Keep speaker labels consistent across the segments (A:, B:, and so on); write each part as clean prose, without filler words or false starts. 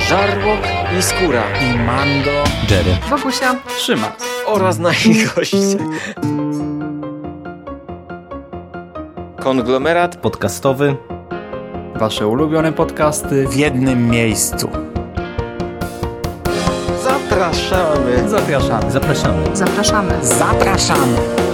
A: Żarłok i Skóra
B: i Mando,
C: Jerry,
D: Wokusia,
E: Szymas
A: oraz nasi goście. Konglomerat
C: podcastowy.
E: Wasze ulubione podcasty
B: w jednym miejscu.
A: Zapraszamy.
E: Zapraszamy.
C: Zapraszamy.
D: zapraszamy.
B: Zapraszamy.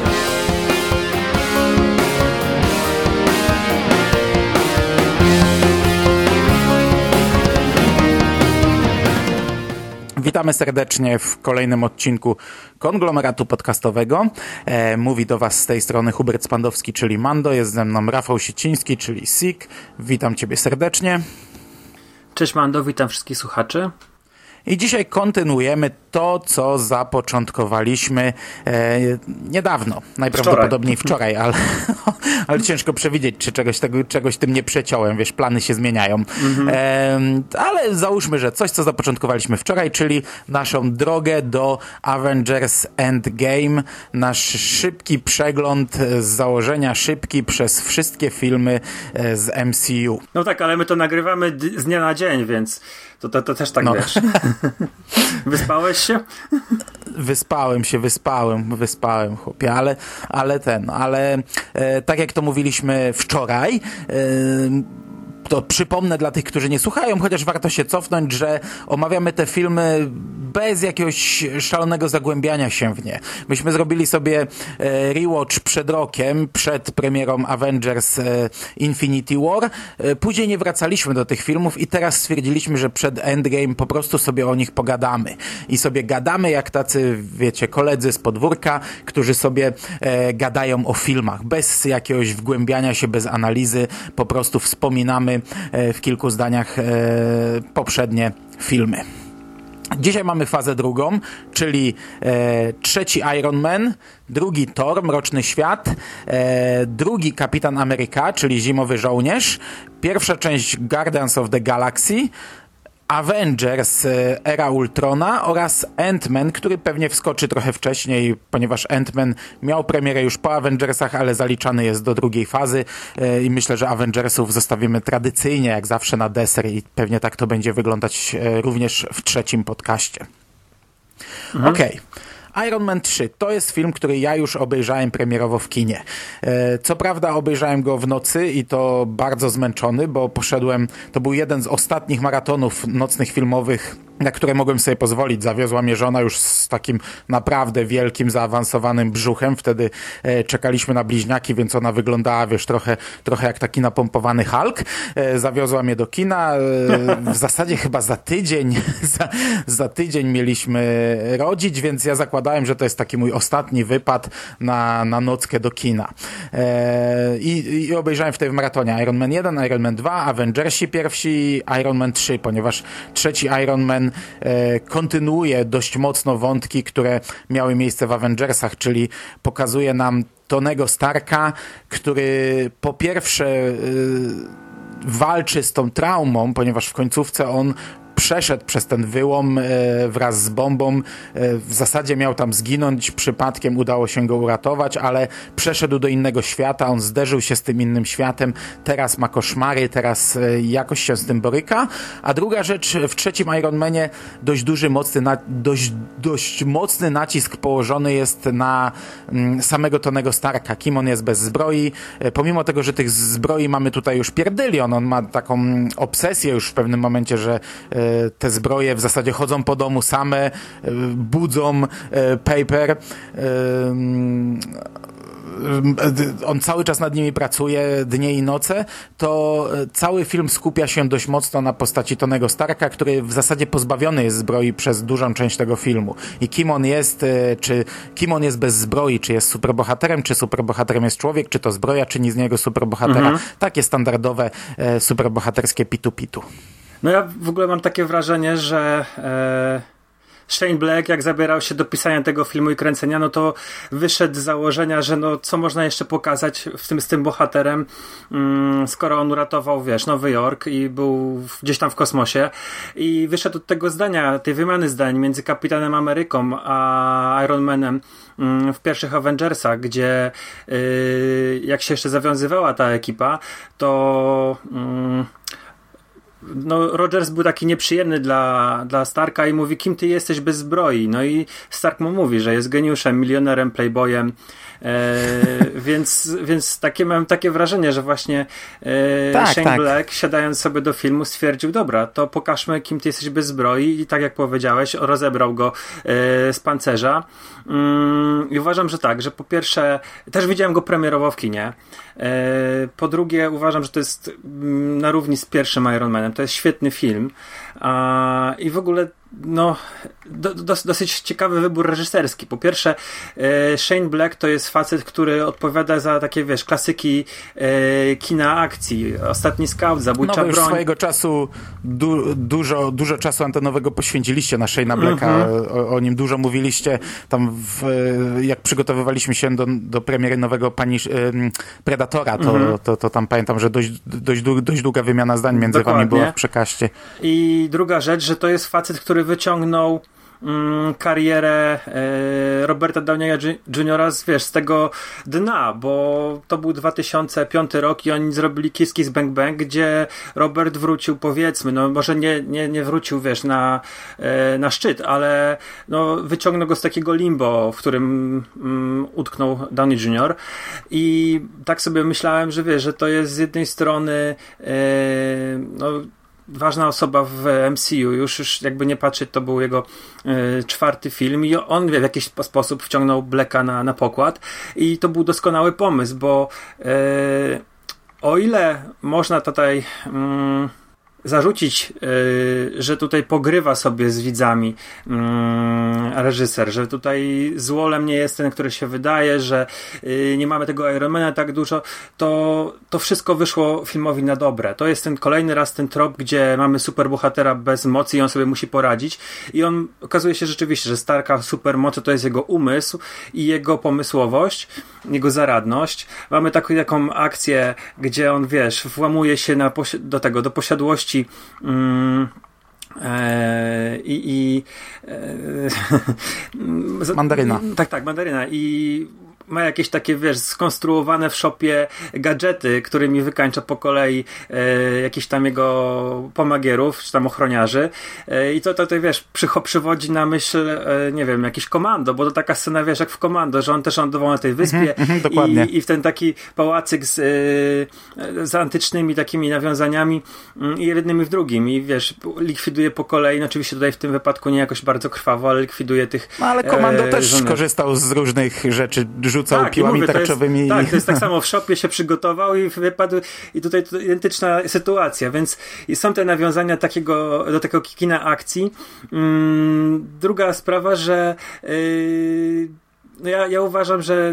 B: Witamy serdecznie w kolejnym odcinku Konglomeratu Podcastowego. Mówi do Was z tej strony Hubert Spandowski, czyli Mando. Jest ze mną Rafał Sieciński, czyli Sik. Witam Ciebie serdecznie.
E: Cześć Mando, witam wszystkich słuchaczy.
B: I dzisiaj kontynuujemy to, co zapoczątkowaliśmy niedawno. Najprawdopodobniej wczoraj, ale ciężko przewidzieć, czy czegoś tym nie przeciąłem. Wiesz, plany się zmieniają. Ale załóżmy, że coś, co zapoczątkowaliśmy wczoraj, czyli naszą drogę do Avengers Endgame. Nasz szybki przegląd z założenia, szybki przez wszystkie filmy z MCU.
E: No tak, ale my to nagrywamy z dnia na dzień, więc to też tak wiesz. Wyspałeś się?
B: Wyspałem, chłopie, ale tak jak to mówiliśmy wczoraj, to przypomnę dla tych, którzy nie słuchają, chociaż warto się cofnąć, że omawiamy te filmy bez jakiegoś szalonego zagłębiania się w nie. Myśmy zrobili sobie rewatch przed rokiem, przed premierą Avengers Infinity War. Później nie wracaliśmy do tych filmów i teraz stwierdziliśmy, że przed Endgame po prostu sobie o nich pogadamy. I sobie gadamy jak tacy, wiecie, koledzy z podwórka, którzy sobie gadają o filmach. Bez jakiegoś wgłębiania się, bez analizy. Po prostu wspominamy w kilku zdaniach poprzednie filmy. Dzisiaj mamy fazę drugą, czyli trzeci Iron Man, drugi Thor, Mroczny Świat, drugi Kapitan Ameryka, czyli Zimowy Żołnierz, pierwsza część Guardians of the Galaxy, Avengers Era Ultrona oraz Ant-Man, który pewnie wskoczy trochę wcześniej, ponieważ Ant-Man miał premierę już po Avengersach, ale zaliczany jest do drugiej fazy i myślę, że Avengersów zostawimy tradycyjnie, jak zawsze na deser i pewnie tak to będzie wyglądać również w trzecim podcaście. Okej. Iron Man 3 to jest film, który ja już obejrzałem premierowo w kinie. Co prawda obejrzałem go w nocy i to bardzo zmęczony, bo to był jeden z ostatnich maratonów nocnych filmowych, na które mogłem sobie pozwolić. Zawiozła mnie żona już z takim naprawdę wielkim, zaawansowanym brzuchem. Wtedy czekaliśmy na bliźniaki, więc ona wyglądała, wiesz, trochę jak taki napompowany Hulk. Zawiozła mnie do kina. W zasadzie chyba za tydzień mieliśmy rodzić, więc ja zakładałem, że to jest taki mój ostatni wypad na nockę do kina. I obejrzałem wtedy w maratonie Iron Man 1, Iron Man 2, Avengersi pierwsi, Iron Man 3, ponieważ trzeci Iron Man kontynuuje dość mocno wątki, które miały miejsce w Avengersach, czyli pokazuje nam Tonego Starka, który po pierwsze walczy z tą traumą, ponieważ w końcówce on przeszedł przez ten wyłom wraz z bombą. W zasadzie miał tam zginąć, przypadkiem udało się go uratować, ale przeszedł do innego świata, on zderzył się z tym innym światem, teraz ma koszmary, teraz jakoś się z tym boryka. A druga rzecz, w trzecim Iron Manie dość mocny nacisk położony jest na samego Tonego Starka, kim on jest bez zbroi. Pomimo tego, że tych zbroi mamy tutaj już pierdylion, on ma taką obsesję już w pewnym momencie, że te zbroje w zasadzie chodzą po domu same, budzą Paper. On cały czas nad nimi pracuje dnie i noce, to cały film skupia się dość mocno na postaci Tonego Starka, który w zasadzie pozbawiony jest zbroi przez dużą część tego filmu. I kim on jest, kim on jest bez zbroi, czy jest superbohaterem, czy superbohaterem jest człowiek, czy to zbroja czyni z niego superbohatera. Takie standardowe superbohaterskie pitu-pitu.
E: No ja w ogóle mam takie wrażenie, że Shane Black, jak zabierał się do pisania tego filmu i kręcenia, no to wyszedł z założenia, że no co można jeszcze pokazać z tym bohaterem, skoro on uratował, wiesz, Nowy Jork i był gdzieś tam w kosmosie i wyszedł od tego zdania, tej wymiany zdań między Kapitanem Ameryką a Iron Manem w pierwszych Avengersach, gdzie jak się jeszcze zawiązywała ta ekipa, to no Rogers był taki nieprzyjemny dla Starka i mówi, kim ty jesteś bez zbroi? No i Stark mu mówi, że jest geniuszem, milionerem, playboyem, więc mam takie wrażenie, że właśnie Shane Black, siadając sobie do filmu, stwierdził, dobra, to pokażmy, kim ty jesteś bez zbroi i tak jak powiedziałeś, rozebrał go z pancerza. I uważam, że tak, że po pierwsze, też widziałem go premierowo w kinie, po drugie uważam, że to jest na równi z pierwszym Iron Manem, to jest świetny film i w ogóle no, dosyć ciekawy wybór reżyserski. Po pierwsze, Shane Black to jest facet, który odpowiada za takie, wiesz, klasyki kina akcji. Ostatni Scout, Zabójcza broń.
B: Już swojego czasu dużo czasu antenowego poświęciliście na Shane'a Blacka. O nim dużo mówiliście. Tam jak przygotowywaliśmy się do premiery nowego Predatora, to tam pamiętam, że dość długa wymiana zdań między wami była w przekaście.
E: I druga rzecz, że to jest facet, który wyciągnął karierę Roberta Downieya Jr. z tego dna, bo to był 2005 rok i oni zrobili Kiss Kiss Bang Bang, gdzie Robert wrócił, powiedzmy, no może nie wrócił, wiesz, na szczyt, ale no, wyciągnął go z takiego limbo, w którym utknął Downey Jr. I tak sobie myślałem, że wiesz, że to jest z jednej strony no ważna osoba w MCU, już jakby nie patrzeć, to był jego 4. film i on w jakiś sposób wciągnął Blacka na pokład i to był doskonały pomysł, bo o ile można tutaj zarzucić, że tutaj pogrywa sobie z widzami reżyser, że tutaj złolem nie jest ten, który się wydaje, że nie mamy tego Ironmana tak dużo, to wszystko wyszło filmowi na dobre. To jest ten kolejny raz ten trop, gdzie mamy superbohatera bez mocy i on sobie musi poradzić i on okazuje się rzeczywiście, że Starka supermocy to jest jego umysł i jego pomysłowość, jego zaradność. Mamy taką akcję, gdzie on, wiesz, włamuje się do posiadłości
B: Mandaryna.
E: Tak, mandaryna i ma jakieś takie, wiesz, skonstruowane w shopie gadżety, którymi wykańcza po kolei jakiś tam jego pomagierów, czy tam ochroniarzy i to wiesz, przywodzi na myśl, nie wiem, jakiś Komando, bo to taka scena, wiesz, jak w Komando, że on też lądował na tej wyspie i w ten taki pałacyk z antycznymi takimi nawiązaniami i jednym i w drugim i wiesz, likwiduje po kolei, no oczywiście tutaj w tym wypadku nie jakoś bardzo krwawo, ale likwiduje tych
B: no ale Komando też korzystał z różnych rzeczy, rzucał piłami tarczowymi.
E: To jest tak samo w shopie się przygotował i wypadł i tutaj to identyczna sytuacja, więc są te nawiązania do tego kina akcji. Druga sprawa, że no ja uważam, że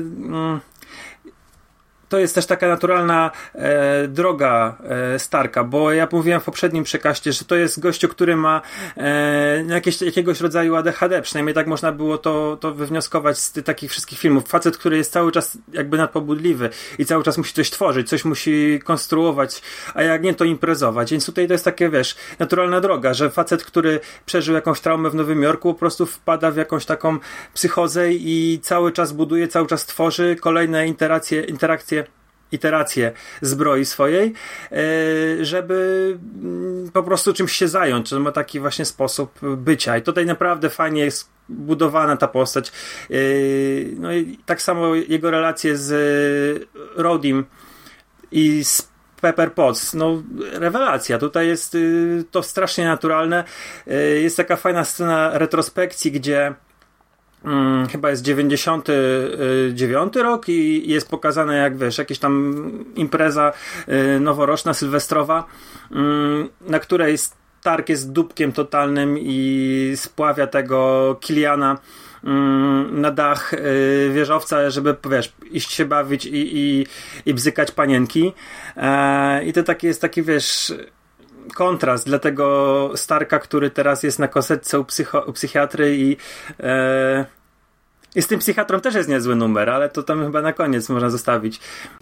E: to jest też taka naturalna droga Starka, bo ja mówiłem w poprzednim przekaście, że to jest gościu, który ma jakiegoś rodzaju ADHD, przynajmniej tak można było to wywnioskować z takich wszystkich filmów. Facet, który jest cały czas jakby nadpobudliwy i cały czas musi coś tworzyć, coś musi konstruować, a jak nie, to imprezować. Więc tutaj to jest takie, wiesz, naturalna droga, że facet, który przeżył jakąś traumę w Nowym Jorku, po prostu wpada w jakąś taką psychozę i cały czas buduje, cały czas tworzy kolejne iteracje zbroi swojej, żeby po prostu czymś się zająć. To ma taki właśnie sposób bycia. I tutaj naprawdę fajnie jest budowana ta postać. No i tak samo jego relacje z Rhodym i z Pepper Potts, no rewelacja. Tutaj jest to strasznie naturalne. Jest taka fajna scena retrospekcji, gdzie chyba jest 99 rok i jest pokazane, jak wiesz, jakaś tam impreza noworoczna, sylwestrowa, na której Stark jest dupkiem totalnym i spławia tego Killiana na dach wieżowca, żeby, wiesz, iść się bawić i bzykać panienki. I to taki jest taki, wiesz, kontrast dla tego Starka, który teraz jest na kosetce u psychiatry i z tym psychiatrą też jest niezły numer, ale to tam chyba na koniec można zostawić.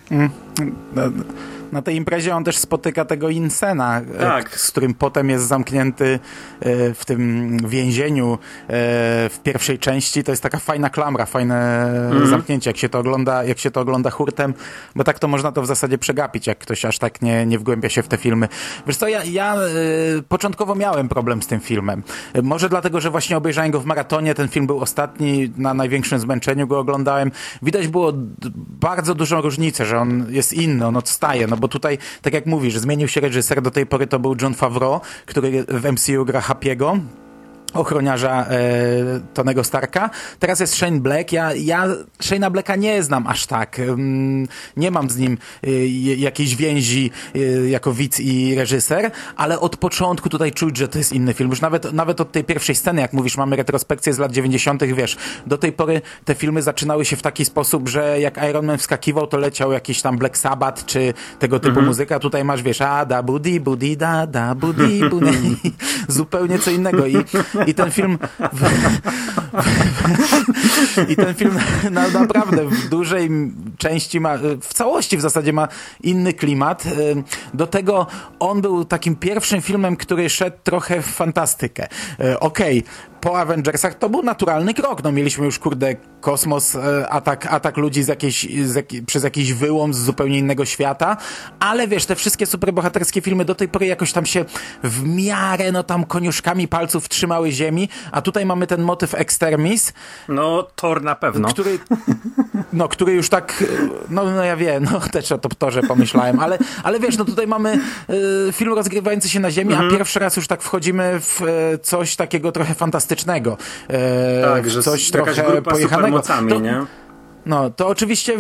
B: Na tej imprezie on też spotyka tego Insena,
E: Tak.
B: z którym potem jest zamknięty w tym więzieniu w pierwszej części. To jest taka fajna klamra, fajne zamknięcie, jak się to ogląda hurtem, bo tak to można to w zasadzie przegapić, jak ktoś aż tak nie wgłębia się w te filmy. Wiesz co, ja początkowo miałem problem z tym filmem. Może dlatego, że właśnie obejrzałem go w maratonie, ten film był ostatni, na największym zmęczeniu go oglądałem. Widać było bardzo dużą różnicę, że on jest inny, on odstaje, no bo tutaj, tak jak mówisz, zmienił się reżyser, do tej pory to był Jon Favreau, który w MCU gra Happy'ego, ochroniarza Tonego Starka. Teraz jest Shane Black. Ja Shane'a Blacka nie znam aż tak. Nie mam z nim jakiejś więzi jako widz i reżyser, ale od początku tutaj czuć, że to jest inny film. Już nawet od tej pierwszej sceny, jak mówisz, mamy retrospekcję z lat 90., wiesz, do tej pory te filmy zaczynały się w taki sposób, że jak Iron Man wskakiwał, to leciał jakiś tam Black Sabbath, czy tego typu muzyka. Tutaj masz, wiesz, da budi budi da budi budi. Zupełnie co innego. I ten film naprawdę w dużej części w całości w zasadzie ma inny klimat. Do tego on był takim pierwszym filmem, który szedł trochę w fantastykę. Okej, po Avengersach to był naturalny krok. No mieliśmy już, kosmos, atak ludzi przez jakiś wyłom z zupełnie innego świata, ale wiesz, te wszystkie superbohaterskie filmy do tej pory jakoś tam się w miarę, no tam koniuszkami palców trzymały ziemi, a tutaj mamy ten motyw Extremis.
E: No, Thor na pewno.
B: Który już tak, no ja wiem, też o Torze pomyślałem, ale wiesz, no tutaj mamy film rozgrywający się na ziemi, a pierwszy raz już tak wchodzimy w coś takiego trochę fantastycznego.
E: Tak, że
B: coś
E: jakaś
B: trochę
E: grupa
B: pojechanego.
E: supermocami, nie?
B: No, to oczywiście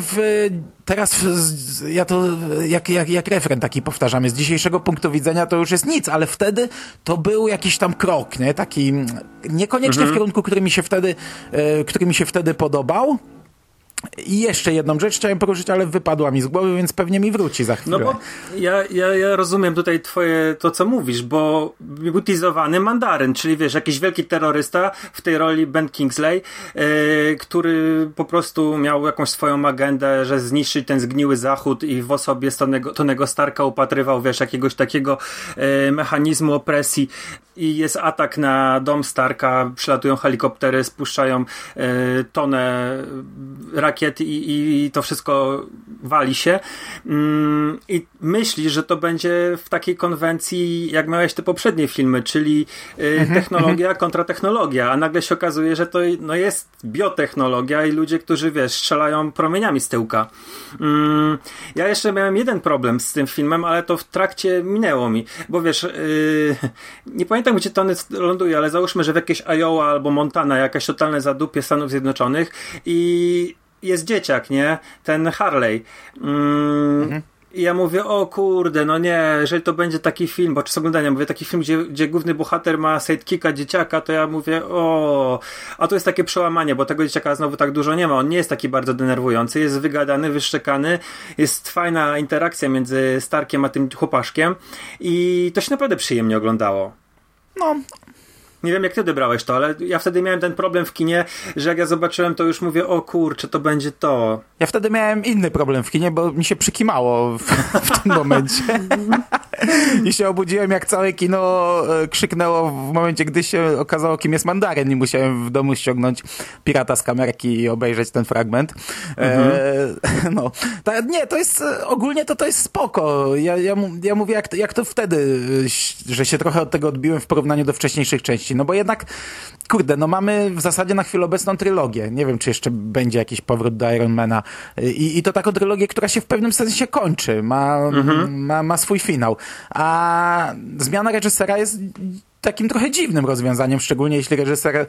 B: ja to jak refren taki powtarzam, z dzisiejszego punktu widzenia to już jest nic, ale wtedy to był jakiś tam krok, nie? Taki niekoniecznie w kierunku, który mi się wtedy podobał. I jeszcze jedną rzecz chciałem poruszyć, ale wypadła mi z głowy, więc pewnie mi wróci za chwilę.
E: No bo ja rozumiem tutaj to, co mówisz, bo mitizowany mandaryn, czyli wiesz, jakiś wielki terrorysta, w tej roli Ben Kingsley, który po prostu miał jakąś swoją agendę, że zniszczyć ten zgniły zachód i w osobie Tonego Starka upatrywał, wiesz, jakiegoś takiego mechanizmu opresji i jest atak na dom Starka, przylatują helikoptery, spuszczają tonę rakiet i to wszystko wali się. I myśli, że to będzie w takiej konwencji, jak miałeś te poprzednie filmy, czyli technologia kontra technologia, a nagle się okazuje, że to jest biotechnologia i ludzie, którzy, wiesz, strzelają promieniami z tyłka. Ja jeszcze miałem jeden problem z tym filmem, ale to w trakcie minęło mi, bo wiesz, nie pamiętam, gdzie to ląduje, ale załóżmy, że w jakieś Iowa albo Montana, jakaś totalne zadupie Stanów Zjednoczonych i jest dzieciak, nie? Ten Harley. I ja mówię, o kurde, no nie, jeżeli to będzie taki film, bo czy z oglądania mówię, taki film, gdzie główny bohater ma sidekicka dzieciaka, to ja mówię, a to jest takie przełamanie, bo tego dzieciaka znowu tak dużo nie ma, on nie jest taki bardzo denerwujący, jest wygadany, wyszczekany, jest fajna interakcja między Starkiem a tym chłopaszkiem i to się naprawdę przyjemnie oglądało.
B: No.
E: Nie wiem, jak ty odebrałeś to, ale ja wtedy miałem ten problem w kinie, że jak ja zobaczyłem, to już mówię, o kurczę, to będzie to.
B: Ja wtedy miałem inny problem w kinie, bo mi się przykimało w tym momencie. I się obudziłem, jak całe kino krzyknęło w momencie, gdy się okazało, kim jest mandaryn, i musiałem w domu ściągnąć pirata z kamerki i obejrzeć ten fragment. Nie, to jest ogólnie to jest spoko. Ja mówię, jak to wtedy, że się trochę od tego odbiłem w porównaniu do wcześniejszych części. No bo jednak, kurde, no mamy w zasadzie na chwilę obecną trylogię. Nie wiem, czy jeszcze będzie jakiś powrót do Ironmana. I to taką trylogię, która się w pewnym sensie kończy. Ma swój finał. A zmiana reżysera jest takim trochę dziwnym rozwiązaniem, szczególnie jeśli reżyser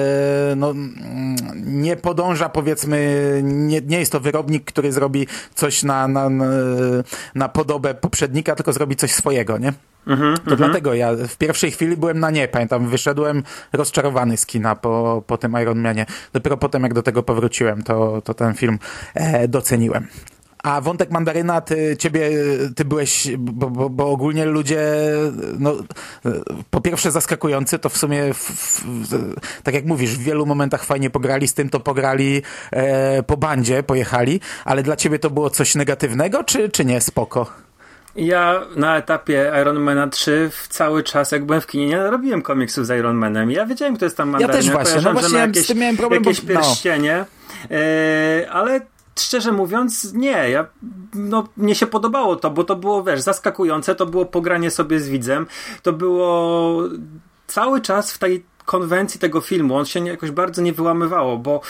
B: nie podąża, powiedzmy, nie jest to wyrobnik, który zrobi coś na podobę poprzednika, tylko zrobi coś swojego, nie? To dlatego ja w pierwszej chwili byłem na nie, pamiętam, wyszedłem rozczarowany z kina po tym Iron Manie. Dopiero potem, jak do tego powróciłem, to ten film doceniłem. A wątek mandaryna, ty byłeś, bo ogólnie ludzie, no, po pierwsze zaskakujący, to w sumie, tak jak mówisz, w wielu momentach fajnie pograli, z tym to pograli po bandzie, pojechali, ale dla ciebie to było coś negatywnego, czy nie? Spoko.
E: Ja na etapie Ironmana 3 cały czas, jak byłem w kinie, nie robiłem komiksów z Ironmanem. Ja wiedziałem, kto jest tam mandaryna.
B: Ja też właśnie, no właśnie
E: jakieś,
B: z tym miałem problem.
E: Jakieś pierścienie, ale szczerze mówiąc, nie. Mnie się podobało to, bo to było, wiesz, zaskakujące, to było pogranie sobie z widzem, to było cały czas w tej konwencji tego filmu, on się jakoś bardzo nie wyłamywało, bo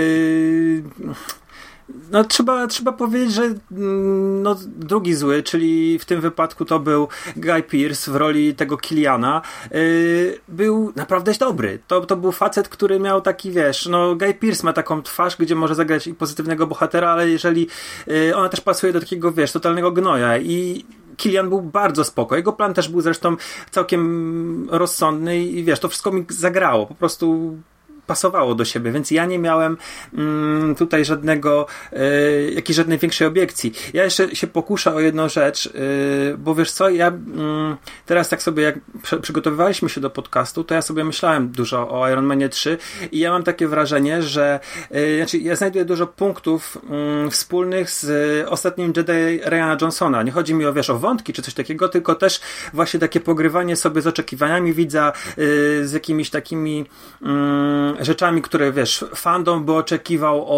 E: no trzeba powiedzieć, że no, drugi zły, czyli w tym wypadku to był Guy Pearce w roli tego Kiliana, był naprawdę dobry. To był facet, który miał taki, wiesz, no Guy Pearce ma taką twarz, gdzie może zagrać i pozytywnego bohatera, ale jeżeli ona też pasuje do takiego, wiesz, totalnego gnoja i Kilian był bardzo spoko. Jego plan też był zresztą całkiem rozsądny i wiesz, to wszystko mi zagrało. Po prostu pasowało do siebie, więc ja nie miałem tutaj jakiejś żadnej większej obiekcji. Ja jeszcze się pokuszę o jedną rzecz, bo wiesz co, ja teraz tak sobie, jak przygotowywaliśmy się do podcastu, to ja sobie myślałem dużo o Iron Manie 3 i ja mam takie wrażenie, że ja znajduję dużo punktów wspólnych z ostatnim Jedi Ryana Johnsona. Nie chodzi mi o, wiesz, o wątki czy coś takiego, tylko też właśnie takie pogrywanie sobie z oczekiwaniami widza, z jakimiś takimi rzeczami, które, wiesz, fandom by oczekiwał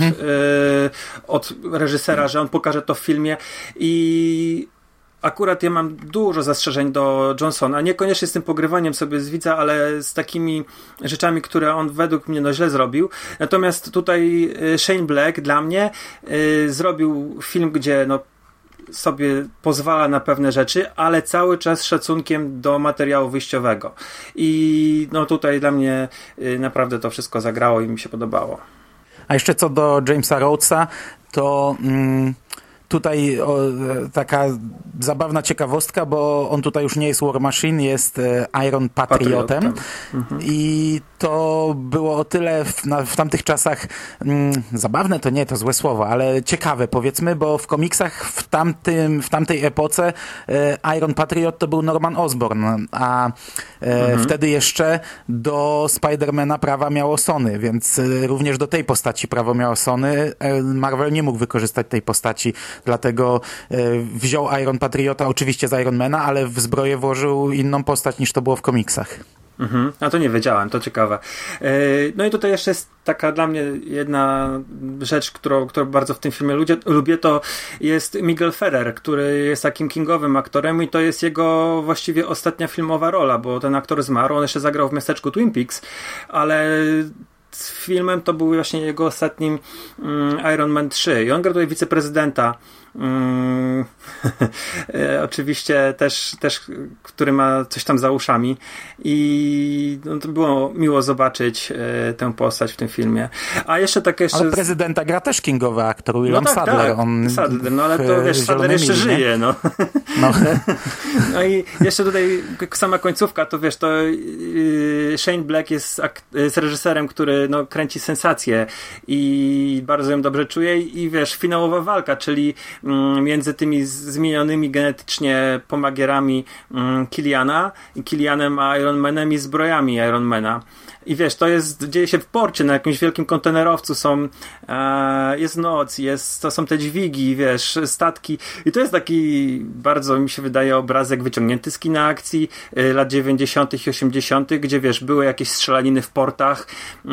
E: od reżysera, że on pokaże to w filmie i akurat ja mam dużo zastrzeżeń do Johnsona, niekoniecznie z tym pogrywaniem sobie z widza, ale z takimi rzeczami, które on według mnie źle zrobił. Natomiast tutaj Shane Black dla mnie zrobił film, gdzie sobie pozwala na pewne rzeczy, ale cały czas z szacunkiem do materiału wyjściowego. I tutaj dla mnie naprawdę to wszystko zagrało i mi się podobało.
B: A jeszcze co do Jamesa Rhodesa, to tutaj taka zabawna ciekawostka, bo on tutaj już nie jest War Machine, jest Iron Patriotem. I to było o tyle w tamtych czasach zabawne, to nie, to złe słowo, ale ciekawe, powiedzmy, bo w komiksach w tamtej epoce Iron Patriot to był Norman Osborn, a wtedy jeszcze do Spidermana prawa miało Sony, więc również do tej postaci prawo miało Sony. Marvel nie mógł wykorzystać tej postaci, dlatego wziął Iron Patriota oczywiście z Ironmana, ale w zbroję włożył inną postać niż to było w komiksach.
E: A to nie wiedziałem, to ciekawe. No i tutaj jeszcze jest taka dla mnie jedna rzecz, którą bardzo w tym filmie lubię, to jest Miguel Ferrer, który jest takim kingowym aktorem i to jest jego właściwie ostatnia filmowa rola, bo ten aktor zmarł, on jeszcze zagrał w miasteczku Twin Peaks, ale z filmem to był właśnie jego ostatnim Iron Man 3 i on gra tutaj wiceprezydenta oczywiście też który ma coś tam za uszami i to było miło zobaczyć tę postać w tym filmie. A jeszcze tak jeszcze...
B: Ale prezydenta gra też kingowy aktor, William Sadler.
E: Sadler, ale to wiesz, Sadler jeszcze żyje, no. No i jeszcze tutaj sama końcówka, to wiesz, to Shane Black jest reżyserem, który kręci sensację i bardzo ją dobrze czuje i wiesz, finałowa walka, czyli między tymi zmienionymi genetycznie pomagierami Kilianem a Ironmanem i zbrojami Ironmana. I wiesz, dzieje się w porcie, na jakimś wielkim kontenerowcu jest noc, to są te dźwigi, wiesz, statki i to jest taki bardzo, mi się wydaje, obrazek wyciągnięty z kina akcji lat 90. i 80., gdzie wiesz, były jakieś strzelaniny w portach,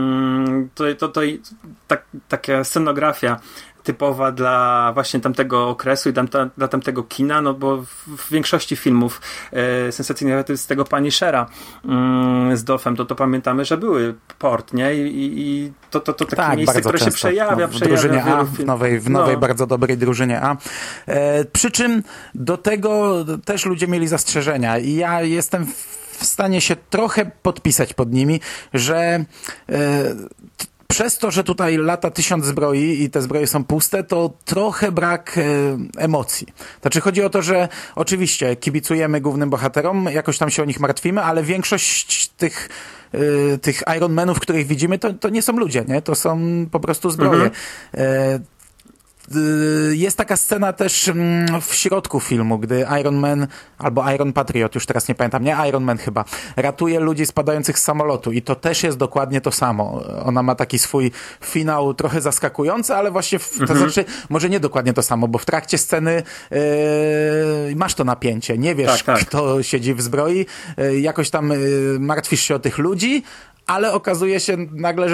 E: taka scenografia typowa dla właśnie tamtego okresu i dla tamtego kina, bo w większości filmów sensacyjnych z tego Punishera z Dolphem, to pamiętamy, że były port, nie? I to takie miejsce, które się przejawia
B: w drużynie A, w nowej
E: no.
B: bardzo dobrej drużynie A. Przy czym do tego też ludzie mieli zastrzeżenia i ja jestem w stanie się trochę podpisać pod nimi, że przez to, że tutaj lata 1000 zbroi i te zbroje są puste, to trochę brak emocji. Znaczy chodzi o to, że oczywiście kibicujemy głównym bohaterom, jakoś tam się o nich martwimy, ale większość tych Ironmanów, których widzimy, to nie są ludzie, nie? To są po prostu zbroje. jest taka scena też w środku filmu, gdy Iron Man albo Iron Patriot, już teraz nie pamiętam, nie Iron Man chyba, ratuje ludzi spadających z samolotu i to też jest dokładnie to samo. Ona ma taki swój finał trochę zaskakujący, ale właśnie to znaczy, może nie dokładnie to samo, bo w trakcie sceny masz to napięcie, nie wiesz, kto siedzi w zbroi, jakoś tam martwisz się o tych ludzi, ale okazuje się nagle,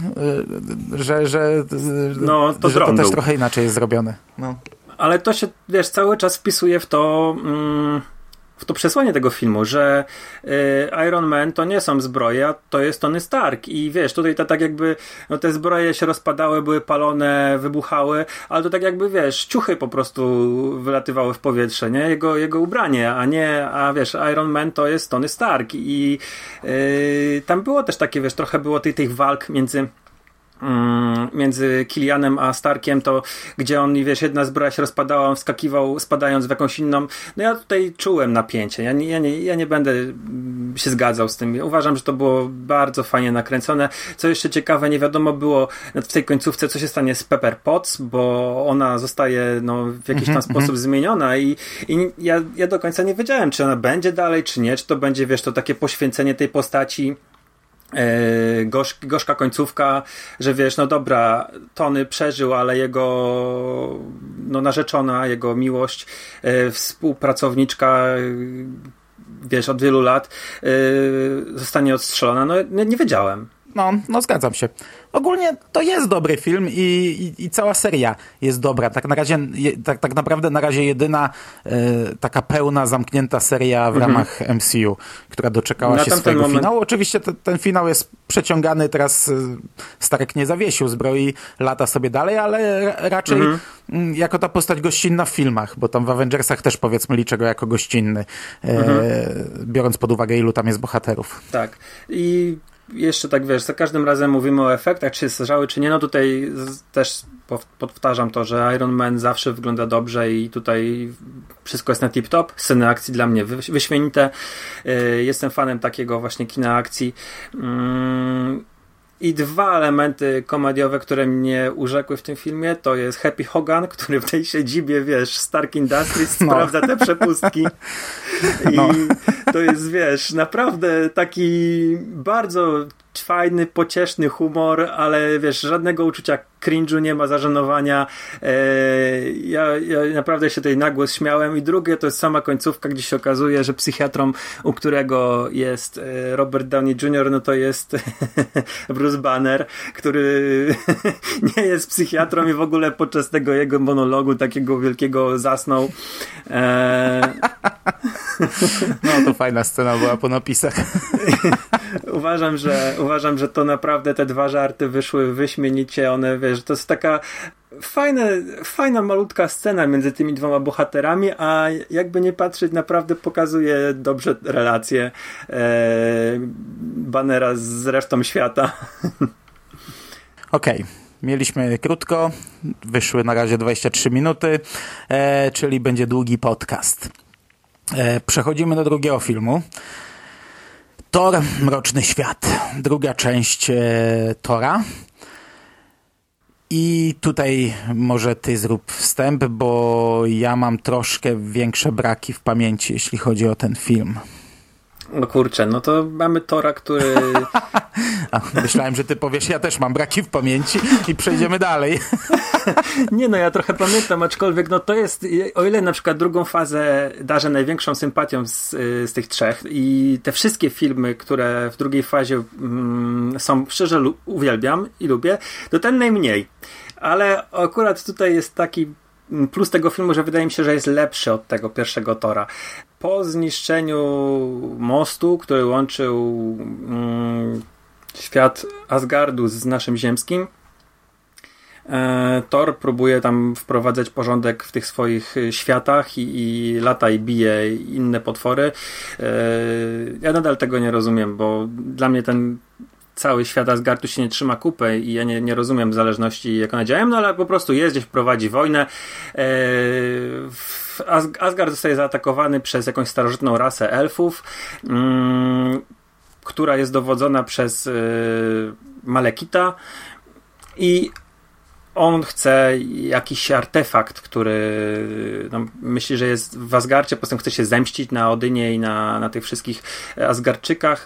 B: że to też trochę inaczej jest zrobione. No.
E: Ale to się, wiesz, cały czas wpisuje w to przesłanie tego filmu, że Iron Man to nie są zbroje, a to jest Tony Stark. I wiesz, tutaj to tak jakby te zbroje się rozpadały, były palone, wybuchały, ale to tak jakby, wiesz, ciuchy po prostu wylatywały w powietrze, nie? Jego ubranie, a wiesz, Iron Man to jest Tony Stark. I tam było też takie, wiesz, trochę było tych walk między Killianem a Starkiem, to gdzie on, wiesz, jedna zbroja się rozpadała, on wskakiwał spadając w jakąś inną. No ja tutaj czułem napięcie. Ja nie będę się zgadzał z tym. Uważam, że to było bardzo fajnie nakręcone. Co jeszcze ciekawe, nie wiadomo było w tej końcówce, co się stanie z Pepper Potts, bo ona zostaje w jakiś tam sposób zmieniona i ja do końca nie wiedziałem, czy ona będzie dalej, czy nie, czy to będzie, wiesz, to takie poświęcenie tej postaci, gorzka końcówka, że wiesz, no dobra, Tony przeżył, ale jego narzeczona, jego miłość, współpracowniczka, wiesz, od wielu lat zostanie odstrzelona. No nie wiedziałem.
B: No zgadzam się. Ogólnie to jest dobry film i cała seria jest dobra. Tak na razie, tak naprawdę na razie jedyna taka pełna, zamknięta seria w ramach MCU, która doczekała się swojego finału. Oczywiście ten finał jest przeciągany, teraz Stark nie zawiesił zbroi, lata sobie dalej, ale raczej jako ta postać gościnna w filmach, bo tam w Avengersach też powiedzmy liczę go jako gościnny, biorąc pod uwagę ilu tam jest bohaterów.
E: Tak. I jeszcze tak, wiesz, za każdym razem mówimy o efektach, czy się zdarzały, czy nie. No tutaj też powtarzam to, że Iron Man zawsze wygląda dobrze i tutaj wszystko jest na tip-top. Sceny akcji dla mnie wyśmienite. Jestem fanem takiego właśnie kina akcji. I dwa elementy komediowe, które mnie urzekły w tym filmie, to jest Happy Hogan, który w tej siedzibie, wiesz, Stark Industries sprawdza te przepustki. I to jest, wiesz, naprawdę taki bardzo fajny, pocieszny humor, ale wiesz, żadnego uczucia cringe'u nie ma, zażenowania. Ja naprawdę się tutaj na głos śmiałem. I drugie to jest sama końcówka, gdzie się okazuje, że psychiatrą, u którego jest Robert Downey Jr., no to jest Bruce Banner, który nie jest psychiatrą i w ogóle podczas tego jego monologu takiego wielkiego zasnął.
B: No to fajna scena była po napisach.
E: Uważam, że to naprawdę te dwa żarty wyszły wyśmienicie. One, wiesz, to jest taka fajna malutka scena między tymi dwoma bohaterami, a jakby nie patrzeć, naprawdę pokazuje dobrze relacje Bannera z resztą świata.
B: Okej. Mieliśmy krótko, wyszły na razie 23 minuty, czyli będzie długi podcast. Przechodzimy do drugiego filmu. Thor, Mroczny Świat. Druga część Thora. I tutaj może ty zrób wstęp, bo ja mam troszkę większe braki w pamięci, jeśli chodzi o ten film.
E: No kurczę, no to mamy Thora, który...
B: Myślałem, że ty powiesz, ja też mam braki w pamięci i przejdziemy dalej.
E: Nie, no ja trochę pamiętam, aczkolwiek no to jest, o ile na przykład drugą fazę darzę największą sympatią z tych trzech i te wszystkie filmy, które w drugiej fazie są, szczerze uwielbiam i lubię, to ten najmniej. Ale akurat tutaj jest taki plus tego filmu, że wydaje mi się, że jest lepszy od tego pierwszego Thora. Po zniszczeniu mostu, który łączył świat Asgardu z naszym ziemskim, Thor próbuje tam wprowadzać porządek w tych swoich światach i lata i bije inne potwory. Ja nadal tego nie rozumiem, bo dla mnie ten cały świat Asgardu się nie trzyma kupy i ja nie rozumiem zależności, jak one działają, no ale po prostu jest, gdzieś prowadzi wojnę. Asgard zostaje zaatakowany przez jakąś starożytną rasę elfów, która jest dowodzona przez Malekita i on chce jakiś artefakt, który myśli, że jest w Asgardzie, potem chce się zemścić na Odynie i na tych wszystkich Asgardczykach.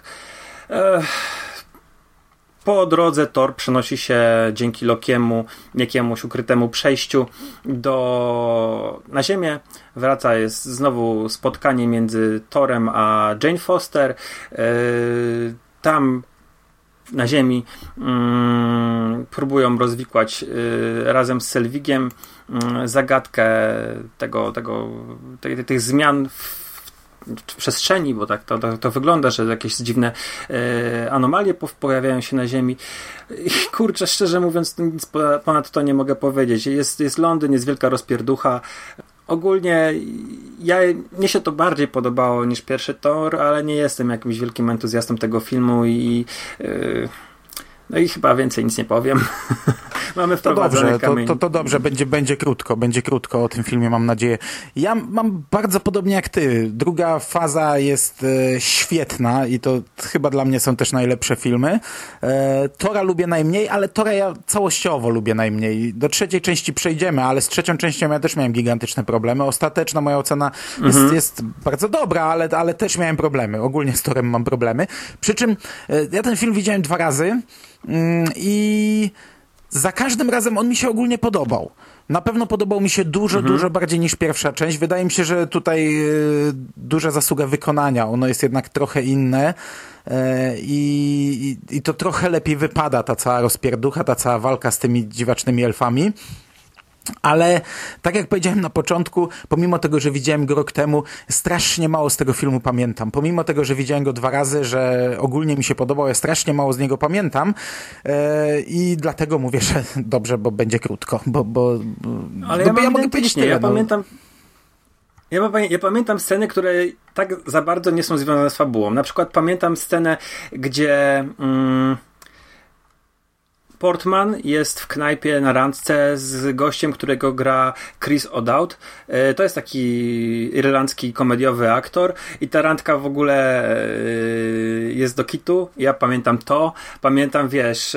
E: Po drodze Thor przenosi się dzięki Lokiemu, jakiemuś ukrytemu przejściu na Ziemię. Wraca, jest znowu spotkanie między Thorem a Jane Foster. Tam na Ziemi próbują rozwikłać razem z Selvigiem zagadkę tych zmian w przestrzeni, bo tak to wygląda, że jakieś dziwne anomalie pojawiają się na Ziemi. I kurczę, szczerze mówiąc, nic ponad to nie mogę powiedzieć. Jest Londyn, jest wielka rozpierducha. Ogólnie mnie się to bardziej podobało niż pierwszy Thor, ale nie jestem jakimś wielkim entuzjastą tego filmu i no i chyba więcej nic nie powiem. Mamy wprowadzony kamień.
B: To dobrze, będzie krótko o tym filmie, mam nadzieję. Ja mam bardzo podobnie jak ty. Druga faza jest świetna i to chyba dla mnie są też najlepsze filmy. Tora lubię najmniej, ale Tora ja całościowo lubię najmniej. Do trzeciej części przejdziemy, ale z trzecią częścią ja też miałem gigantyczne problemy. Ostateczna moja ocena jest bardzo dobra, ale też miałem problemy. Ogólnie z Torem mam problemy. Przy czym ja ten film widziałem 2 razy i za każdym razem on mi się ogólnie podobał. Na pewno podobał mi się dużo bardziej niż pierwsza część. Wydaje mi się, że tutaj duża zasługa wykonania. Ono jest jednak trochę inne i to trochę lepiej wypada, ta cała rozpierducha, ta cała walka z tymi dziwacznymi elfami. Ale tak jak powiedziałem na początku, pomimo tego, że widziałem go rok temu, strasznie mało z tego filmu pamiętam. Pomimo tego, że widziałem go 2 razy, że ogólnie mi się podobał, ja strasznie mało z niego pamiętam i dlatego mówię, że dobrze, bo będzie krótko.
E: Ale ja mogę powiedzieć tyle, Ja pamiętam sceny, które tak za bardzo nie są związane z fabułą. Na przykład pamiętam scenę, gdzie Portman jest w knajpie na randce z gościem, którego gra Chris O'Dowd. To jest taki irlandzki komediowy aktor i ta randka w ogóle jest do kitu. Ja pamiętam to. Pamiętam, wiesz,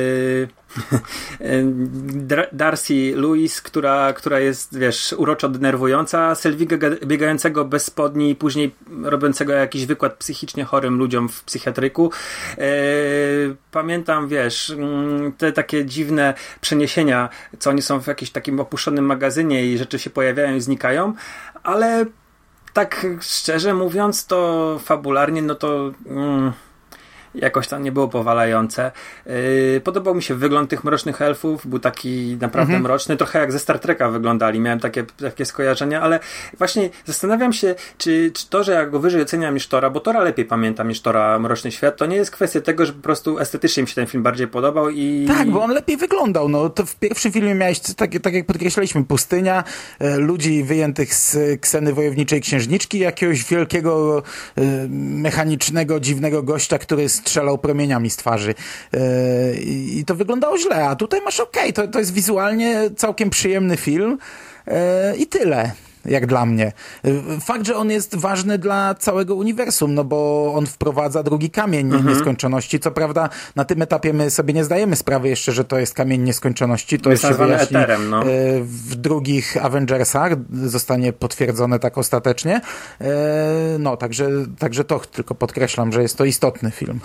E: Darcy Lewis, która jest, wiesz, uroczo denerwująca, Selviga biegającego bez spodni i później robiącego jakiś wykład psychicznie chorym ludziom w psychiatryku. Pamiętam, wiesz, te takie dziwne przeniesienia, co oni są w jakimś takim opuszczonym magazynie i rzeczy się pojawiają i znikają, ale tak szczerze mówiąc, to fabularnie, no to jakoś tam nie było powalające. Podobał mi się wygląd tych mrocznych elfów, był taki naprawdę mroczny, trochę jak ze Star Treka wyglądali, miałem takie skojarzenia, ale właśnie zastanawiam się, czy to, że ja go wyżej oceniam niż Tora, bo Tora lepiej pamiętam niż Tora Mroczny Świat, to nie jest kwestia tego, że po prostu estetycznie mi się ten film bardziej podobał i...
B: Tak, bo on lepiej wyglądał, no to w pierwszym filmie miałeś, tak jak podkreślaliśmy, pustynia, ludzi wyjętych z Kseny Wojowniczej Księżniczki, jakiegoś wielkiego, mechanicznego, dziwnego gościa, który strzelał promieniami z twarzy. I to wyglądało źle, a tutaj masz to jest wizualnie całkiem przyjemny film i tyle, jak dla mnie. Fakt, że on jest ważny dla całego uniwersum, no bo on wprowadza drugi kamień nieskończoności. Co prawda na tym etapie my sobie nie zdajemy sprawy jeszcze, że to jest kamień nieskończoności. To się wyjaśni
E: eterem, no.
B: W drugich Avengersach. Zostanie potwierdzone tak ostatecznie. No, także to tylko podkreślam, że jest to istotny film.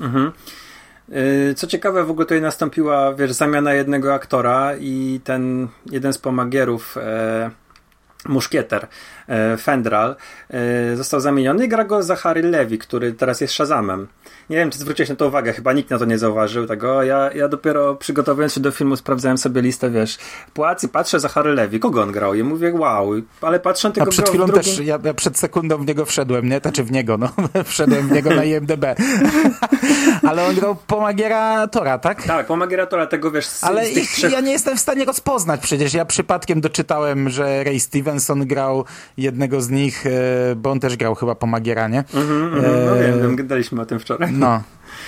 E: Co ciekawe, w ogóle tutaj nastąpiła, wiesz, zamiana jednego aktora i ten jeden z pomagierów, muszkieter Fendral, został zamieniony i gra go Zachary Levi, który teraz jest Shazamem. Nie wiem, czy zwróciłeś na to uwagę, chyba nikt na to nie zauważył tego. Ja dopiero przygotowując się do filmu sprawdzałem sobie listę, wiesz, płac i patrzę Zachary Levi, kogo on grał? I mówię, wow, ale patrzę tego.
B: A przed chwilą też, ja przed sekundą w niego wszedłem, nie? Znaczy w niego, no. Wszedłem w niego na IMDb. Ale on grał Pomagiera Tora, tak?
E: Tak, Pomagiera Tora, tego wiesz,
B: ale ja nie jestem w stanie rozpoznać przecież. Ja przypadkiem doczytałem, że Ray Stevenson grał jednego z nich, bo on też grał chyba Pomagiera, nie?
E: No wiem, gadaliśmy o tym wczoraj.
B: No.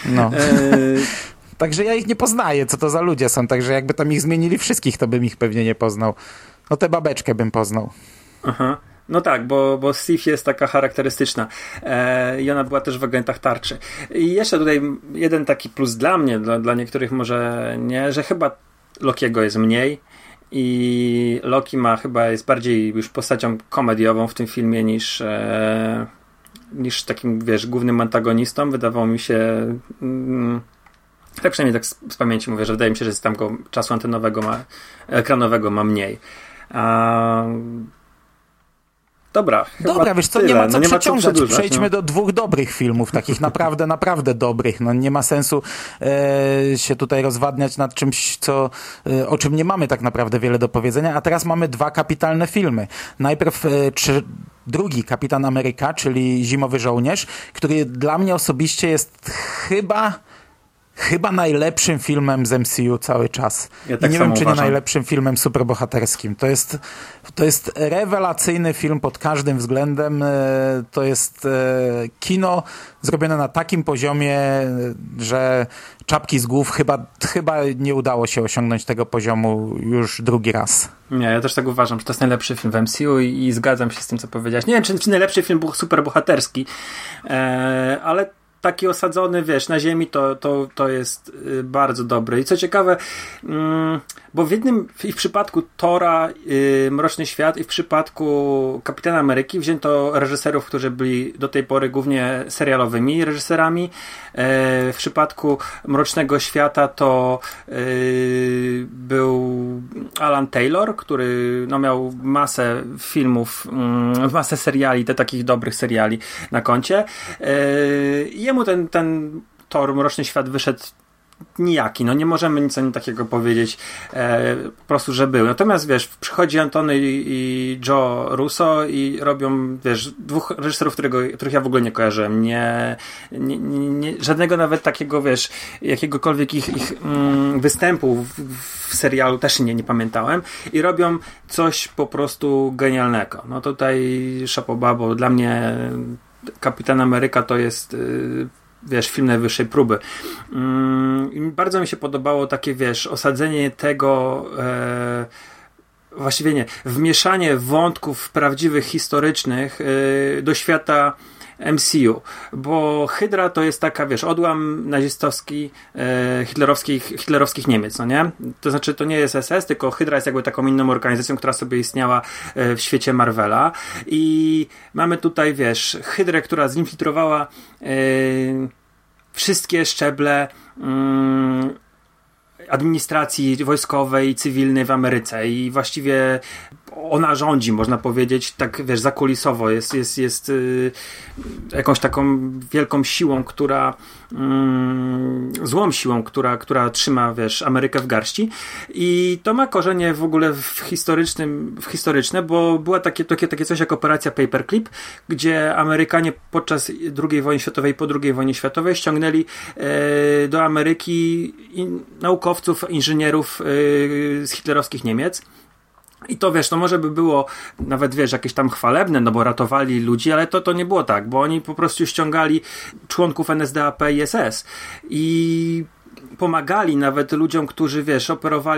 B: Także ja ich nie poznaję, co to za ludzie są. Także jakby tam ich zmienili wszystkich, to bym ich pewnie nie poznał. No tę babeczkę bym poznał.
E: Aha. No tak, bo Sif jest taka charakterystyczna i ona była też w Agentach Tarczy. I jeszcze tutaj jeden taki plus dla mnie, dla niektórych może nie, że chyba Lokiego jest mniej i Loki jest bardziej już postacią komediową w tym filmie niż takim, wiesz, głównym antagonistą. Wydawało mi się, tak przynajmniej tak z pamięci mówię, że wydaje mi się, że tam czasu ekranowego ma mniej. Dobra,
B: wiesz co,
E: tyle.
B: nie ma co
E: nie
B: przeciągać.
E: Ma co
B: Przejdźmy do 2 dobrych filmów, takich naprawdę, naprawdę dobrych. No nie ma sensu się tutaj rozwadniać nad czymś, o czym nie mamy tak naprawdę wiele do powiedzenia, a teraz mamy 2 kapitalne filmy. Najpierw drugi Kapitan Ameryka, czyli Zimowy Żołnierz, który dla mnie osobiście jest chyba najlepszym filmem z MCU cały czas.
E: Ja tak
B: I nie wiem, czy
E: uważam.
B: nie najlepszym filmem superbohaterskim. To jest rewelacyjny film pod każdym względem. To jest kino zrobione na takim poziomie, że czapki z głów chyba nie udało się osiągnąć tego poziomu już drugi raz.
E: Nie, ja też tak uważam, że to jest najlepszy film w MCU i zgadzam się z tym, co powiedziałeś. Nie wiem, czy najlepszy film był superbohaterski, ale taki osadzony, wiesz, na ziemi to jest bardzo dobry. I co ciekawe, bo i w przypadku Tora, Mroczny Świat, i w przypadku Kapitana Ameryki wzięto reżyserów, którzy byli do tej pory głównie serialowymi reżyserami. W przypadku Mrocznego Świata to był Alan Taylor, który miał masę filmów, masę seriali, takich dobrych seriali na koncie. Jemu ten Thor, Mroczny Świat wyszedł nijaki, nie możemy nic o nim takiego powiedzieć, po prostu, że był. Natomiast, wiesz, przychodzi Antony i Joe Russo i robią, wiesz, 2 reżyserów, których ja w ogóle nie kojarzyłem. Żadnego nawet takiego, wiesz, jakiegokolwiek ich występu w serialu też nie pamiętałem i robią coś po prostu genialnego. No tutaj chapeau bas, bo dla mnie Kapitan Ameryka to jest wiesz, film najwyższej próby. Bardzo mi się podobało takie, wiesz, osadzenie tego właściwie wmieszanie wątków prawdziwych, historycznych do świata MCU, bo Hydra to jest taka, wiesz, odłam nazistowski hitlerowskich Niemiec, no nie? To znaczy, to nie jest SS, tylko Hydra jest jakby taką inną organizacją, która sobie istniała w świecie Marvela i mamy tutaj, wiesz, Hydrę, która zinfiltrowała wszystkie szczeble administracji wojskowej i cywilnej w Ameryce i właściwie ona rządzi, można powiedzieć, tak, wiesz, zakulisowo jest jakąś taką wielką siłą, złą siłą, która trzyma, wiesz, Amerykę w garści i to ma korzenie w ogóle historyczne, bo była takie coś jak operacja Paperclip, gdzie Amerykanie podczas II wojny światowej, po II wojnie światowej ściągnęli do Ameryki naukowców, inżynierów z hitlerowskich Niemiec. I to, wiesz, to może by było nawet, wiesz, jakieś tam chwalebne, bo ratowali ludzi, ale to nie było tak, bo oni po prostu ściągali członków NSDAP i SS i pomagali nawet ludziom, którzy, wiesz,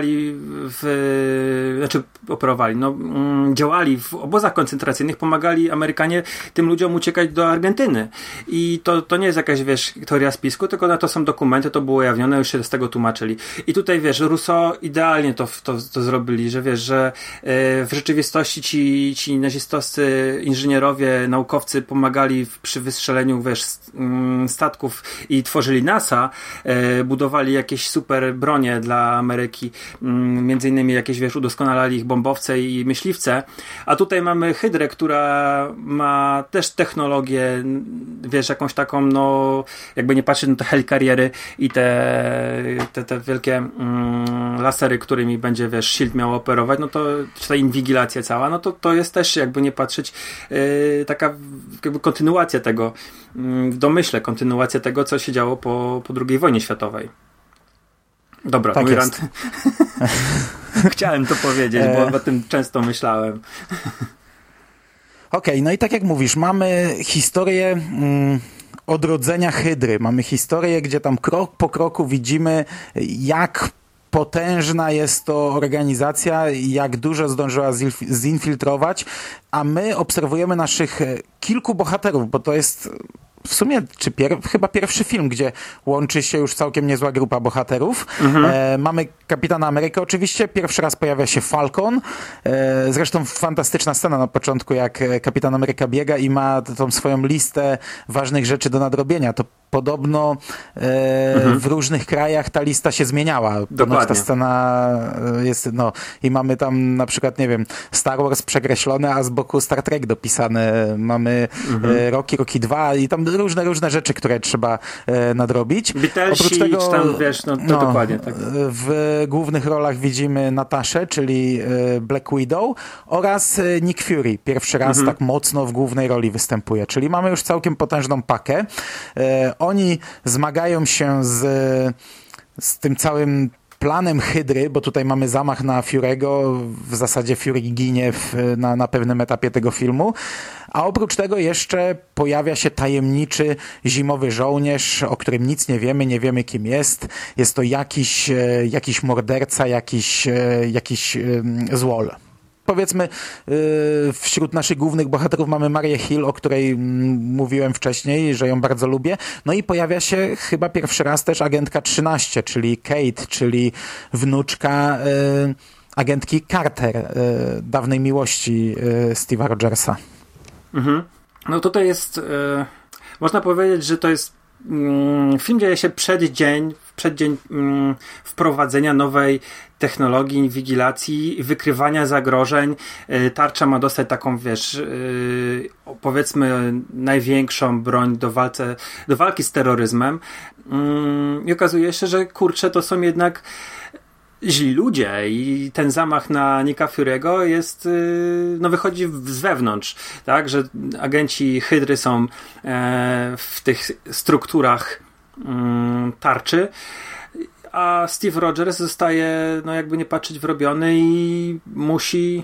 E: działali w obozach koncentracyjnych, pomagali Amerykanie tym ludziom uciekać do Argentyny. I to nie jest jakaś, wiesz, teoria spisku, tylko na to są dokumenty, to było ujawnione, już się z tego tłumaczyli. I tutaj, wiesz, Russo idealnie to zrobili, że wiesz, że w rzeczywistości ci nazistowscy inżynierowie, naukowcy pomagali przy wystrzeleniu, wiesz, statków i tworzyli NASA, budowali jakieś super bronie dla Ameryki, między innymi jakieś, wiesz, udoskonalali ich bombowce i myśliwce, a tutaj mamy Hydrę, która ma też technologię, wiesz, jakąś taką, jakby nie patrzeć na te helikariery i te wielkie lasery, którymi będzie, wiesz, SHIELD miał operować, czy ta inwigilacja cała, to jest też, jakby nie patrzeć, taka jakby kontynuacja tego, w domyśle kontynuacja tego, co się działo po II wojnie światowej. Dobra,
B: tak
E: mój
B: jest.
E: rant. Chciałem to powiedzieć, bo o tym często myślałem.
B: Okej, no i tak jak mówisz, mamy historię odrodzenia Hydry. Mamy historię, gdzie tam krok po kroku widzimy, jak potężna jest to organizacja, jak dużo zdążyła zinfiltrować, a my obserwujemy naszych kilku bohaterów, bo to jest w sumie, chyba pierwszy film, gdzie łączy się już całkiem niezła grupa bohaterów. Mamy Kapitana Amerykę oczywiście, pierwszy raz pojawia się Falcon, zresztą fantastyczna scena na początku, jak Kapitan Ameryka biega i ma tą swoją listę ważnych rzeczy do nadrobienia. To podobno w różnych krajach ta lista się zmieniała. Ponoć ta scena jest, i mamy tam na przykład, nie wiem, Star Wars przekreślone, a z boku Star Trek dopisane. Mamy Rocky 2 i tam różne rzeczy, które trzeba nadrobić.
E: Beatlesi,
B: Oprócz tego,
E: tam, wiesz, to dokładnie tak.
B: W głównych rolach widzimy Nataszę, czyli Black Widow, oraz Nick Fury. Pierwszy raz tak mocno w głównej roli występuje. Czyli mamy już całkiem potężną pakę. Oni zmagają się z tym całym planem Hydry, bo tutaj mamy zamach na Fury'ego, w zasadzie Fury ginie na pewnym etapie tego filmu, a oprócz tego jeszcze pojawia się tajemniczy zimowy żołnierz, o którym nic nie wiemy kim jest. Jest to jakiś morderca, jakiś złol. Powiedzmy, wśród naszych głównych bohaterów mamy Marię Hill, o której mówiłem wcześniej, że ją bardzo lubię. No i pojawia się chyba pierwszy raz też agentka 13, czyli Kate, czyli wnuczka agentki Carter, dawnej miłości Steve'a Rogersa.
E: No tutaj jest, można powiedzieć, że to jest film dzieje się w przeddzień wprowadzenia nowej technologii, inwigilacji, wykrywania zagrożeń. Tarcza ma dostać taką, wiesz, powiedzmy największą broń do walki z terroryzmem. I okazuje się, że kurczę, to są jednak źli ludzie i ten zamach na Nicka Fury'ego jest, wychodzi z wewnątrz, tak, że agenci Hydry są w tych strukturach tarczy, a Steve Rogers zostaje, jakby nie patrzeć, wrobiony i musi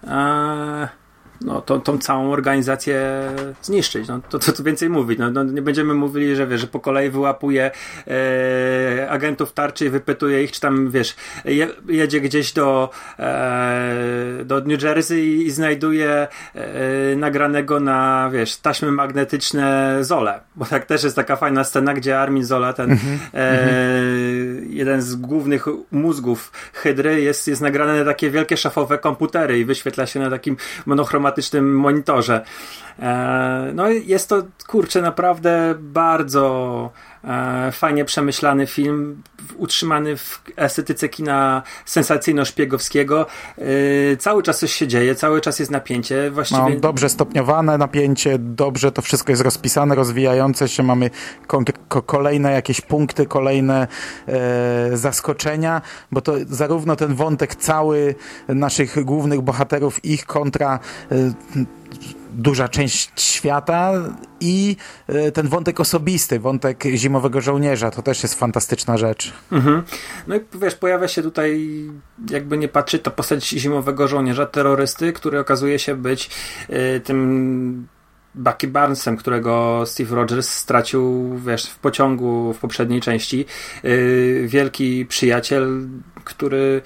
E: tą całą organizację zniszczyć. To więcej mówić. Nie będziemy mówili, że po kolei wyłapuje agentów tarczy i wypytuje ich, czy tam, wiesz, jedzie gdzieś do New Jersey i znajduje nagranego na, wiesz, taśmy magnetyczne Zolę. Bo tak też jest taka fajna scena, gdzie Armin Zola, ten jeden z głównych mózgów Hydry, jest nagrany na takie wielkie szafowe komputery i wyświetla się na takim monochromatycznym monitorze. Jest to, kurczę, naprawdę bardzo fajnie przemyślany film, utrzymany w estetyce kina sensacyjno-szpiegowskiego. Cały czas coś się dzieje, cały czas jest napięcie. Właściwie...
B: dobrze stopniowane napięcie, dobrze to wszystko jest rozpisane, rozwijające się, mamy kolejne jakieś punkty, kolejne zaskoczenia, bo to zarówno ten wątek cały naszych głównych bohaterów, ich kontra duża część świata i ten wątek osobisty, wątek zimowego żołnierza, to też jest fantastyczna rzecz.
E: No i wiesz, pojawia się tutaj, jakby nie patrzeć, to postać zimowego żołnierza, terrorysty, który okazuje się być tym Bucky Barnesem, którego Steve Rogers stracił, wiesz, w pociągu w poprzedniej części. Wielki przyjaciel, który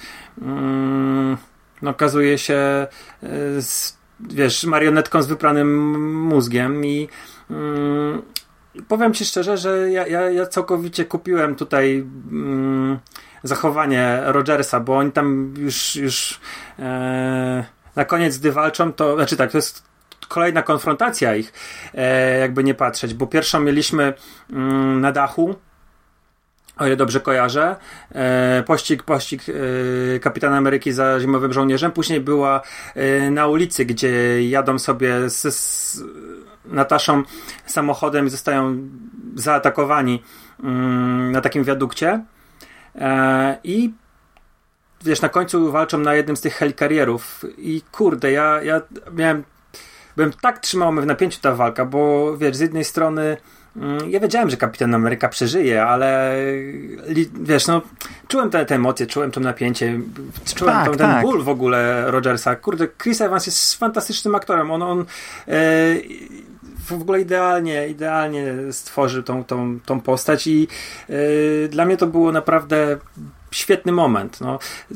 E: okazuje się wiesz, marionetką z wypranym mózgiem i powiem ci szczerze, że ja całkowicie kupiłem tutaj zachowanie Rogersa, bo oni tam już na koniec, gdy walczą, to znaczy tak, to jest kolejna konfrontacja ich, jakby nie patrzeć, bo pierwszą mieliśmy na dachu, o ile dobrze kojarzę, pościg Kapitana Ameryki za zimowym żołnierzem. Później była na ulicy, gdzie jadą sobie z Nataszą samochodem i zostają zaatakowani na takim wiadukcie. I wiesz, na końcu walczą na jednym z tych helikarierów. I kurde, ja byłem tak trzymał mnie w napięciu ta walka, bo wiesz, z jednej strony ja wiedziałem, że Kapitan Ameryka przeżyje, ale wiesz, czułem te emocje, czułem to napięcie, czułem ten ból w ogóle Rogersa. Kurde, Chris Evans jest fantastycznym aktorem. On w ogóle idealnie stworzył tą postać i dla mnie to było naprawdę świetny moment.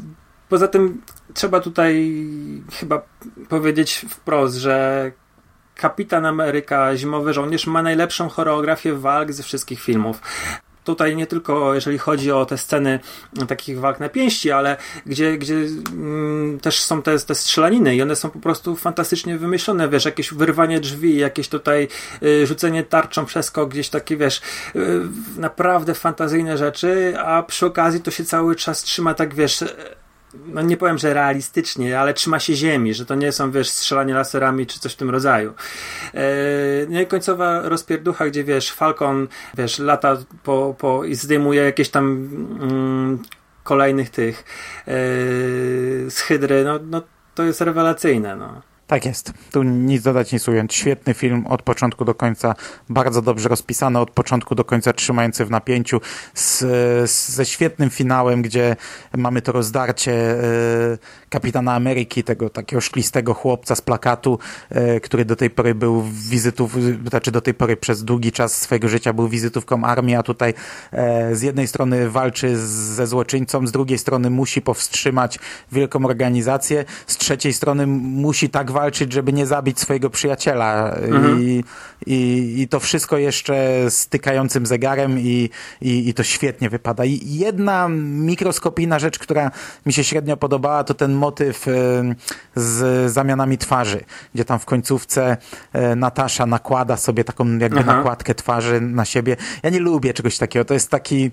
E: Poza tym trzeba tutaj chyba powiedzieć wprost, że Kapitan Ameryka, Zimowy Żołnierz ma najlepszą choreografię walk ze wszystkich filmów. Tutaj nie tylko jeżeli chodzi o te sceny takich walk na pięści, ale gdzie też są te strzelaniny i one są po prostu fantastycznie wymyślone, wiesz, jakieś wyrwanie drzwi, jakieś tutaj rzucenie tarczą, przeskok, gdzieś takie, wiesz, naprawdę fantazyjne rzeczy, a przy okazji to się cały czas trzyma tak, wiesz, no nie powiem, że realistycznie, ale trzyma się ziemi, że to nie są, wiesz, strzelanie laserami czy coś w tym rodzaju. No i końcowa rozpierducha, gdzie, wiesz, Falcon, wiesz, lata i zdejmuje jakieś tam kolejnych tych z Hydry, no to jest rewelacyjne, no.
B: Tak jest. Tu nic dodać, nic ująć. Świetny film od początku do końca, bardzo dobrze rozpisany, od początku do końca trzymający w napięciu, ze świetnym finałem, gdzie mamy to rozdarcie Kapitana Ameryki, tego takiego szklistego chłopca z plakatu, który do tej pory był do tej pory przez długi czas swojego życia był wizytówką armii, a tutaj z jednej strony walczy ze złoczyńcą, z drugiej strony musi powstrzymać wielką organizację, z trzeciej strony musi tak walczyć, żeby nie zabić swojego przyjaciela. I to wszystko jeszcze z tykającym zegarem i to świetnie wypada. I jedna mikroskopijna rzecz, która mi się średnio podobała, to ten motyw z zamianami twarzy, gdzie tam w końcówce Natasza nakłada sobie taką jakby nakładkę twarzy na siebie. Ja nie lubię czegoś takiego. To jest taki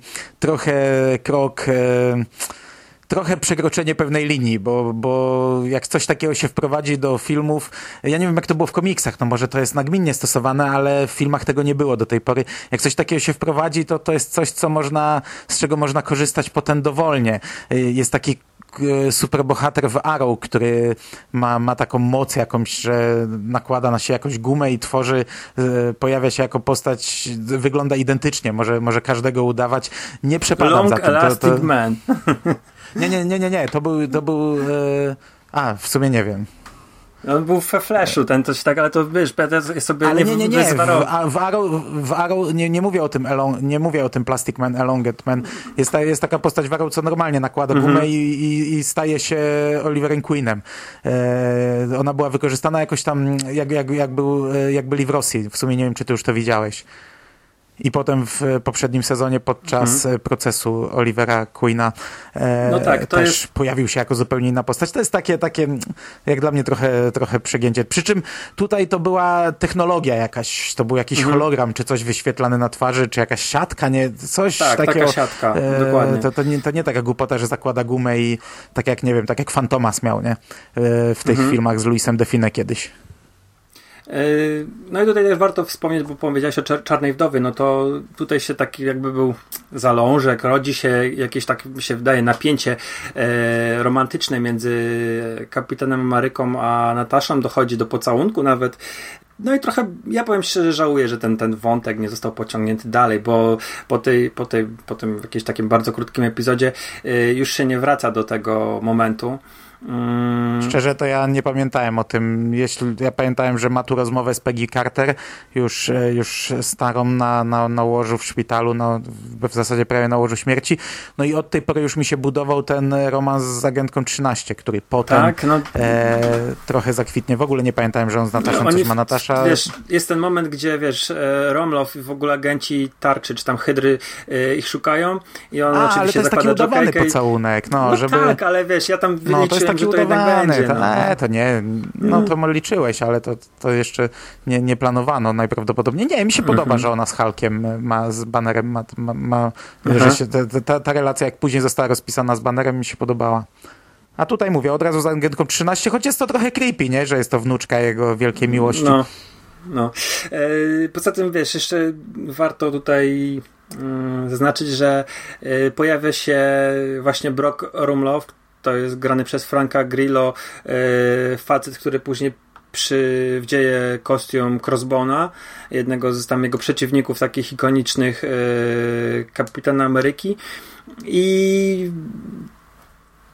B: trochę przekroczenie pewnej linii, bo jak coś takiego się wprowadzi do filmów, ja nie wiem jak to było w komiksach, no może to jest nagminnie stosowane, ale w filmach tego nie było do tej pory. Jak coś takiego się wprowadzi, to jest coś, z czego można korzystać potem dowolnie. Jest taki superbohater w Arrow, który ma taką moc jakąś, że nakłada na siebie jakąś gumę i pojawia się jako postać, wygląda identycznie, może każdego udawać. Nie przepadam za tym.
E: Elastic Man.
B: Nie, to był w sumie nie wiem.
E: On był we Flashu, ten coś tak, ale to wiesz, ja sobie
B: ale nie. W Arrow nie mówię o tym nie mówię o tym Plastic Man, Elonged Man. Jest taka postać w Arrow, co normalnie nakłada gumę i staje się Oliverem Queenem. Ona była wykorzystana jakoś tam, jak byli w Rosji. W sumie nie wiem, czy ty już to widziałeś. I potem w poprzednim sezonie podczas procesu Olivera Queena też pojawił się jako zupełnie inna postać. To jest takie jak dla mnie trochę przegięcie. Przy czym tutaj to była technologia jakaś, to był jakiś hologram, czy coś wyświetlane na twarzy, czy jakaś siatka, coś takiego.
E: Taka siatka, dokładnie.
B: To nie taka głupota, że zakłada gumę i tak jak Fantomas miał, nie? W tych filmach z Louisem Define kiedyś.
E: No i tutaj też warto wspomnieć, bo powiedziałeś o Czarnej Wdowie, no to tutaj się taki jakby był zalążek, rodzi się jakieś, tak mi się wydaje, napięcie romantyczne między Kapitanem Ameryką a Nataszą, dochodzi do pocałunku nawet. No i trochę, ja powiem szczerze, żałuję, że ten wątek nie został pociągnięty dalej, bo po tym jakimś takim bardzo krótkim epizodzie już się nie wraca do tego momentu.
B: Szczerze to ja nie pamiętałem o tym. Ja pamiętałem, że ma tu rozmowę z Peggy Carter, już starą na łożu w szpitalu, w zasadzie prawie na łożu śmierci. No i od tej pory już mi się budował ten romans z agentką 13, który potem trochę zakwitnie. W ogóle nie pamiętałem, że on z Nataszą coś ma. Natasza...
E: Wiesz, jest ten moment, gdzie Romlow i w ogóle agenci Tarczy, czy tam Hydry ich szukają i on oczywiście
B: ale to jest taki udawany pocałunek.
E: Tak, ale wiesz, ja tam liczyłem, że to
B: udawany,
E: będzie.
B: To nie, to liczyłeś, ale to jeszcze nie planowano najprawdopodobniej. Nie, mi się podoba, że ona z Hulkiem z Bannerem że się, ta relacja, jak później została rozpisana z Bannerem, mi się podobała. A tutaj mówię, od razu z agentką 13, choć jest to trochę creepy, nie? Że jest to wnuczka jego wielkiej miłości.
E: No. Poza tym, wiesz, jeszcze warto tutaj zaznaczyć, że pojawia się właśnie Brock Rumlow, to jest grany przez Franka Grillo, facet, który później wdzieje kostium Crossbone'a, jednego z tam jego przeciwników takich ikonicznych Kapitana Ameryki. I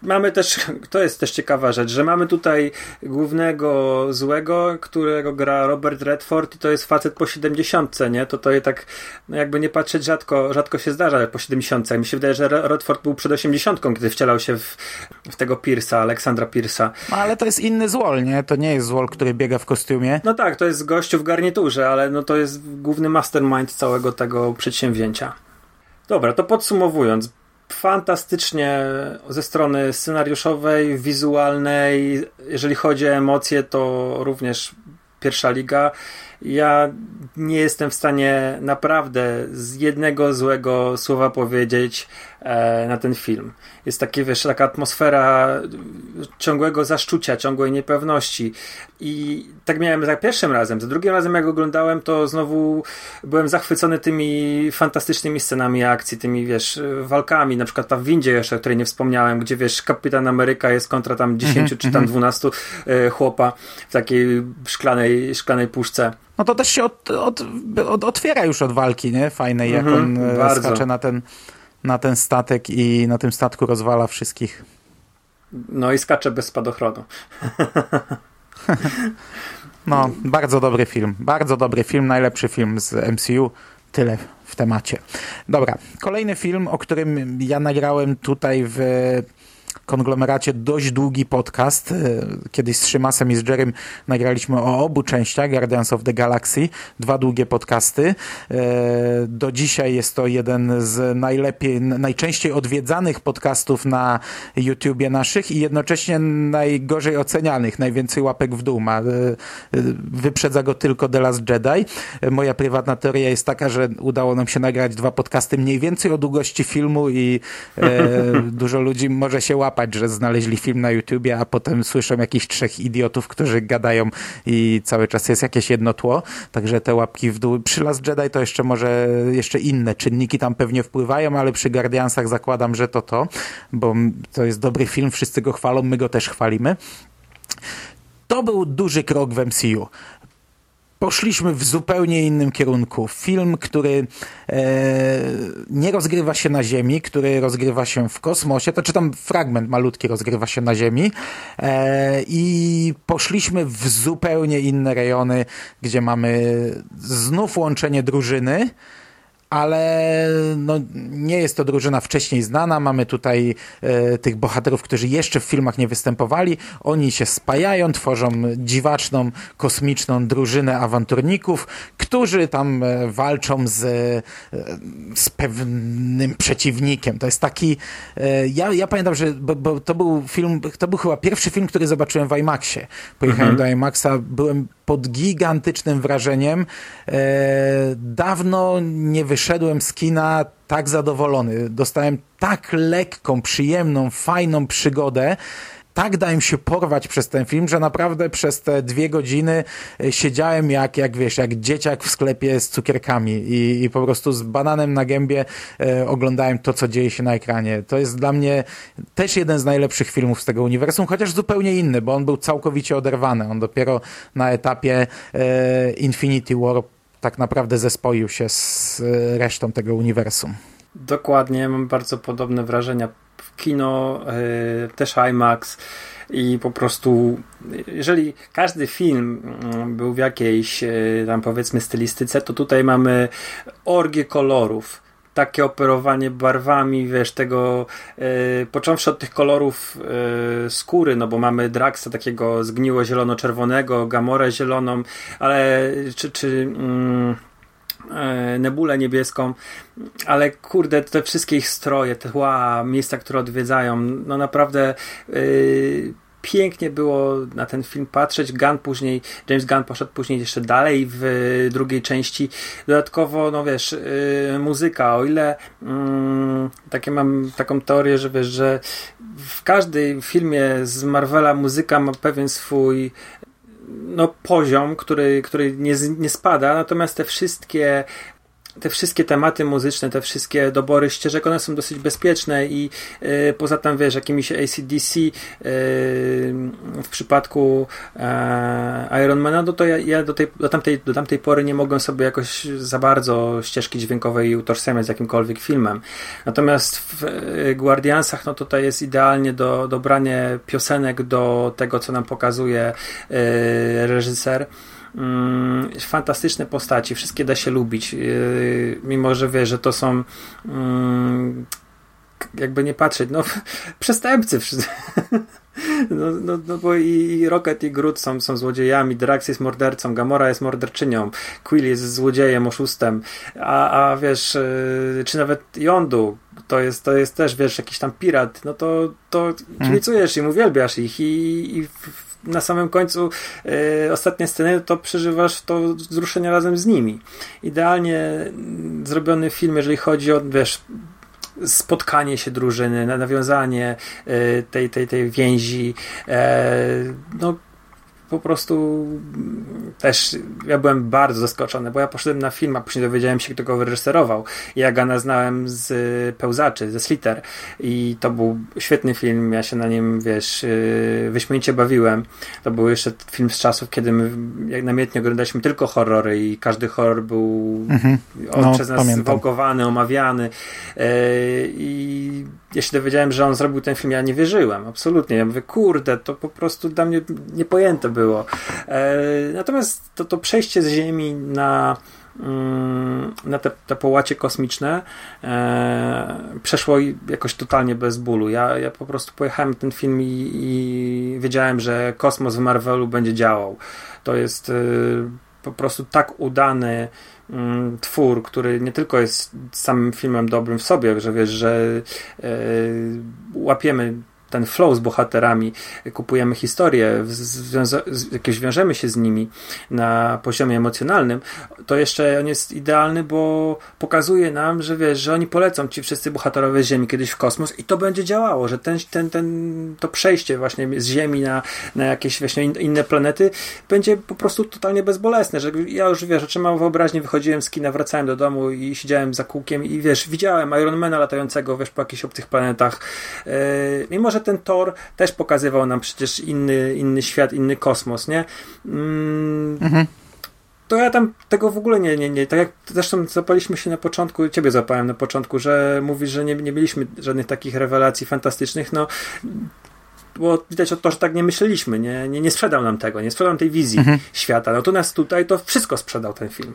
E: mamy też, to jest też ciekawa rzecz, że mamy tutaj głównego złego, którego gra Robert Redford i to jest facet po 70, nie? To je tak, no jakby nie patrzeć, rzadko się zdarza po 70. Mi się wydaje, że Redford był przed 80, kiedy wcielał się w tego Pierce'a, Aleksandra Pierce'a.
B: No, ale to jest inny Złol, nie? To nie jest Złol, który biega w kostiumie.
E: No tak, to jest gościu w garniturze, ale no to jest główny mastermind całego tego przedsięwzięcia. Dobra, to podsumowując, fantastycznie ze strony scenariuszowej, wizualnej, jeżeli chodzi o emocje, to również pierwsza liga. Ja nie jestem w stanie naprawdę z jednego złego słowa powiedzieć na ten film. Jest takie, wiesz, taka atmosfera ciągłego zaszczucia, ciągłej niepewności. I tak miałem za pierwszym razem. Za drugim razem, jak oglądałem, to znowu byłem zachwycony tymi fantastycznymi scenami akcji, tymi, wiesz, walkami. Na przykład ta w windzie jeszcze, o której nie wspomniałem, gdzie, wiesz, Kapitan Ameryka jest kontra tam 10 czy tam 12 chłopa w takiej szklanej puszce.
B: No to też się otwiera już od walki, nie? Fajnej, jak on skacze na ten statek i na tym statku rozwala wszystkich.
E: No i skacze bez spadochronu.
B: No, bardzo dobry film. Bardzo dobry film, najlepszy film z MCU. Tyle w temacie. Dobra, kolejny film, o którym ja nagrałem tutaj w konglomeracie dość długi podcast. Kiedyś z Szymasem i z Jerrym nagraliśmy o obu częściach Guardians of the Galaxy. 2 długie podcasty. Do dzisiaj jest to jeden z najczęściej odwiedzanych podcastów na YouTubie naszych i jednocześnie najgorzej ocenianych. Najwięcej łapek w dół ma. Wyprzedza go tylko The Last Jedi. Moja prywatna teoria jest taka, że udało nam się nagrać 2 podcasty mniej więcej o długości filmu i dużo ludzi może się łapać, że znaleźli film na YouTubie, a potem słyszą jakichś 3 idiotów, którzy gadają i cały czas jest jakieś jedno tło. Także te łapki w dół. Przy Last Jedi to jeszcze inne czynniki tam pewnie wpływają, ale przy Guardiansach zakładam, że to, bo to jest dobry film, wszyscy go chwalą, my go też chwalimy. To był duży krok w MCU. Poszliśmy w zupełnie innym kierunku. Film, który nie rozgrywa się na Ziemi, który rozgrywa się w kosmosie, to czytam fragment malutki, rozgrywa się na Ziemi i poszliśmy w zupełnie inne rejony, gdzie mamy znów łączenie drużyny, ale no, nie jest to drużyna wcześniej znana. Mamy tutaj tych bohaterów, którzy jeszcze w filmach nie występowali. Oni się spajają, tworzą dziwaczną, kosmiczną drużynę awanturników, którzy tam walczą z pewnym przeciwnikiem. To jest taki... Ja pamiętam, że bo to był film, to był chyba pierwszy film, który zobaczyłem w IMAXie. Pojechałem do IMAXa, byłem pod gigantycznym wrażeniem. Dawno nie wyszedłem z kina tak zadowolony. Dostałem tak lekką, przyjemną, fajną przygodę. Tak dałem się porwać przez ten film, że naprawdę przez te 2 godziny siedziałem jak dzieciak w sklepie z cukierkami i po prostu z bananem na gębie oglądałem to, co dzieje się na ekranie. To jest dla mnie też jeden z najlepszych filmów z tego uniwersum, chociaż zupełnie inny, bo on był całkowicie oderwany. On dopiero na etapie Infinity War tak naprawdę zespoił się z resztą tego uniwersum.
E: Dokładnie, mam bardzo podobne wrażenia. Kino, też IMAX i po prostu jeżeli każdy film był w jakiejś tam powiedzmy stylistyce, to tutaj mamy orgię kolorów. Takie operowanie barwami, wiesz, tego począwszy od tych kolorów skóry, no bo mamy Draxa takiego zgniło-zielono-czerwonego, Gamorę zieloną, ale czy Nebulę niebieską, ale kurde, te wszystkie ich stroje, te miejsca, które odwiedzają, no naprawdę pięknie było na ten film patrzeć. James Gunn poszedł później jeszcze dalej w drugiej części. Dodatkowo, no wiesz, muzyka, o ile mam taką teorię, że wiesz, że w każdym filmie z Marvela muzyka ma pewien swój poziom, który nie spada, natomiast te wszystkie te wszystkie tematy muzyczne, te wszystkie dobory ścieżek, one są dosyć bezpieczne i poza tym, wiesz, jakimiś AC/DC w przypadku Ironmana, no to ja do tamtej pory nie mogłem sobie jakoś za bardzo ścieżki dźwiękowej utożsamiać z jakimkolwiek filmem. Natomiast w Guardiansach, no tutaj jest idealnie dobranie piosenek do tego, co nam pokazuje reżyser. Fantastyczne postaci, wszystkie da się lubić, mimo że wiesz, że to są jakby nie patrzeć, no przestępcy no bo i Rocket i Groot są złodziejami, Drax jest mordercą, Gamora jest morderczynią, Quill jest złodziejem, oszustem, a wiesz, czy nawet Yondu to jest też, wiesz, jakiś tam pirat, no to kibicujesz im, uwielbiasz ich i na samym końcu ostatnie sceny to przeżywasz to wzruszenie razem z nimi. Idealnie zrobiony film, jeżeli chodzi o, wiesz, spotkanie się drużyny, nawiązanie tej więzi, no po prostu też ja byłem bardzo zaskoczony, bo ja poszedłem na film, a później dowiedziałem się, kto go wyreżyserował. Ja Gana znałem z Pełzaczy, ze Slither i to był świetny film, ja się na nim, wiesz, wyśmienicie bawiłem. To był jeszcze film z czasów, kiedy my namiętnie oglądaliśmy tylko horrory i każdy horror był przez nas wałkowany, omawiany i ja się dowiedziałem, że on zrobił ten film, ja nie wierzyłem, absolutnie. Ja mówię, kurde, to po prostu dla mnie niepojęte było. Natomiast to przejście z Ziemi na te połacie kosmiczne przeszło jakoś totalnie bez bólu. Ja po prostu pojechałem na ten film i wiedziałem, że kosmos w Marvelu będzie działał. To jest po prostu tak udany twór, który nie tylko jest samym filmem dobrym w sobie, że wiesz, że łapiemy ten flow z bohaterami, kupujemy historię, jakieś wiążemy się z nimi na poziomie emocjonalnym, to jeszcze on jest idealny, bo pokazuje nam, że wiesz, że oni polecą ci wszyscy bohaterowie z Ziemi kiedyś w kosmos i to będzie działało, że to przejście właśnie z Ziemi na jakieś właśnie inne planety będzie po prostu totalnie bezbolesne, że ja już, wiesz, oczyma wyobraźni wychodziłem z kina, wracałem do domu i siedziałem za kółkiem i wiesz, widziałem Ironmana latającego, wiesz, po jakichś obcych planetach. Mimo że ten Thor też pokazywał nam przecież inny świat, inny kosmos, nie? To ja tam tego w ogóle nie. Tak jak zresztą zapaliśmy się na początku, ciebie zapałem na początku, że mówisz, że nie mieliśmy żadnych takich rewelacji fantastycznych, no bo widać od to, że tak nie myśleliśmy, nie sprzedał nam tego, nie sprzedał nam tej wizji świata. Natomiast tutaj to wszystko sprzedał ten film.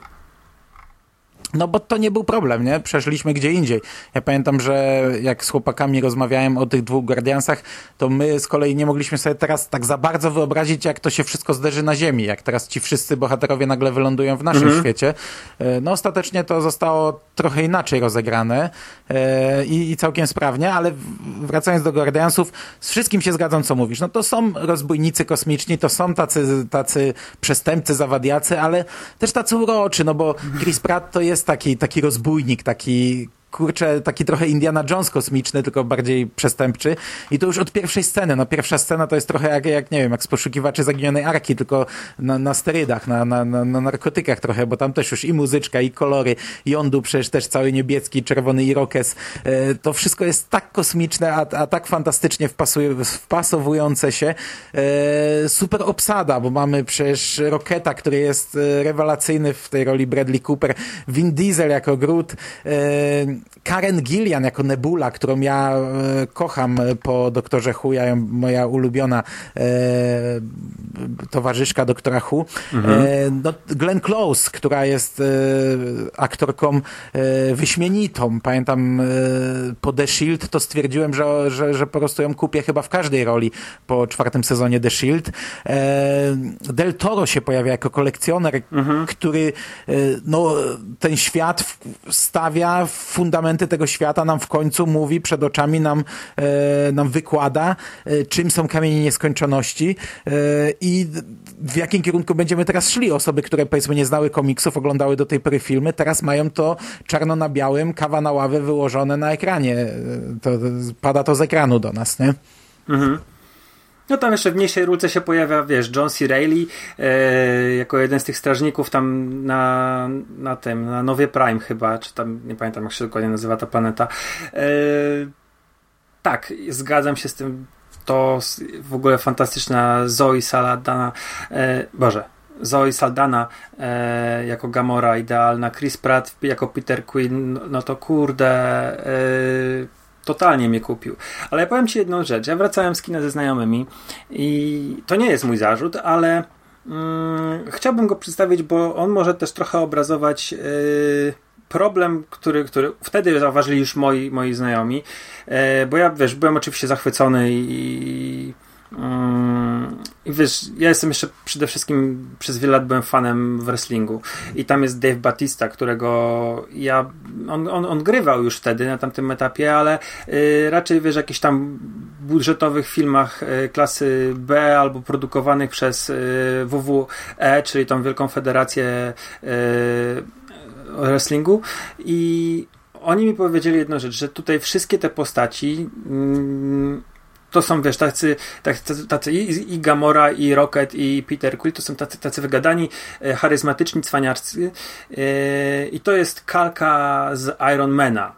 B: No bo to nie był problem, nie? Przeszliśmy gdzie indziej. Ja pamiętam, że jak z chłopakami rozmawiałem o tych dwóch Guardiansach, to my z kolei nie mogliśmy sobie teraz tak za bardzo wyobrazić, jak to się wszystko zderzy na Ziemi, jak teraz ci wszyscy bohaterowie nagle wylądują w naszym świecie. No ostatecznie to zostało trochę inaczej rozegrane i całkiem sprawnie, ale wracając do Guardiansów, z wszystkim się zgadzam, co mówisz. No to są rozbójnicy kosmiczni, to są tacy przestępcy, zawadiacy, ale też tacy uroczy, no bo Chris Pratt to jest taki rozbójnik, taki trochę Indiana Jones kosmiczny, tylko bardziej przestępczy. I to już od pierwszej sceny. No pierwsza scena to jest trochę jak nie wiem, jak z Poszukiwaczy Zaginionej Arki, tylko na sterydach, na narkotykach trochę, bo tam też już i muzyczka, i kolory, i Yondu przecież też cały niebieski, czerwony irokez. To wszystko jest tak kosmiczne, a tak fantastycznie wpasowujące się. Super obsada, bo mamy przecież Rocketa, który jest rewelacyjny w tej roli, Bradley Cooper, Vin Diesel jako Groot, Karen Gillian jako Nebula, którą ja kocham po Doktorze Who, moja ulubiona towarzyszka Doktora Who. No, Glenn Close, która jest aktorką wyśmienitą. Pamiętam po The Shield to stwierdziłem, że po prostu ją kupię chyba w każdej roli po 4. sezonie The Shield. Del Toro się pojawia jako kolekcjoner, który no, ten świat stawia, fundamenty tego świata nam w końcu mówi, przed oczami nam wykłada, czym są kamienie nieskończoności i w jakim kierunku będziemy teraz szli. Osoby, które powiedzmy nie znały komiksów, oglądały do tej pory filmy, teraz mają to czarno na białym, kawa na ławę wyłożone na ekranie. Pada to z ekranu do nas, nie?
E: No tam jeszcze w mniejszej rulce się pojawia, wiesz, John C. Reilly jako jeden z tych strażników tam na Nowie Prime chyba, czy tam, nie pamiętam jak się dokładnie nazywa ta planeta. Tak, zgadzam się z tym. To w ogóle fantastyczna Zoe Saldana, Zoe Saldana jako Gamora idealna, Chris Pratt jako Peter Quill, no to kurde, totalnie mnie kupił. Ale ja powiem ci jedną rzecz. Ja wracałem z kina ze znajomymi i to nie jest mój zarzut, ale chciałbym go przedstawić, bo on może też trochę obrazować problem, który wtedy zauważyli już moi znajomi, bo ja, wiesz, byłem oczywiście zachwycony i wiesz, ja jestem jeszcze przede wszystkim przez wiele lat byłem fanem wrestlingu i tam jest Dave Batista, którego on grywał już wtedy na tamtym etapie, ale raczej, wiesz, jakichś tam budżetowych filmach klasy B albo produkowanych przez WWE, czyli tą Wielką Federację wrestlingu, i oni mi powiedzieli jedną rzecz, że tutaj wszystkie te postaci to są, wiesz, tacy i Gamora, i Rocket, i Peter Quill, to są tacy wygadani, charyzmatyczni, cwaniarscy, i to jest kalka z Ironmana.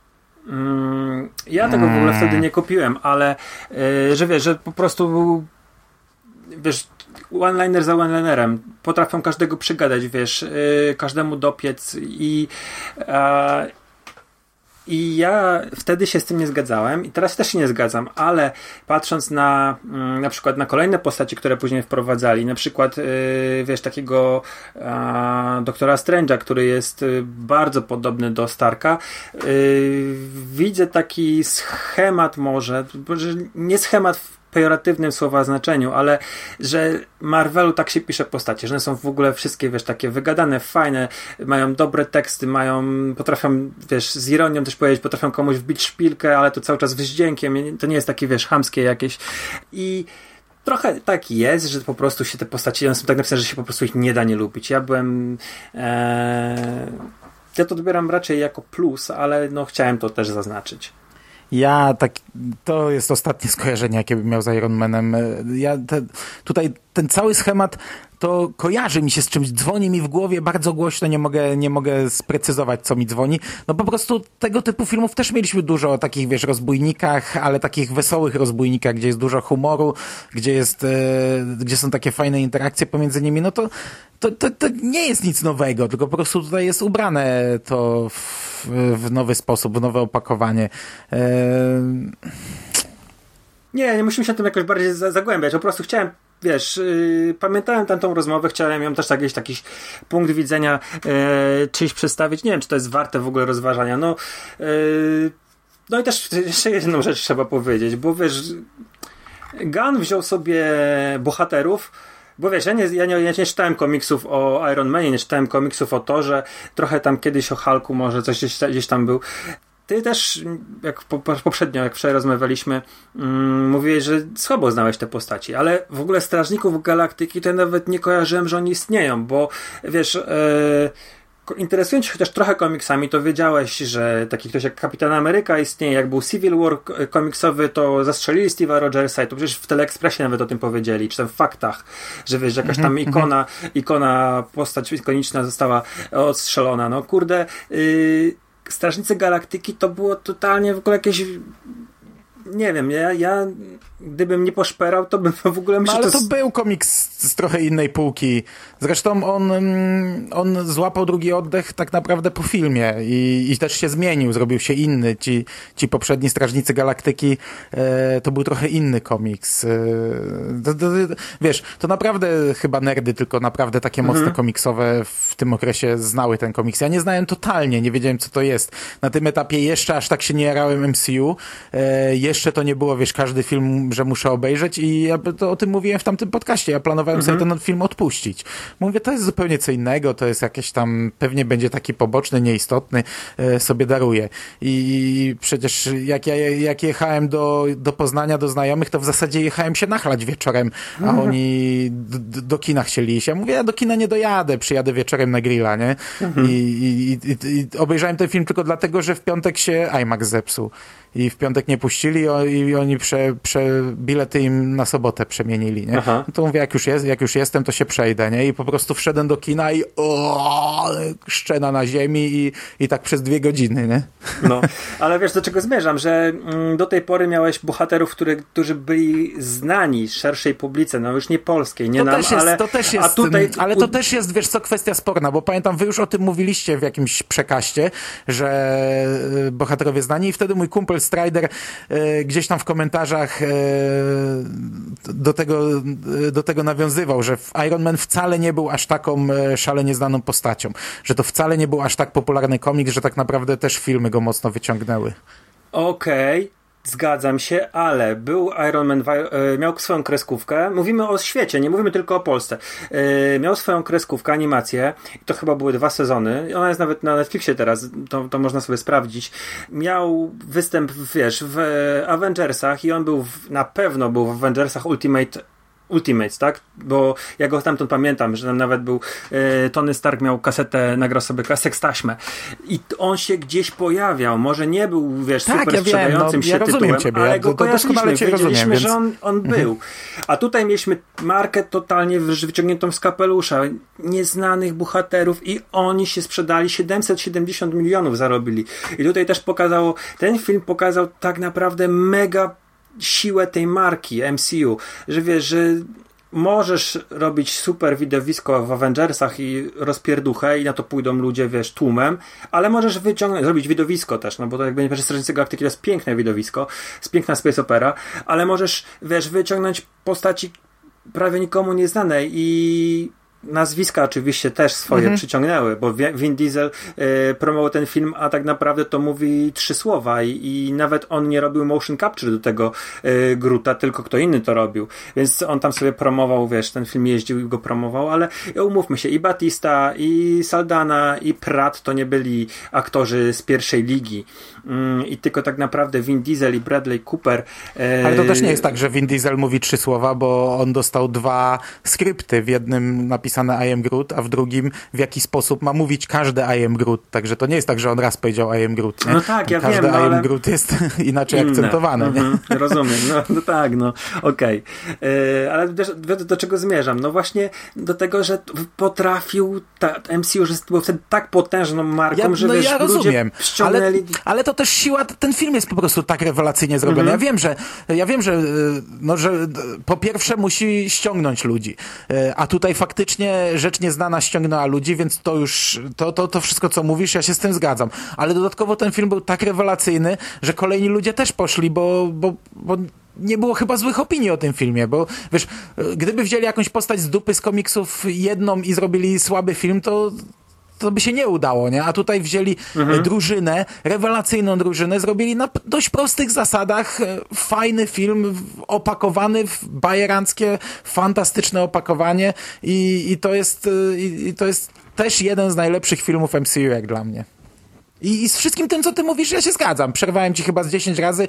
E: Ja tego w ogóle wtedy nie kupiłem, ale że wiesz, że po prostu był, wiesz, one-liner za one-linerem. Potrafią każdego przygadać, wiesz, każdemu dopiec i ja wtedy się z tym nie zgadzałem i teraz też się nie zgadzam, ale patrząc na przykład na kolejne postaci, które później wprowadzali, na przykład wiesz, takiego doktora Strange'a, który jest bardzo podobny do Starka, widzę taki schemat może, nie schemat w pejoratywnym słowa znaczeniu, ale że Marvelu tak się pisze postacie, że one są w ogóle wszystkie, wiesz, takie wygadane, fajne, mają dobre teksty, potrafią, wiesz, z ironią też powiedzieć, potrafią komuś wbić szpilkę, ale to cały czas wzdźękiem, to nie jest takie, wiesz, chamskie jakieś i trochę tak jest, że po prostu się te postaci, one są tak napisane, że się po prostu ich nie da nie lubić. Ja to odbieram raczej jako plus, ale no chciałem to też zaznaczyć.
B: To jest ostatnie skojarzenie, jakie bym miał z Iron Manem. Tutaj ten cały schemat to kojarzy mi się z czymś, dzwoni mi w głowie bardzo głośno, nie mogę sprecyzować, co mi dzwoni. No po prostu tego typu filmów też mieliśmy dużo o takich, wiesz, rozbójnikach, ale takich wesołych rozbójnikach, gdzie jest dużo humoru, gdzie są takie fajne interakcje pomiędzy nimi. No to nie jest nic nowego, tylko po prostu tutaj jest ubrane to w nowy sposób, w nowe opakowanie.
E: Nie musimy się tym jakoś bardziej zagłębiać. Po prostu chciałem, wiesz, pamiętałem tamtą rozmowę, chciałem ją też jakiś punkt widzenia czyjś przedstawić. Nie wiem, czy to jest warte w ogóle rozważania. No i też jeszcze jedną rzecz trzeba powiedzieć, bo wiesz, Gunn wziął sobie bohaterów, bo wiesz, ja nie czytałem komiksów o Iron Manie, nie czytałem komiksów o Thorze, trochę tam kiedyś o Hulku może coś gdzieś tam był. Ty też, jak poprzednio, jak wczoraj rozmawialiśmy, mówiłeś, że słabo znałeś te postaci, ale w ogóle Strażników Galaktyki to ja nawet nie kojarzyłem, że oni istnieją, bo wiesz, interesując się chociaż trochę komiksami, to wiedziałeś, że taki ktoś jak Kapitan Ameryka istnieje, jak był Civil War komiksowy, to zastrzelili Steve'a Rogersa i to przecież w Teleekspresie nawet o tym powiedzieli, czy tam w faktach, że wiesz, jakaś tam ikona, postać ikoniczna została odstrzelona. No kurde, Strażnicy Galaktyki to było totalnie w ogóle jakieś, nie wiem, ja gdybym nie poszperał, to bym w ogóle myślał...
B: Ale to był komiks z trochę innej półki. Zresztą on złapał drugi oddech tak naprawdę po filmie i też się zmienił, zrobił się inny. Ci poprzedni Strażnicy Galaktyki to był trochę inny komiks. Wiesz, to naprawdę chyba nerdy, tylko naprawdę takie mocne komiksowe w tym okresie znały ten komiks. Ja nie znałem totalnie, nie wiedziałem, co to jest. Na tym etapie jeszcze aż tak się nie jarałem MCU. Jeszcze to nie było, wiesz, każdy film, że muszę obejrzeć i ja to o tym mówiłem w tamtym podcaście. Ja planowałem sobie ten film odpuścić. Mówię, to jest zupełnie co innego, to jest jakieś tam, pewnie będzie taki poboczny, nieistotny, sobie daruję. I przecież jak jechałem do Poznania, do znajomych, to w zasadzie jechałem się nachlać wieczorem, a oni do kina chcieli iść. Ja mówię, ja do kina nie dojadę, przyjadę wieczorem na grilla, nie? I obejrzałem ten film tylko dlatego, że w piątek się IMAX zepsuł. I w piątek nie puścili i oni bilety im na sobotę przemienili, nie? No to mówię, jak już jestem, to się przejdę, nie? I po prostu wszedłem do kina i szczena na ziemi i tak przez 2 godziny, nie?
E: No, ale wiesz, do czego zmierzam, że do tej pory miałeś bohaterów, którzy byli znani szerszej publice, no już nie polskiej, nie nam, ale...
B: To też jest, ale to też jest, wiesz co, kwestia sporna, bo pamiętam, wy już o tym mówiliście w jakimś przekaście, że bohaterowie znani i wtedy mój kumpel Strider gdzieś tam w komentarzach do tego nawiązywał, że Iron Man wcale nie był aż taką szalenie znaną postacią, że to wcale nie był aż tak popularny komiks, że tak naprawdę też filmy go mocno wyciągnęły.
E: Okej. Zgadzam się, ale był Iron Man, miał swoją kreskówkę. Mówimy o świecie, nie mówimy tylko o Polsce. Miał swoją kreskówkę, animację. I to chyba były 2 sezony. Ona jest nawet na Netflixie teraz, to można sobie sprawdzić. Miał występ, wiesz, w Avengersach i on na pewno był w Avengersach Ultimates, tak? Bo ja go stamtąd pamiętam, że tam nawet był Tony Stark miał kasetę, nagrał sobie sekstaśmę i on się gdzieś pojawiał. Może nie był, wiesz,
B: tak,
E: super sprzedającym się tytułem,
B: ciebie.
E: ale go kojarzyliśmy, wiedzieliśmy, że on był. A tutaj mieliśmy markę totalnie wyciągniętą z kapelusza, nieznanych bohaterów i oni się sprzedali, 770 milionów zarobili. I tutaj też ten film pokazał tak naprawdę mega siłę tej marki MCU, że wiesz, że możesz robić super widowisko w Avengersach i rozpierduchę i na to pójdą ludzie, wiesz, tłumem, ale możesz zrobić widowisko też, no bo to jakby nie Strażnicy Galaktyki to jest piękne widowisko, jest piękna space opera, ale możesz, wiesz, wyciągnąć postaci prawie nikomu nieznanej i nazwiska oczywiście też swoje przyciągnęły, bo Vin Diesel promował ten film, a tak naprawdę to mówi 3 słowa i nawet on nie robił motion capture do tego Groota, tylko kto inny to robił, więc on tam sobie promował, wiesz, ten film jeździł i go promował, ale umówmy się, i Batista, i Saldana, i Pratt to nie byli aktorzy z pierwszej ligi i tylko tak naprawdę Vin Diesel i Bradley Cooper.
B: Ale to też nie jest tak, że Vin Diesel mówi 3 słowa, bo on dostał 2 skrypty, w jednym napisane I am Groot, a w drugim w jaki sposób ma mówić każdy I am Groot, także to nie jest tak, że on raz powiedział I am Groot, nie?
E: No tak, ja
B: każdy
E: wiem,
B: I am Groot jest inaczej akcentowane, nie?
E: Rozumiem, no tak, okej. Ale do czego zmierzam? No właśnie do tego, że potrafił MCU, że był wtedy tak potężną marką, że wiesz,
B: ja rozumiem,
E: ściągnęli...
B: ale to też siła, ten film jest po prostu tak rewelacyjnie zrobiony. Ja wiem, że po pierwsze musi ściągnąć ludzi, a tutaj faktycznie rzecz nieznana ściągnęła ludzi, więc to już, to wszystko, co mówisz, ja się z tym zgadzam. Ale dodatkowo ten film był tak rewelacyjny, że kolejni ludzie też poszli, bo nie było chyba złych opinii o tym filmie, bo wiesz, gdyby wzięli jakąś postać z dupy z komiksów jedną i zrobili słaby film, to by się nie udało, nie? A tutaj wzięli drużynę, rewelacyjną drużynę, zrobili na dość prostych zasadach fajny film, opakowany w bajeranckie, fantastyczne opakowanie i to jest też jeden z najlepszych filmów MCU jak dla mnie. I z wszystkim tym, co ty mówisz, ja się zgadzam. Przerwałem ci chyba z 10 razy.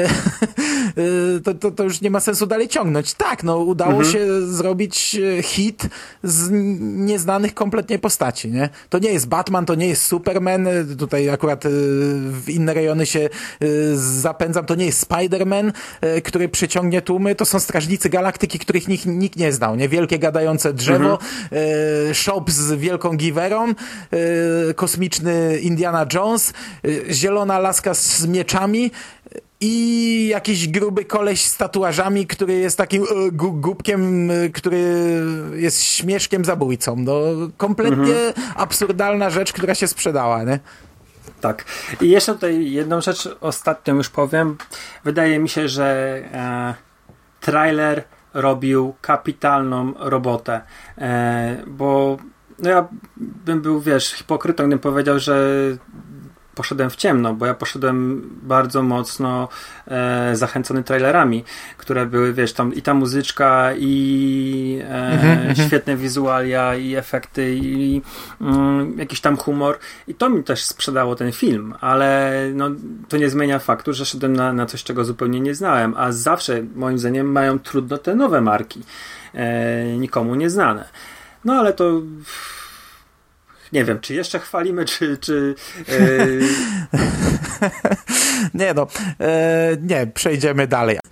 B: To już nie ma sensu dalej ciągnąć. Tak, no udało się zrobić hit z nieznanych kompletnie postaci, nie? To nie jest Batman, to nie jest Superman. Tutaj akurat w inne rejony się zapędzam. To nie jest Spider-Man, który przyciągnie tłumy. To są Strażnicy Galaktyki, których nikt nie znał, nie? Wielkie gadające drzewo, shop z wielką giwerą, kosmiczny Indiana Jones, zielona laska z mieczami i jakiś gruby koleś z tatuażami, który jest takim głupkiem, który jest śmieszkiem zabójcą. No, kompletnie absurdalna rzecz, która się sprzedała, nie?
E: Tak. I jeszcze tutaj jedną rzecz ostatnią już powiem. Wydaje mi się, że trailer robił kapitalną robotę, bo no ja bym był, wiesz, hipokrytą, gdybym powiedział, że poszedłem w ciemno, bo ja poszedłem bardzo mocno zachęcony trailerami, które były, wiesz, tam i ta muzyczka, i świetne wizualia, i efekty, i jakiś tam humor. I to mi też sprzedało ten film, ale no, to nie zmienia faktu, że szedłem na coś, czego zupełnie nie znałem, a zawsze, moim zdaniem, mają trudno te nowe marki, nikomu nieznane. No ale to nie wiem, czy jeszcze chwalimy, czy
B: nie no, nie, przejdziemy dalej.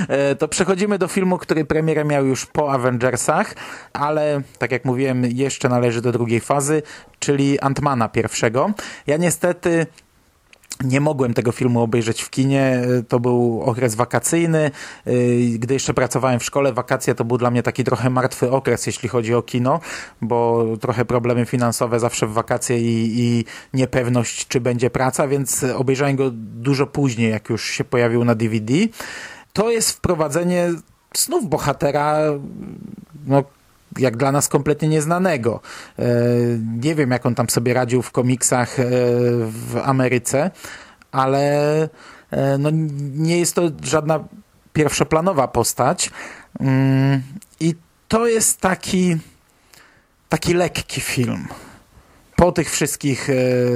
B: To przechodzimy do filmu, który premierę miał już po Avengersach, ale tak jak mówiłem, jeszcze należy do drugiej fazy, czyli Ant-Mana pierwszego. Ja niestety nie mogłem tego filmu obejrzeć w kinie, to był okres wakacyjny, gdy jeszcze pracowałem w szkole, wakacje to był dla mnie taki trochę martwy okres, jeśli chodzi o kino, bo trochę problemy finansowe zawsze w wakacje i niepewność, czy będzie praca, więc obejrzałem go dużo później, jak już się pojawił na DVD. To jest wprowadzenie znów bohatera, no jak dla nas kompletnie nieznanego. Nie wiem, jak on tam sobie radził w komiksach w Ameryce, ale no, nie jest to żadna pierwszoplanowa postać. I to jest taki lekki film. Po tych wszystkich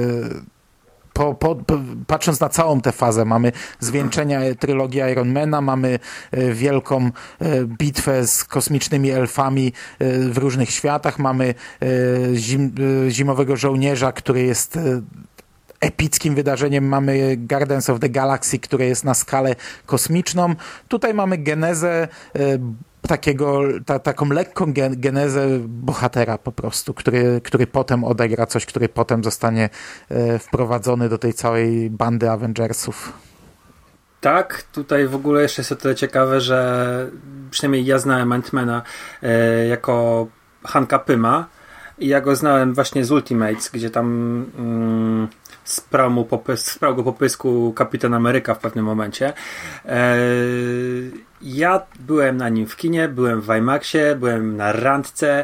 B: patrząc na całą tę fazę, mamy zwieńczenia trylogii Ironmana, mamy wielką bitwę z kosmicznymi elfami w różnych światach, mamy Zimowego Żołnierza, który jest epickim wydarzeniem, mamy Guardians of the Galaxy, które jest na skalę kosmiczną. Tutaj mamy genezę taką lekką genezę bohatera po prostu, który potem odegra coś, który potem zostanie wprowadzony do tej całej bandy Avengersów.
E: Tak, tutaj w ogóle jeszcze jest o tyle ciekawe, że przynajmniej ja znałem Ant-Mana jako Hanka Pyma i ja go znałem właśnie z Ultimates, gdzie tam sprał go po pysku Kapitan Ameryka w pewnym momencie. Ja byłem na nim w kinie, byłem w IMAXie, byłem na randce.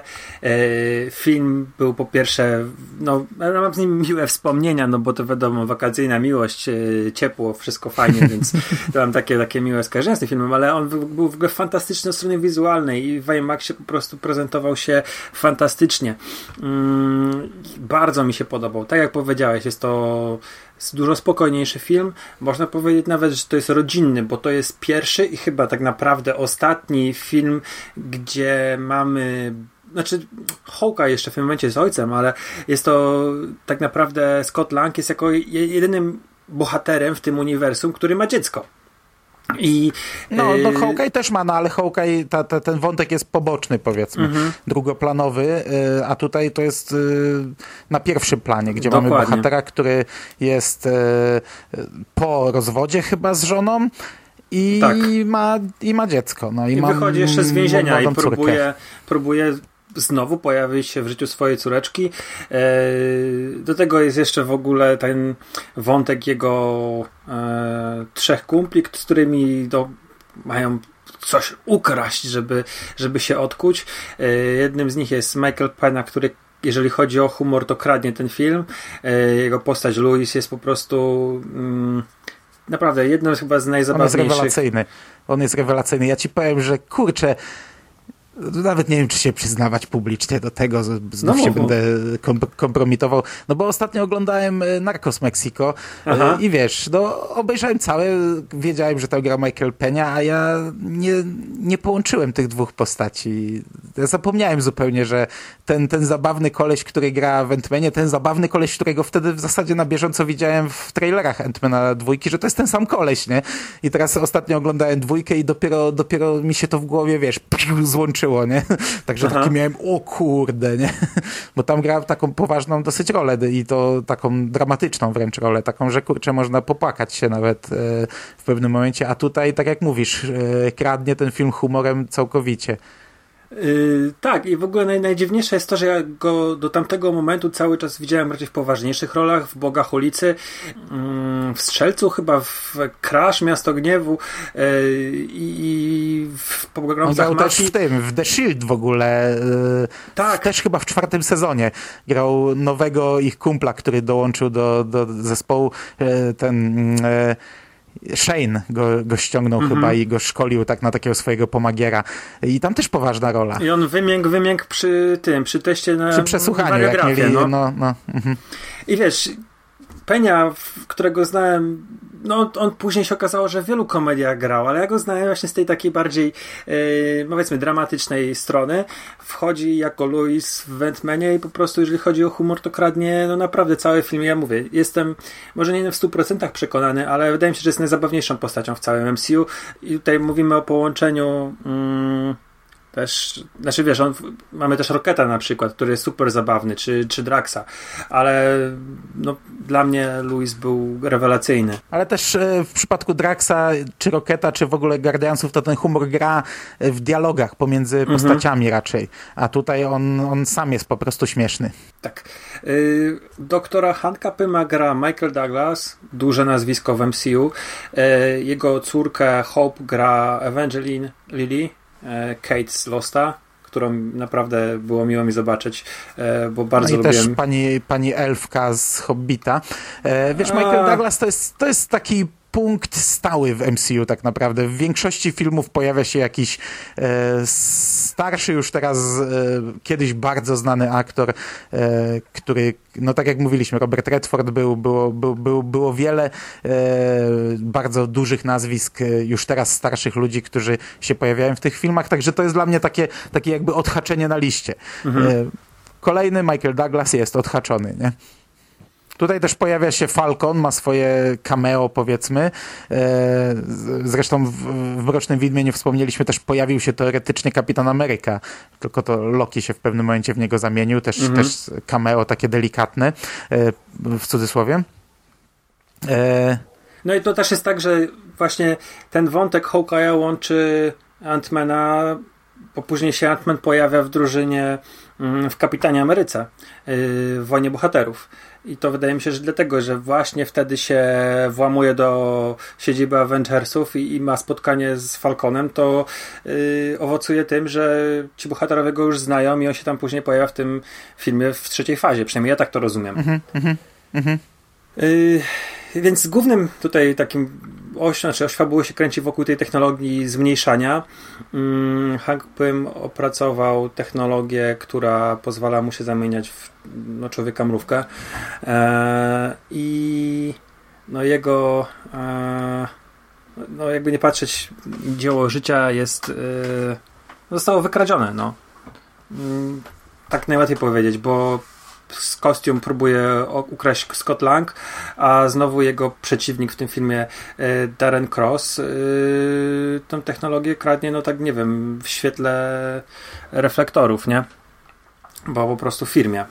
E: Film był po pierwsze, no mam z nim miłe wspomnienia, no bo to wiadomo, wakacyjna miłość, ciepło, wszystko fajnie, więc to mam takie miłe skojarzenia z tym filmem, ale on był w ogóle fantastyczny od strony wizualnej i w IMAXie po prostu prezentował się fantastycznie. Bardzo mi się podobał. Tak jak powiedziałeś, jest to dużo spokojniejszy film. Można powiedzieć nawet, że to jest rodzinny, bo to jest pierwszy i chyba tak naprawdę ostatni film, gdzie mamy... Znaczy, Hawkeye jeszcze w tym momencie jest ojcem, ale jest to tak naprawdę Scott Lang jest jako jedynym bohaterem w tym uniwersum, który ma dziecko.
B: No Hawkeye też ma, no ale Hawkeye, ten wątek jest poboczny, powiedzmy, drugoplanowy, a tutaj to jest na pierwszym planie, gdzie
E: Dokładnie.
B: mamy bohatera, który jest po rozwodzie chyba z żoną i, tak. i ma dziecko. No, i
E: wychodzi jeszcze z więzienia i próbuje znowu pojawić się w życiu swojej córeczki. Do tego jest jeszcze w ogóle ten wątek jego trzech kumpli, z którymi mają coś ukraść, żeby się odkuć. Jednym z nich jest Michael Pena, który, jeżeli chodzi o humor, to kradnie ten film. Jego postać Louis jest po prostu naprawdę jedną chyba z najzabawniejszych.
B: On jest rewelacyjny. Ja ci powiem, że kurczę, nawet nie wiem, czy się przyznawać publicznie do tego, znów się będę kompromitował, no bo ostatnio oglądałem Narcos Mexico i wiesz, no obejrzałem całe, wiedziałem, że tam gra Michael Peña, a ja nie połączyłem tych dwóch postaci. Ja zapomniałem zupełnie, że ten zabawny koleś, który gra w Ant-Manie, ten zabawny koleś, którego wtedy w zasadzie na bieżąco widziałem w trailerach Ant-Mana 2, że to jest ten sam koleś, nie? I teraz ostatnio oglądałem 2 i dopiero mi się to w głowie, wiesz, złączyło, nie? Także taki miałem, o kurde, nie? Bo tam grał taką poważną dosyć rolę i to taką dramatyczną wręcz rolę, taką, że kurczę, można popłakać się nawet w pewnym momencie, a tutaj, tak jak mówisz, kradnie ten film humorem całkowicie.
E: Tak, i w ogóle najdziwniejsze jest to, że ja go do tamtego momentu cały czas widziałem raczej w poważniejszych rolach, w Bogach ulicy, w Strzelcu chyba, w Crash, Miasto Gniewu i w Pogromcach
B: Mafii. Też w tym, w The Shield w ogóle,
E: tak.
B: Też chyba w 4. sezonie grał nowego ich kumpla, który dołączył do zespołu, ten... Shane go ściągnął chyba i go szkolił tak na takiego swojego pomagiera. I tam też poważna rola.
E: I on wymiękł przy teście na
B: przy przesłuchaniu, jak mieli,
E: I wiesz, Peña, którego znałem no on później się okazało, że w wielu komediach grał, ale ja go znałem właśnie z tej takiej bardziej powiedzmy dramatycznej strony. Wchodzi jako Louis w Ant-Manie i po prostu jeżeli chodzi o humor, to kradnie no naprawdę cały film. Ja mówię, jestem może nie w 100% przekonany, ale wydaje mi się, że jest najzabawniejszą postacią w całym MCU i tutaj mówimy o połączeniu też, znaczy wiesz, mamy też Rocketa na przykład, który jest super zabawny, czy Draxa, ale no, dla mnie Louis był rewelacyjny.
B: Ale też w przypadku Draxa, czy Rocketa, czy w ogóle Guardiansów, to ten humor gra w dialogach pomiędzy postaciami raczej, a tutaj on sam jest po prostu śmieszny.
E: Tak. Doktora Handcapyma gra Michael Douglas, duże nazwisko w MCU. Jego córkę Hope gra Evangeline Lilly, Kate z Losta, którą naprawdę było miło mi zobaczyć, bo bardzo lubiłem.
B: I też pani Elfka z Hobbita. Wiesz, Michael Douglas to jest taki punkt stały w MCU tak naprawdę. W większości filmów pojawia się jakiś starszy już teraz kiedyś bardzo znany aktor, który, no tak jak mówiliśmy, Robert Redford było wiele bardzo dużych nazwisk już teraz starszych ludzi, którzy się pojawiają w tych filmach, także to jest dla mnie takie jakby odhaczenie na liście. Kolejny Michael Douglas jest odhaczony, nie? Tutaj też pojawia się Falcon, ma swoje cameo, powiedzmy. Zresztą w Mrocznym Widmie nie wspomnieliśmy, też pojawił się teoretycznie Kapitan Ameryka, tylko to Loki się w pewnym momencie w niego zamienił. Też cameo takie delikatne, w cudzysłowie.
E: No i to też jest tak, że właśnie ten wątek Hawkeye'a łączy Ant-Mana, bo później się Ant-Man pojawia w drużynie w Kapitanie Ameryce, w Wojnie Bohaterów. I to wydaje mi się, że dlatego, że właśnie wtedy się włamuje do siedziby Avengersów i ma spotkanie z Falconem, to owocuje tym, że ci bohaterowie go już znają i on się tam później pojawia w tym filmie w trzeciej fazie. Przynajmniej ja tak to rozumiem. Więc głównym tutaj takim oś fabuły się kręci wokół tej technologii zmniejszania. Hank Pym opracował technologię, która pozwala mu się zamieniać w człowieka mrówkę. I no jego no jakby nie patrzeć, dzieło życia jest zostało wykradzione. No. Tak najłatwiej powiedzieć, bo z kostium próbuje ukraść Scott Lang, a znowu jego przeciwnik w tym filmie Darren Cross tę technologię kradnie, no tak nie wiem, w świetle reflektorów, nie? Bo po prostu w firmie.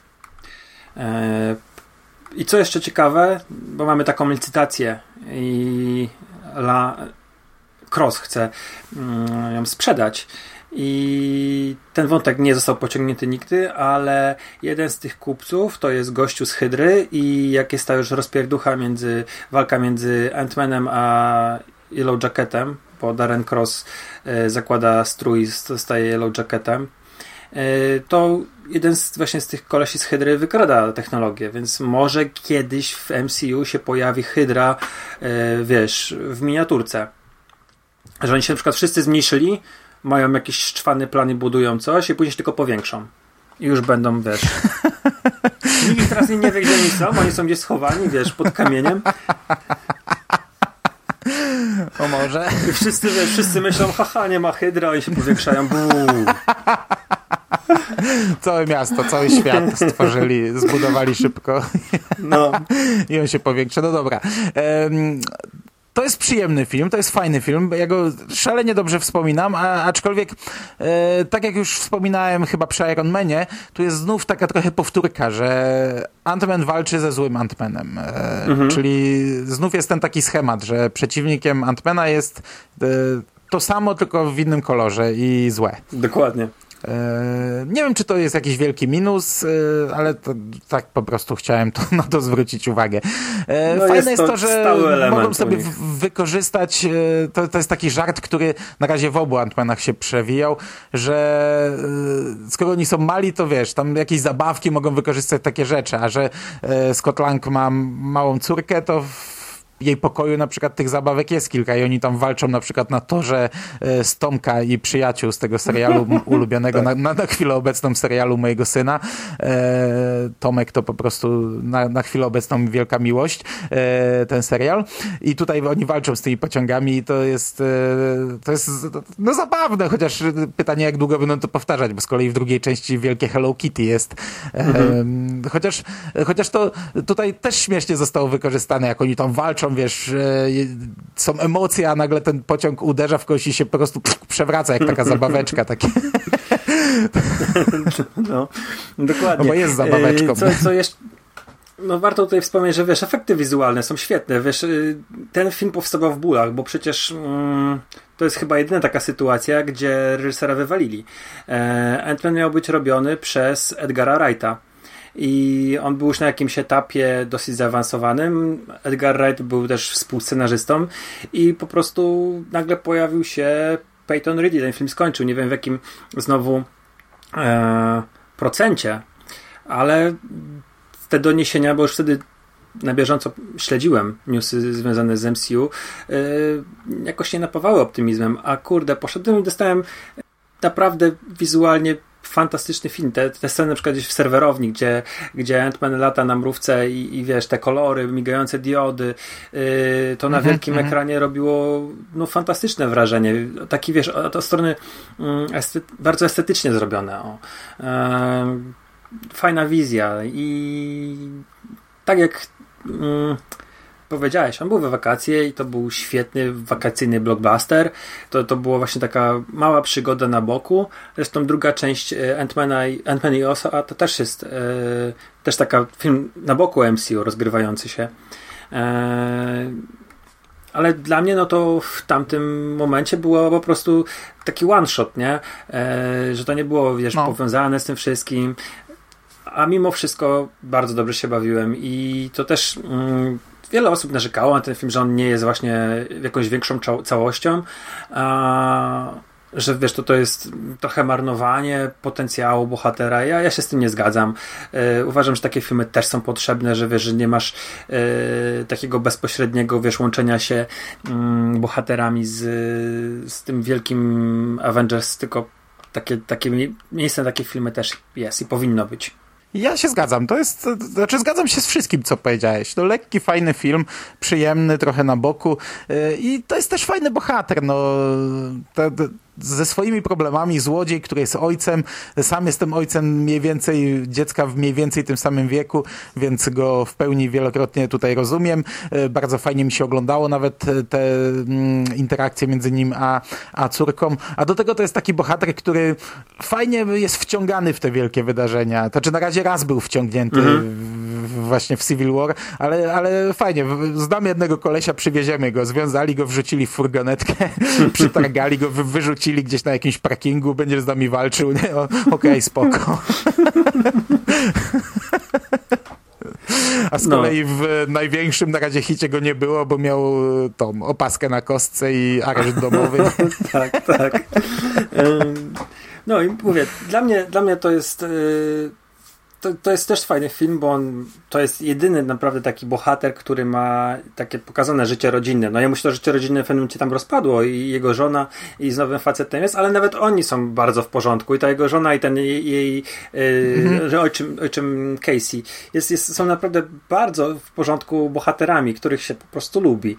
E: I co jeszcze ciekawe, bo mamy taką licytację i Cross chce ją sprzedać. I ten wątek nie został pociągnięty nigdy, ale jeden z tych kupców to jest gościu z Hydry i jak jest ta już rozpierducha walka między Ant-Manem a Yellow Jacketem, bo Darren Cross zakłada strój i zostaje Yellow Jacketem, to jeden właśnie z tych kolesi z Hydry wykrada technologię, więc może kiedyś w MCU się pojawi Hydra, wiesz, w miniaturce. Że oni się na przykład wszyscy zmniejszyli, mają jakiś szczwany plan i budują coś i później się tylko powiększą. I już będą, wiesz... Nikt teraz nie wie, gdzie oni są. Oni są gdzieś schowani, wiesz, pod kamieniem.
B: O może.
E: I wszyscy myślą, haha, nie ma Hydra, i się powiększają. Buu.
B: Całe miasto, cały świat stworzyli, zbudowali szybko.
E: No.
B: I on się powiększa. No dobra. To jest przyjemny film, to jest fajny film, ja go szalenie dobrze wspominam, aczkolwiek tak jak już wspominałem chyba przy Iron Manie, tu jest znów taka trochę powtórka, że Ant-Man walczy ze złym Ant-Manem, czyli znów jest ten taki schemat, że przeciwnikiem Ant-Mana jest to samo, tylko w innym kolorze i złe.
E: Dokładnie.
B: Nie wiem, czy to jest jakiś wielki minus, ale to, tak po prostu chciałem na to zwrócić uwagę. Fajne jest to, że mogą sobie wykorzystać, to jest taki żart, który na razie w obu Ant-Manach się przewijał, że skoro oni są mali, to wiesz, tam jakieś zabawki mogą wykorzystać takie rzeczy, a że Scott Lang ma małą córkę, to jej pokoju na przykład tych zabawek jest kilka i oni tam walczą na przykład na torze z Tomka i przyjaciół z tego serialu ulubionego,
E: tak.
B: na chwilę obecną serialu mojego syna. Tomek to po prostu na chwilę obecną wielka miłość, ten serial. I tutaj oni walczą z tymi pociągami i to jest no zabawne, chociaż pytanie, jak długo będą to powtarzać, bo z kolei w drugiej części wielkie Hello Kitty jest. Chociaż to tutaj też śmiesznie zostało wykorzystane, jak oni tam walczą, wiesz, są emocje, a nagle ten pociąg uderza w kogoś i się po prostu przewraca, jak taka zabaweczka. Takie.
E: No, dokładnie.
B: No bo jest zabaweczką.
E: Co jeszcze? No warto tutaj wspomnieć, że wiesz, efekty wizualne są świetne. Wiesz, ten film powstawał w bólach, bo przecież to jest chyba jedyna taka sytuacja, gdzie reżysera wywalili. Ant-Man miał być robiony przez Edgara Wrighta. I on był już na jakimś etapie dosyć zaawansowanym. Edgar Wright był też współscenarzystą i po prostu nagle pojawił się Peyton Reed i ten film skończył. Nie wiem w jakim znowu procencie, ale te doniesienia, bo już wtedy na bieżąco śledziłem newsy związane z MCU, jakoś nie napawały optymizmem, a kurde, poszedłem i dostałem naprawdę wizualnie fantastyczny film. Te sceny na przykład gdzieś w serwerowni, gdzie Ant-Man lata na mrówce i wiesz, te kolory, migające diody, to na wielkim ekranie robiło no, fantastyczne wrażenie. Taki wiesz, od strony bardzo estetycznie zrobione. Fajna wizja i tak jak powiedziałeś, on był we wakacje i to był świetny wakacyjny blockbuster. To była właśnie taka mała przygoda na boku. Zresztą druga część Ant-Man i Osa to też jest też taka film na boku MCU rozgrywający się. Ale dla mnie no to w tamtym momencie było po prostu taki one shot, nie? Że to nie było, wiesz, powiązane z tym wszystkim. A mimo wszystko bardzo dobrze się bawiłem i to też wiele osób narzekało na ten film, że on nie jest właśnie jakąś większą całością, że wiesz, to jest trochę marnowanie potencjału bohatera. Ja się z tym nie zgadzam. Uważam, że takie filmy też są potrzebne, że wiesz, że nie masz takiego bezpośredniego, wiesz, łączenia się bohaterami z tym wielkim Avengers, tylko takie miejsce na takie filmy też jest i powinno być.
B: Ja się zgadzam. Zgadzam się z wszystkim, co powiedziałeś. To lekki, fajny film, przyjemny, trochę na boku i to jest też fajny bohater. No, ze swoimi problemami, złodziej, który jest ojcem. Sam jestem ojcem mniej więcej dziecka w mniej więcej tym samym wieku, więc go w pełni wielokrotnie tutaj rozumiem. Bardzo fajnie mi się oglądało nawet te interakcje między nim a córką. A do tego to jest taki bohater, który fajnie jest wciągany w te wielkie wydarzenia. Znaczy na razie raz był wciągnięty właśnie w Civil War, ale fajnie. Znam jednego kolesia, przywieziemy go. Związali go, wrzucili w furgonetkę, przytargali go, wyrzucili gdzieś na jakimś parkingu, będziesz z nami walczył, nie? Okej, spoko. A z kolei w największym na razie hicie go nie było, bo miał tą opaskę na kostce i areszt domowy.
E: Tak. No i mówię, dla mnie to jest to jest też fajny film, bo to jest jedyny naprawdę taki bohater, który ma takie pokazane życie rodzinne. No jemu się to życie rodzinne w pewnym momencie tam rozpadło i jego żona i z nowym facetem jest, ale nawet oni są bardzo w porządku i ta jego żona i ten jej ojczym Casey są naprawdę bardzo w porządku bohaterami, których się po prostu lubi.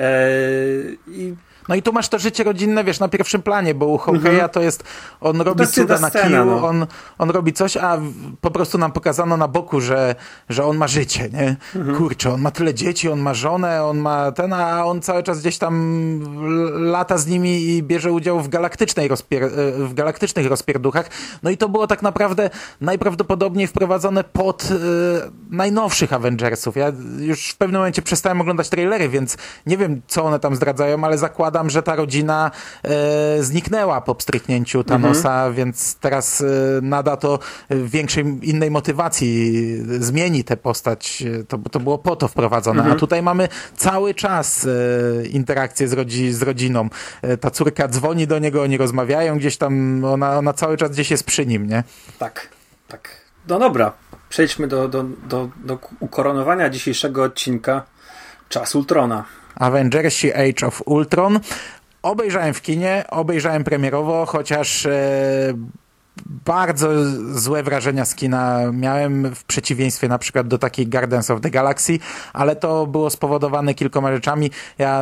B: No i tu masz to życie rodzinne, wiesz, na pierwszym planie, bo u Hawkeye'a to jest, on robi cuda na kiju, no. on robi coś, a po prostu nam pokazano na boku, że on ma życie, nie? Kurczę, on ma tyle dzieci, on ma żonę, on ma a on cały czas gdzieś tam lata z nimi i bierze udział w galaktycznych rozpierduchach. No i to było tak naprawdę najprawdopodobniej wprowadzone pod najnowszych Avengersów. Ja już w pewnym momencie przestałem oglądać trailery, więc nie wiem, co one tam zdradzają, ale zakładam, że ta rodzina zniknęła po pstryknięciu Thanosa, więc teraz nada to większej innej motywacji, zmieni tę postać. To było po to wprowadzone. A tutaj mamy cały czas interakcję z rodziną. Ta córka dzwoni do niego, oni rozmawiają gdzieś tam, ona cały czas gdzieś jest przy nim, nie?
E: Tak. No dobra, przejdźmy do ukoronowania dzisiejszego odcinka. Czas Ultrona.
B: Avengersi Age of Ultron. Obejrzałem w kinie, obejrzałem premierowo, chociaż bardzo złe wrażenia z kina miałem, w przeciwieństwie na przykład do takiej Guardians of the Galaxy, ale to było spowodowane kilkoma rzeczami.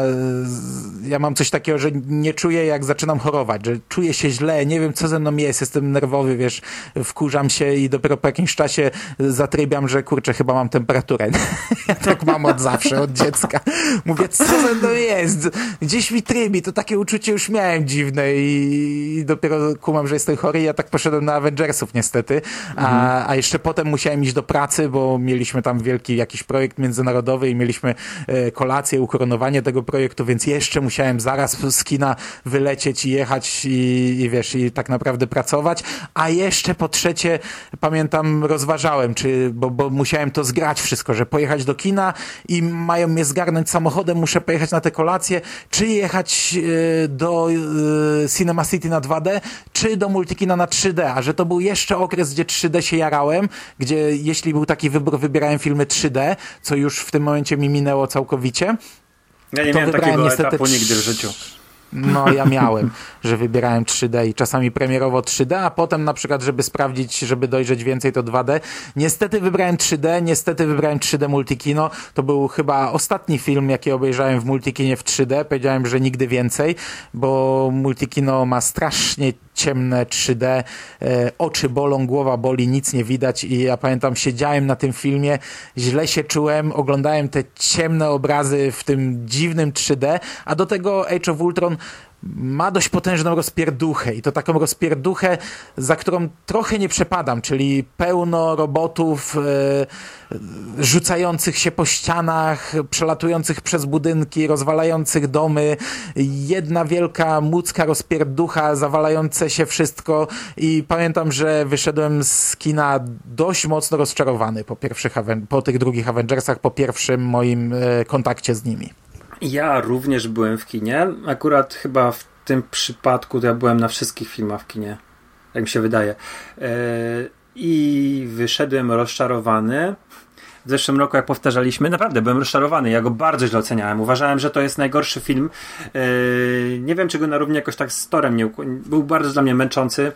B: Ja mam coś takiego, że nie czuję, jak zaczynam chorować, że czuję się źle, nie wiem co ze mną jest, jestem nerwowy, wiesz, wkurzam się i dopiero po jakimś czasie zatrybiam, że kurczę, chyba mam temperaturę. Ja tak mam od zawsze, od dziecka. Mówię, co ze mną jest? Gdzieś mi trybi, to takie uczucie już miałem dziwne i dopiero kumam, że jestem chory i ja tak poszedłem na Avengersów niestety, a jeszcze potem musiałem iść do pracy, bo mieliśmy tam wielki jakiś projekt międzynarodowy i mieliśmy kolację, ukoronowanie tego projektu, więc jeszcze musiałem zaraz z kina wylecieć i jechać i wiesz, i tak naprawdę pracować, a jeszcze po trzecie pamiętam, rozważałem, bo musiałem to zgrać wszystko, że pojechać do kina i mają mnie zgarnąć samochodem, muszę pojechać na tę kolację, czy jechać do Cinema City na 2D, czy do Multikina na 3D, a że to był jeszcze okres, gdzie 3D się jarałem, gdzie jeśli był taki wybór, wybierałem filmy 3D, co już w tym momencie mi minęło całkowicie.
E: Ja nie miałem takiego etapu nigdy w życiu.
B: No ja miałem, że wybierałem 3D i czasami premierowo 3D, a potem na przykład, żeby sprawdzić, żeby dojrzeć więcej, to 2D. Niestety wybrałem 3D Multikino. To był chyba ostatni film, jaki obejrzałem w Multikinie w 3D. Powiedziałem, że nigdy więcej, bo Multikino ma strasznie ciemne 3D, oczy bolą, głowa boli, nic nie widać i ja pamiętam, siedziałem na tym filmie, źle się czułem, oglądałem te ciemne obrazy w tym dziwnym 3D, a do tego Age of Ultron ma dość potężną rozpierduchę i to taką rozpierduchę, za którą trochę nie przepadam, czyli pełno robotów rzucających się po ścianach, przelatujących przez budynki, rozwalających domy, jedna wielka łódzka rozpierducha, zawalające się wszystko i pamiętam, że wyszedłem z kina dość mocno rozczarowany po tych drugich Avengersach, po pierwszym moim kontakcie z nimi.
E: Ja również byłem w kinie. Akurat chyba w tym przypadku to ja byłem na wszystkich filmach w kinie. Jak mi się wydaje. I wyszedłem rozczarowany. W zeszłym roku, jak powtarzaliśmy, naprawdę byłem rozczarowany. Ja go bardzo źle oceniałem. Uważałem, że to jest najgorszy film. Nie wiem, czy go na równi jakoś tak z Torem nie był bardzo dla mnie męczący.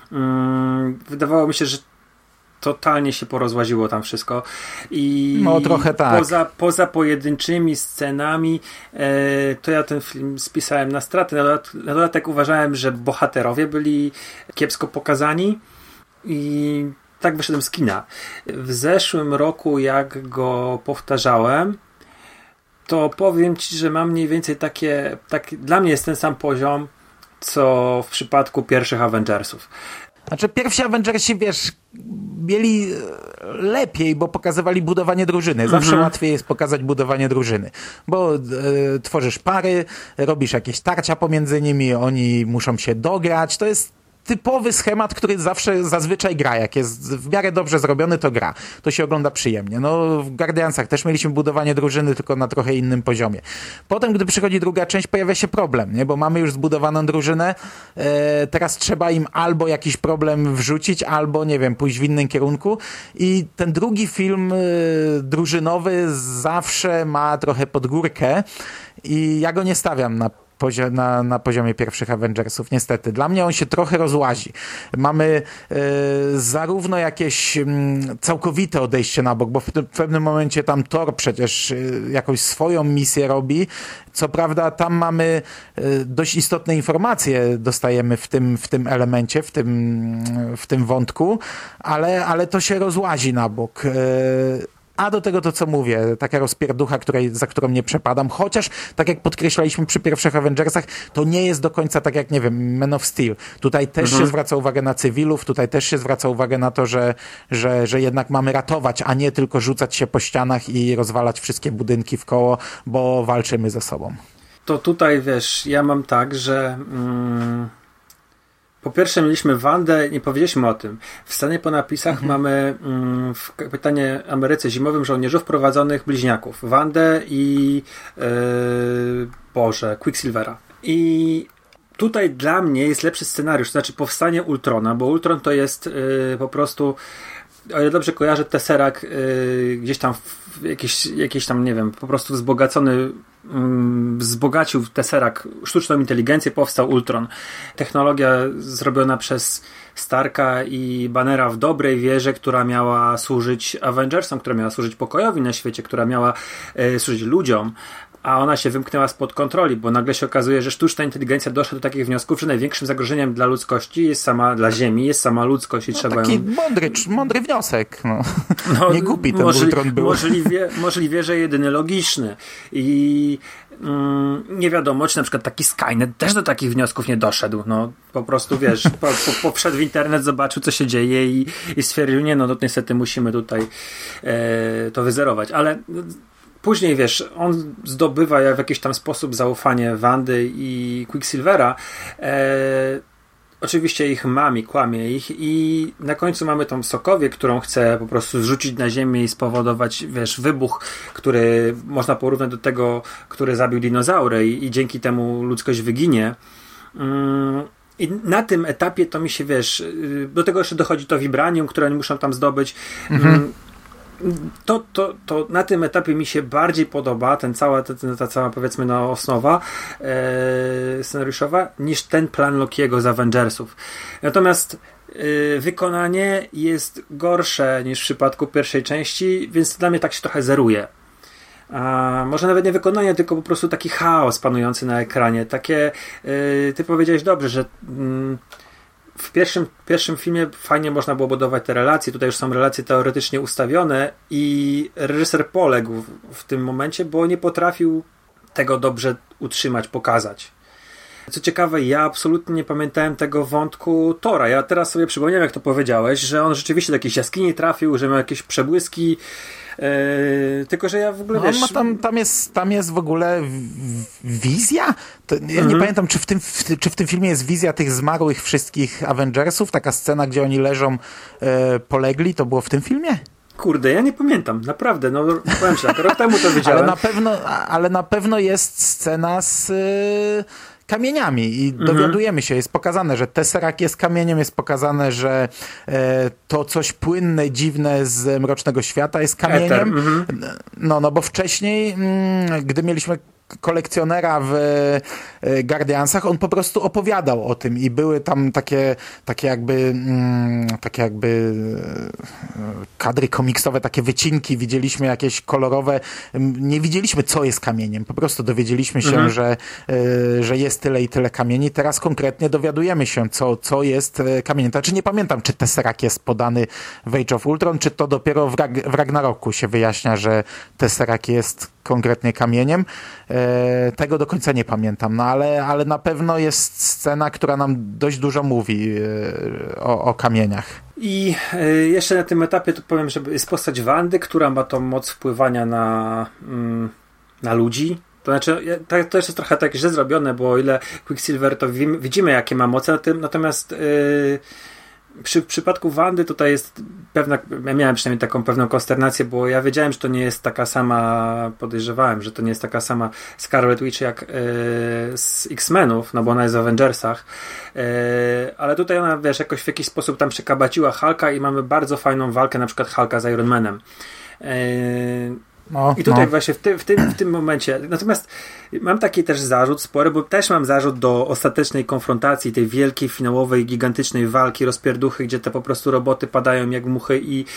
E: Wydawało mi się, że totalnie się porozłaziło tam wszystko i
B: no trochę tak.
E: Poza pojedynczymi scenami to ja ten film spisałem na straty. Na dodatek uważałem, że bohaterowie byli kiepsko pokazani i tak wyszedłem z kina. W zeszłym roku, jak go powtarzałem, to powiem Ci, że mam mniej więcej takie dla mnie jest ten sam poziom, co w przypadku pierwszych Avengersów.
B: Znaczy pierwsi Avengersi, wiesz, mieli lepiej, bo pokazywali budowanie drużyny. Zawsze łatwiej jest pokazać budowanie drużyny, bo tworzysz pary, robisz jakieś tarcia pomiędzy nimi, oni muszą się dograć. To jest typowy schemat, który zazwyczaj gra. Jak jest w miarę dobrze zrobiony, to gra. To się ogląda przyjemnie. No, w Guardiansach też mieliśmy budowanie drużyny, tylko na trochę innym poziomie. Potem, gdy przychodzi druga część, pojawia się problem, nie? Bo mamy już zbudowaną drużynę, teraz trzeba im albo jakiś problem wrzucić, albo, nie wiem, pójść w innym kierunku i ten drugi film drużynowy zawsze ma trochę pod górkę i ja go nie stawiam na poziomie pierwszych Avengersów, niestety. Dla mnie on się trochę rozłazi. Mamy zarówno jakieś całkowite odejście na bok, bo w pewnym momencie tam Thor przecież jakąś swoją misję robi. Co prawda tam mamy dość istotne informacje, dostajemy w tym elemencie, w tym wątku, ale to się rozłazi na bok. A do tego to, co mówię, taka rozpierducha, za którą nie przepadam, chociaż, tak jak podkreślaliśmy przy pierwszych Avengersach, to nie jest do końca tak jak, nie wiem, Man of Steel. Tutaj też się zwraca uwagę na cywilów, tutaj też się zwraca uwagę na to, że jednak mamy ratować, a nie tylko rzucać się po ścianach i rozwalać wszystkie budynki w koło, bo walczymy ze sobą.
E: To tutaj, wiesz, ja mam tak, że po pierwsze mieliśmy Wandę, nie powiedzieliśmy o tym. W scenie po napisach mamy w Kapitanie Ameryce Zimowym Żołnierzu wprowadzonych bliźniaków. Wandę i Quicksilvera. I tutaj dla mnie jest lepszy scenariusz, to znaczy powstanie Ultrona, bo Ultron to jest po prostu o ile dobrze kojarzę, Tesseract gdzieś tam jakieś tam, nie wiem, po prostu wzbogacił Tesseract sztuczną inteligencję, powstał Ultron. Technologia zrobiona przez Starka i Bannera w dobrej wierze, która miała służyć Avengersom, która miała służyć pokojowi na świecie, która miała służyć ludziom, a ona się wymknęła spod kontroli, bo nagle się okazuje, że sztuczna inteligencja doszła do takich wniosków, że największym zagrożeniem dla ludzkości dla Ziemi jest sama ludzkość i trzeba
B: taki
E: ją...
B: mądry wniosek. Nie głupi ten Ultron był.
E: Możliwie, że jedyny logiczny. I nie wiadomo, czy na przykład taki Skynet też do takich wniosków nie doszedł. No, po prostu, wiesz, wszedł w internet, zobaczył, co się dzieje i stwierdził, nie, no niestety musimy tutaj to wyzerować. Ale później, wiesz, on zdobywa w jakiś tam sposób zaufanie Wandy i Quicksilvera. Oczywiście ich mami, kłamie ich i na końcu mamy tą Sokowię, którą chce po prostu zrzucić na ziemię i spowodować, wiesz, wybuch, który można porównać do tego, który zabił dinozaury i dzięki temu ludzkość wyginie. I na tym etapie to mi się, wiesz, do tego jeszcze dochodzi to vibranium, które oni muszą tam zdobyć. To na tym etapie mi się bardziej podoba ta cała powiedzmy no, osnowa scenariuszowa niż ten plan Lokiego z Avengersów. Natomiast wykonanie jest gorsze niż w przypadku pierwszej części, więc dla mnie tak się trochę zeruje. Może nawet nie wykonanie, tylko po prostu taki chaos panujący na ekranie. Takie, ty powiedziałeś dobrze, że w pierwszym filmie fajnie można było budować te relacje. Tutaj już są relacje teoretycznie ustawione i reżyser poległ w tym momencie, bo nie potrafił tego dobrze utrzymać, pokazać. Co ciekawe, ja absolutnie nie pamiętałem tego wątku Tora. Ja teraz sobie przypomniałem, jak to powiedziałeś, że on rzeczywiście do jakiejś jaskini trafił, że miał jakieś przebłyski. Tylko, że ja w ogóle wiesz...
B: Tam jest w ogóle wizja? Ja nie pamiętam, czy w tym filmie jest wizja tych zmarłych wszystkich Avengersów? Taka scena, gdzie oni leżą polegli, to było w tym filmie?
E: Kurde, ja nie pamiętam, naprawdę, no powiem ci tak, rok temu to wiedziałem.
B: Ale na pewno jest scena z kamieniami i dowiadujemy się, jest pokazane, że Tesseract jest kamieniem, jest pokazane, że to coś płynne, dziwne z Mrocznego Świata jest kamieniem. No bo wcześniej, gdy mieliśmy kolekcjonera w Guardiansach, on po prostu opowiadał o tym i były tam takie jakby kadry komiksowe, takie wycinki, widzieliśmy jakieś kolorowe, nie widzieliśmy, co jest kamieniem, po prostu dowiedzieliśmy się, że jest tyle i tyle kamieni. Teraz konkretnie dowiadujemy się, co jest kamieniem. Znaczy nie pamiętam, czy Tesseract jest podany w Age of Ultron, czy to dopiero w Ragnaroku się wyjaśnia, że Tesseract jest konkretnie kamieniem. Tego do końca nie pamiętam, no ale na pewno jest scena, która nam dość dużo mówi o kamieniach. I
E: jeszcze na tym etapie to powiem, że jest postać Wandy, która ma tą moc wpływania na ludzi. To znaczy, to jest trochę tak źle zrobione, bo o ile Quicksilver to widzimy, jakie ma moce, natomiast w przypadku Wandy tutaj jest pewna, ja miałem przynajmniej taką pewną konsternację, bo ja wiedziałem, że to nie jest taka sama, podejrzewałem, że to nie jest taka sama Scarlet Witch jak z X-Menów, no bo ona jest w Avengersach, ale tutaj ona, wiesz, jakoś w jakiś sposób tam przekabaciła Hulka i mamy bardzo fajną walkę, na przykład Hulka z Iron Manem. I tutaj właśnie w tym momencie, natomiast mam taki też zarzut spory, bo też mam zarzut do ostatecznej konfrontacji, tej wielkiej, finałowej, gigantycznej walki, rozpierduchy, gdzie te po prostu roboty padają jak muchy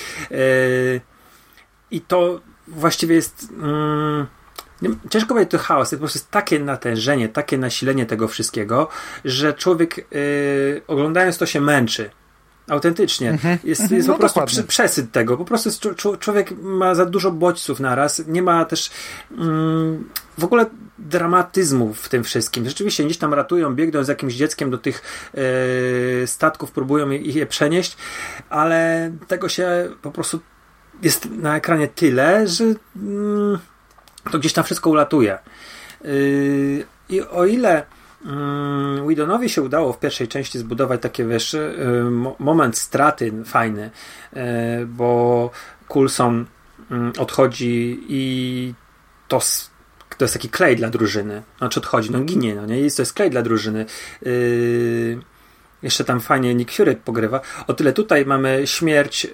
E: i to właściwie jest ciężko powiedzieć, to chaos, to po prostu jest takie natężenie, takie nasilenie tego wszystkiego, że człowiek oglądając to się męczy. Autentycznie. Jest po prostu przesyt tego. Po prostu człowiek ma za dużo bodźców naraz. Nie ma też w ogóle dramatyzmu w tym wszystkim. Rzeczywiście gdzieś tam ratują, biegną z jakimś dzieckiem do tych statków, próbują je przenieść, ale tego się po prostu jest na ekranie tyle, że to gdzieś tam wszystko ulatuje. I o ile Whedonowi się udało w pierwszej części zbudować taki, wiesz, moment straty fajny, bo Coulson odchodzi i to jest taki klej dla drużyny. Znaczy odchodzi, no ginie, no nie? To jest klej dla drużyny. Jeszcze tam fajnie Nick Fury pogrywa. O tyle tutaj mamy śmierć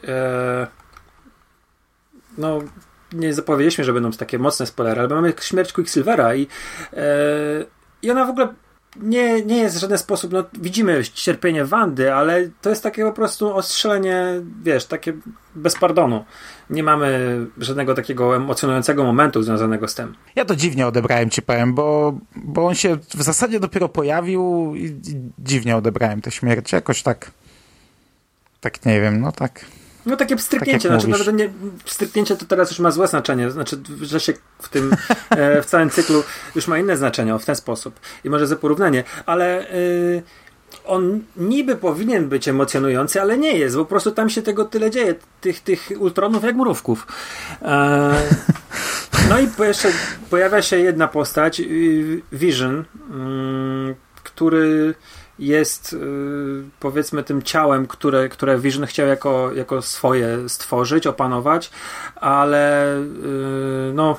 E: no nie zapowiedzieliśmy, że będą takie mocne spoilery, ale mamy śmierć Quicksilvera i ona w ogóle nie jest w żaden sposób, no widzimy cierpienie Wandy, ale to jest takie po prostu ostrzelenie, wiesz, takie bez pardonu. Nie mamy żadnego takiego emocjonującego momentu związanego z tym.
B: Ja to dziwnie odebrałem, ci powiem, bo on się w zasadzie dopiero pojawił i dziwnie odebrałem tę śmierć. Jakoś tak nie wiem, no tak.
E: No takie pstryknięcie,
B: tak
E: znaczy nawet nie, pstryknięcie to teraz już ma złe znaczenie, znaczy, że się w tym w całym cyklu już ma inne znaczenie w ten sposób i może za porównanie, ale on niby powinien być emocjonujący, ale nie jest, bo po prostu tam się tego tyle dzieje, tych Ultronów jak mrówków. No i jeszcze pojawia się jedna postać, Vision, który jest powiedzmy tym ciałem, które Vision chciał jako swoje stworzyć, opanować, ale no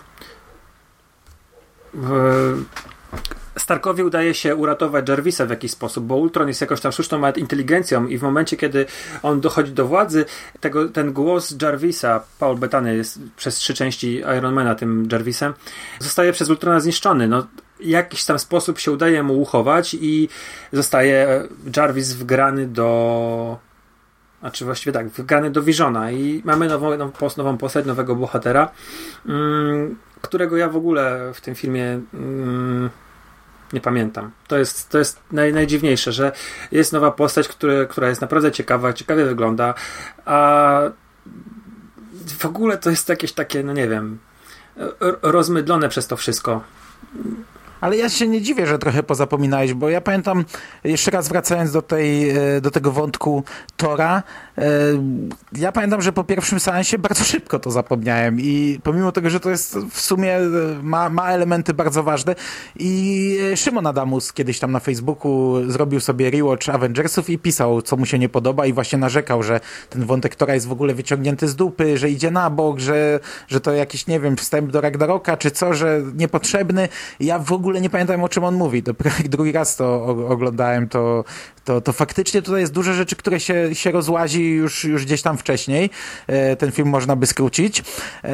E: Starkowi udaje się uratować Jarvisa w jakiś sposób, bo Ultron jest jakąś tam sztuczną inteligencją i w momencie, kiedy on dochodzi do władzy, ten głos Jarvisa, Paul Bettany jest przez 3 części Ironmana tym Jarvisem, zostaje przez Ultrona zniszczony. No, w jakiś tam sposób się udaje mu uchować i zostaje Jarvis wgrany do... Znaczy właściwie tak, wgrany do Visiona i mamy nową postać, nowego bohatera, którego ja w ogóle w tym filmie nie pamiętam. To jest najdziwniejsze, że jest nowa postać, która jest naprawdę ciekawie wygląda, a w ogóle to jest jakieś takie, no nie wiem, rozmydlone przez to wszystko.
B: Ale ja się nie dziwię, że trochę pozapominałeś, bo ja pamiętam, jeszcze raz wracając do tego wątku Tora, ja pamiętam, że po pierwszym seansie bardzo szybko to zapomniałem i pomimo tego, że to jest w sumie ma elementy bardzo ważne i Szymon Adamus kiedyś tam na Facebooku zrobił sobie rewatch Avengersów i pisał, co mu się nie podoba i właśnie narzekał, że ten wątek Tora jest w ogóle wyciągnięty z dupy, że idzie na bok, że to jakiś, nie wiem, wstęp do Ragnaroka czy co, że niepotrzebny. Ja w ogóle nie pamiętam, o czym on mówi. Dopiero jak drugi raz to oglądałem, to faktycznie tutaj jest dużo rzeczy, które się rozłazi już gdzieś tam wcześniej. Ten film można by skrócić.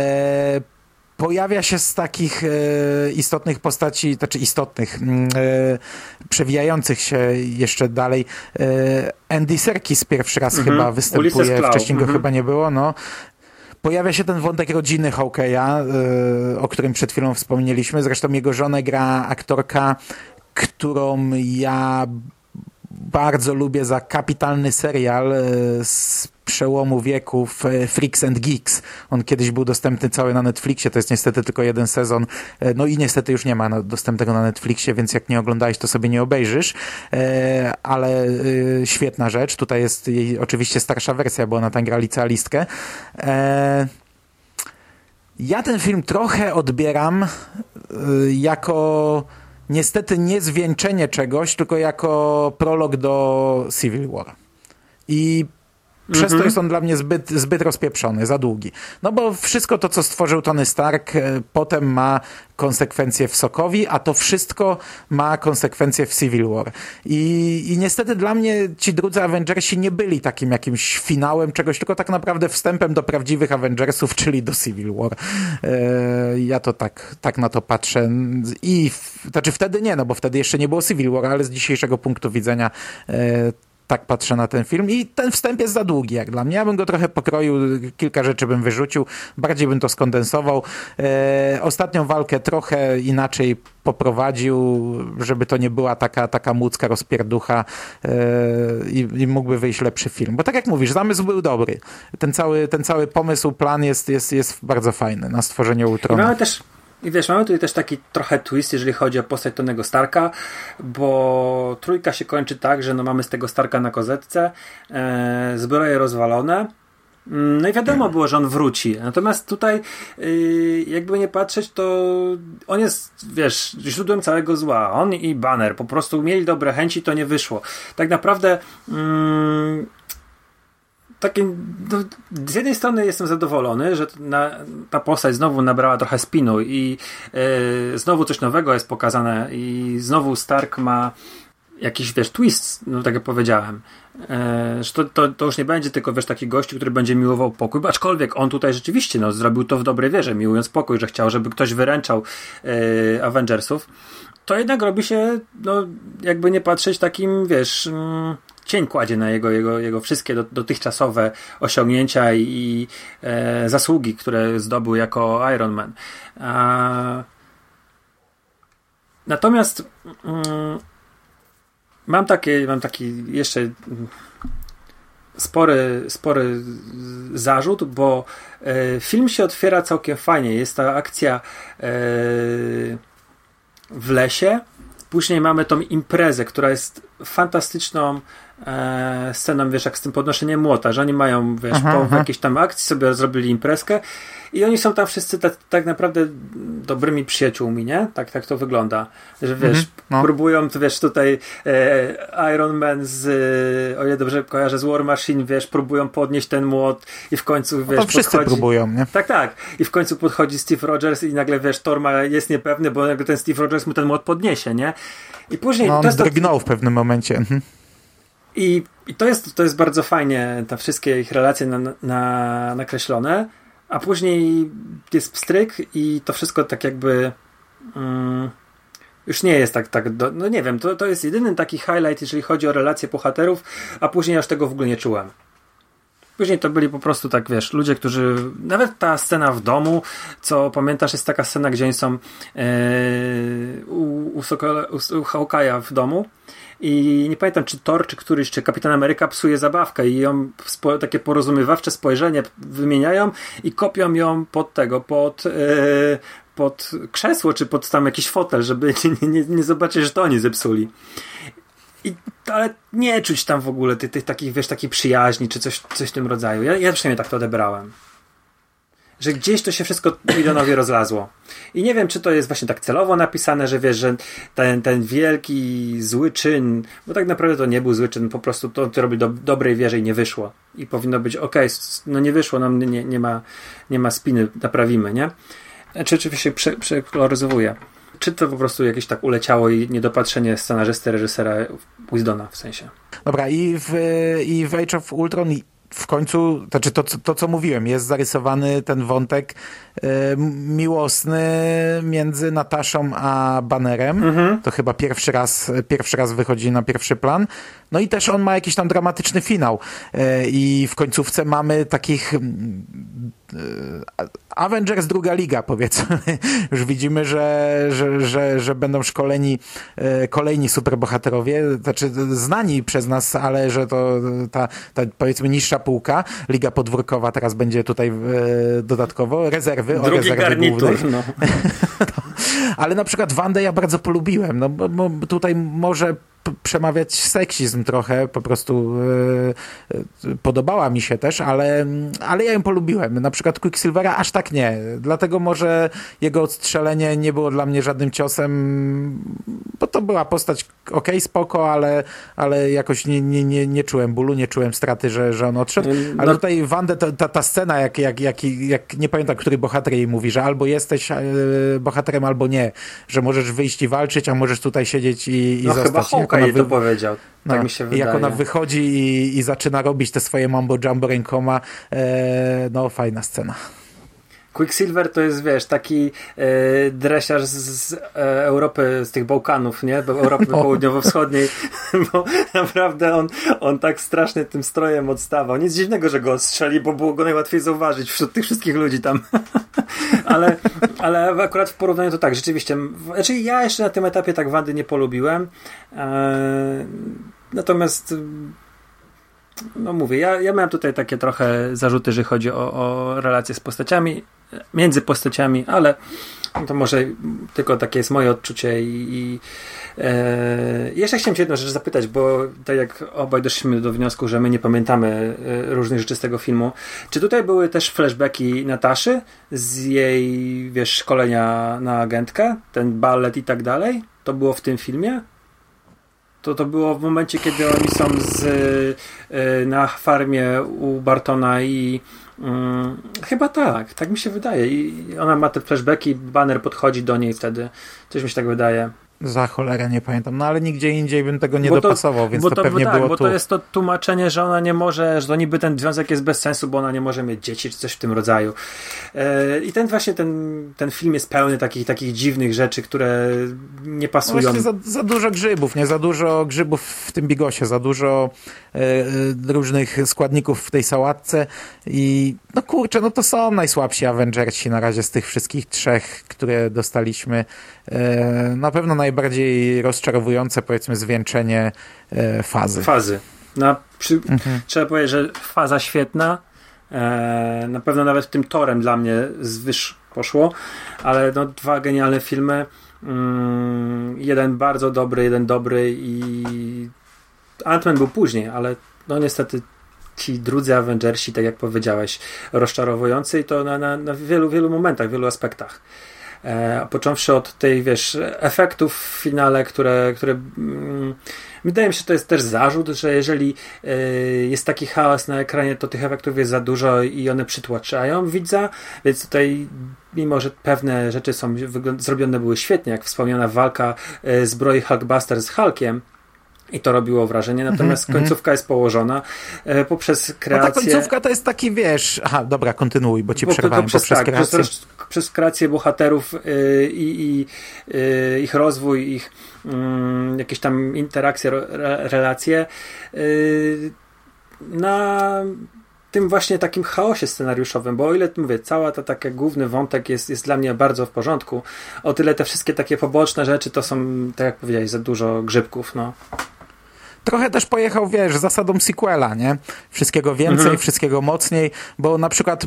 B: Pojawia się z takich istotnych postaci, znaczy istotnych, przewijających się jeszcze dalej. Andy Serkis pierwszy raz chyba występuje, wcześniej go chyba nie było, no. Pojawia się ten wątek rodziny Hawkeya, o którym przed chwilą wspomnieliśmy. Zresztą jego żonę gra aktorka, którą ja bardzo lubię za kapitalny serial z przełomu wieków Freaks and Geeks. On kiedyś był dostępny cały na Netflixie, to jest niestety tylko 1 sezon. No i niestety już nie ma dostępnego na Netflixie, więc jak nie oglądałeś, to sobie nie obejrzysz. Ale świetna rzecz. Tutaj jest jej oczywiście starsza wersja, bo ona tam gra licealistkę. Ja ten film trochę odbieram jako niestety nie zwieńczenie czegoś, tylko jako prolog do Civil War. I przez to jest on dla mnie zbyt rozpieprzony, za długi. No bo wszystko to, co stworzył Tony Stark, potem ma konsekwencje w Sokowi, a to wszystko ma konsekwencje w Civil War. I niestety dla mnie ci drudzy Avengersi nie byli takim jakimś finałem czegoś, tylko tak naprawdę wstępem do prawdziwych Avengersów, czyli do Civil War. Ja to tak na to patrzę. Znaczy wtedy nie, no bo wtedy jeszcze nie było Civil War, ale z dzisiejszego punktu widzenia tak patrzę na ten film i ten wstęp jest za długi jak dla mnie. Ja bym go trochę pokroił, kilka rzeczy bym wyrzucił, bardziej bym to skondensował. Ostatnią walkę trochę inaczej poprowadził, żeby to nie była taka młódzka rozpierducha i mógłby wyjść lepszy film. Bo tak jak mówisz, zamysł był dobry. Ten cały pomysł, plan jest bardzo fajny na stworzenie Ultrona.
E: I wiesz, mamy tutaj też taki trochę twist, jeżeli chodzi o postać Tonego Starka, bo trójka się kończy tak, że no mamy z tego Starka na kozetce, zbroje rozwalone, no i wiadomo było, że on wróci. Natomiast tutaj jakby nie patrzeć, to on jest, wiesz, źródłem całego zła. On i Banner po prostu mieli dobre chęci, to nie wyszło. Tak naprawdę no, z jednej strony jestem zadowolony, że ta postać znowu nabrała trochę spinu i znowu coś nowego jest pokazane i znowu Stark ma jakiś, wiesz, twist, no tak jak powiedziałem, że to już nie będzie tylko, wiesz, taki gościu, który będzie miłował pokój, aczkolwiek on tutaj rzeczywiście, no, zrobił to w dobrej wierze, miłując pokój, że chciał, żeby ktoś wyręczał Avengersów, to jednak robi się, no, jakby nie patrzeć, takim, wiesz, cień kładzie na jego wszystkie dotychczasowe osiągnięcia i zasługi, które zdobył jako Iron Man. Natomiast mam taki jeszcze spory zarzut, bo film się otwiera całkiem fajnie. Jest ta akcja w lesie. Później mamy tą imprezę, która jest fantastyczną sceną, wiesz, jak z tym podnoszeniem młota, że oni mają, wiesz, po jakiejś tam akcji sobie zrobili imprezkę i oni są tam wszyscy tak naprawdę dobrymi przyjaciółmi, nie? Tak to wygląda. Że wiesz, próbują, wiesz, tutaj Iron Man o ile dobrze kojarzę, z War Machine, wiesz, próbują podnieść ten młot i w końcu, wiesz,
B: to wszyscy próbują, nie?
E: Tak. I w końcu podchodzi Steve Rogers i nagle, wiesz, Thor jest niepewny, bo nagle ten Steve Rogers mu ten młot podniesie, nie? I później...
B: No, on drgnął w pewnym momencie.
E: I to jest bardzo fajnie, te wszystkie ich relacje nakreślone, a później jest pstryk i to wszystko tak jakby już nie jest no nie wiem, to jest jedyny taki highlight, jeżeli chodzi o relacje bohaterów, a później aż tego w ogóle nie czułem. Później to byli po prostu tak, wiesz, ludzie, którzy... Nawet ta scena w domu, co pamiętasz, jest taka scena, gdzie oni są u Hawkeye'a w domu i nie pamiętam, czy Thor, czy któryś, czy Kapitan Ameryka psuje zabawkę i ją takie porozumiewawcze spojrzenie wymieniają i kopią ją pod krzesło, czy pod tam jakiś fotel, żeby nie zobaczyć, że to oni zepsuli. Ale nie czuć tam w ogóle tych takich, wiesz, takiej przyjaźni, czy coś w tym rodzaju. Ja przynajmniej tak to odebrałem. Że gdzieś to się wszystko milionowi rozlazło. I nie wiem, czy to jest właśnie tak celowo napisane, że wiesz, że ten wielki zły czyn, bo tak naprawdę to nie był zły czyn, po prostu to robi do dobrej wierze i nie wyszło. I powinno być no nie wyszło, nam nie ma spiny, naprawimy, nie? Czy oczywiście przekoloryzowuje. Czy to po prostu jakieś tak uleciało i niedopatrzenie scenarzysty, reżysera Wisdona w sensie.
B: Dobra, i w Age of Ultron w końcu, znaczy to co mówiłem, jest zarysowany ten wątek miłosny między Nataszą a Bannerem. To chyba pierwszy raz wychodzi na pierwszy plan. No i też on ma jakiś tam dramatyczny finał. I w końcówce mamy takich Avengers druga liga, powiedzmy. Już widzimy, że będą szkoleni kolejni superbohaterowie, znaczy znani przez nas, ale że to ta powiedzmy niższa półka, liga podwórkowa teraz będzie tutaj dodatkowo, rezerwy.
E: Drugi garnitur, no.
B: Ale na przykład Wandę ja bardzo polubiłem, no bo tutaj może przemawiać seksizm trochę, po prostu podobała mi się też, ale ja ją polubiłem. Na przykład Quicksilvera aż tak nie. Dlatego może jego odstrzelenie nie było dla mnie żadnym ciosem, bo to była postać spoko, ale jakoś nie czułem bólu, nie czułem straty, że on odszedł. Ale tutaj Wandę, ta scena, jak nie pamiętam, który bohater jej mówi, że albo jesteś bohaterem, albo nie. Że możesz wyjść i walczyć, a możesz tutaj siedzieć i zostać.
E: Chyba Hawkeye jej to powiedział. Tak mi się wydaje.
B: Jak ona wychodzi i zaczyna robić te swoje mambo-jumbo rękoma, no fajna scena.
E: Quicksilver to jest, wiesz, taki dresiarz z Europy, z tych Bałkanów, nie? Europy południowo-wschodniej, bo naprawdę on tak strasznie tym strojem odstawał. Nic dziwnego, że go ostrzeli, bo było go najłatwiej zauważyć wśród tych wszystkich ludzi tam. ale akurat w porównaniu to tak, rzeczywiście. Znaczy ja jeszcze na tym etapie tak Wandy nie polubiłem. Natomiast no mówię, ja miałem tutaj takie trochę zarzuty, jeżeli chodzi o relacje z postaciami, między postaciami, ale to może tylko takie jest moje odczucie i jeszcze chciałem cię jedną rzecz zapytać, bo tak jak obaj doszliśmy do wniosku, że my nie pamiętamy różnych rzeczy z tego filmu. Czy tutaj były też flashbacki Nataszy z jej, wiesz, szkolenia na agentkę, ten balet i tak dalej? To było w tym filmie? To było w momencie, kiedy oni są na farmie u Bartona i chyba tak mi się wydaje. I ona ma te flashbacki, Banner podchodzi do niej wtedy. Coś mi się tak wydaje.
B: Za cholerę nie pamiętam, no ale nigdzie indziej bym tego nie dopasował, więc to pewnie było
E: bo
B: tu.
E: To jest to tłumaczenie, że ona nie może, że to niby ten związek jest bez sensu, bo ona nie może mieć dzieci, czy coś w tym rodzaju. I ten film jest pełny takich dziwnych rzeczy, które nie pasują.
B: No za dużo grzybów, nie? Za dużo grzybów w tym bigosie, za dużo różnych składników w tej sałatce i no kurczę, no to są najsłabsi Avengersi na razie z tych wszystkich trzech, które dostaliśmy. Na pewno najbardziej rozczarowujące, powiedzmy, zwieńczenie fazy.
E: Trzeba powiedzieć, że faza świetna. Na pewno nawet tym torem dla mnie zwyż poszło, ale no, dwa genialne filmy. Jeden bardzo dobry, jeden dobry i Ant-Man był później, ale no niestety ci drudzy Avengersi, tak jak powiedziałeś, rozczarowujący i to na wielu, wielu momentach, wielu aspektach. Począwszy od tej, efektów w finale, które wydaje mi się, że to jest też zarzut, że jeżeli jest taki chaos na ekranie, to tych efektów jest za dużo i one przytłaczają widza, więc tutaj mimo, że pewne rzeczy zrobione były świetnie, jak wspomniana walka zbroi Hulkbuster z Hulkiem, i to robiło wrażenie, natomiast końcówka jest położona poprzez kreację...
B: No ta końcówka to jest taki, Aha, dobra, kontynuuj, bo ci przerwałem.
E: Przez kreację bohaterów i ich rozwój, ich jakieś tam interakcje, relacje na tym właśnie takim chaosie scenariuszowym, bo o ile mówię, cała ta taki główny wątek jest dla mnie bardzo w porządku, o tyle te wszystkie takie poboczne rzeczy to są, tak jak powiedziałeś, za dużo grzybków, no.
B: Trochę też pojechał, zasadą sequela, nie? Wszystkiego więcej, wszystkiego mocniej, bo na przykład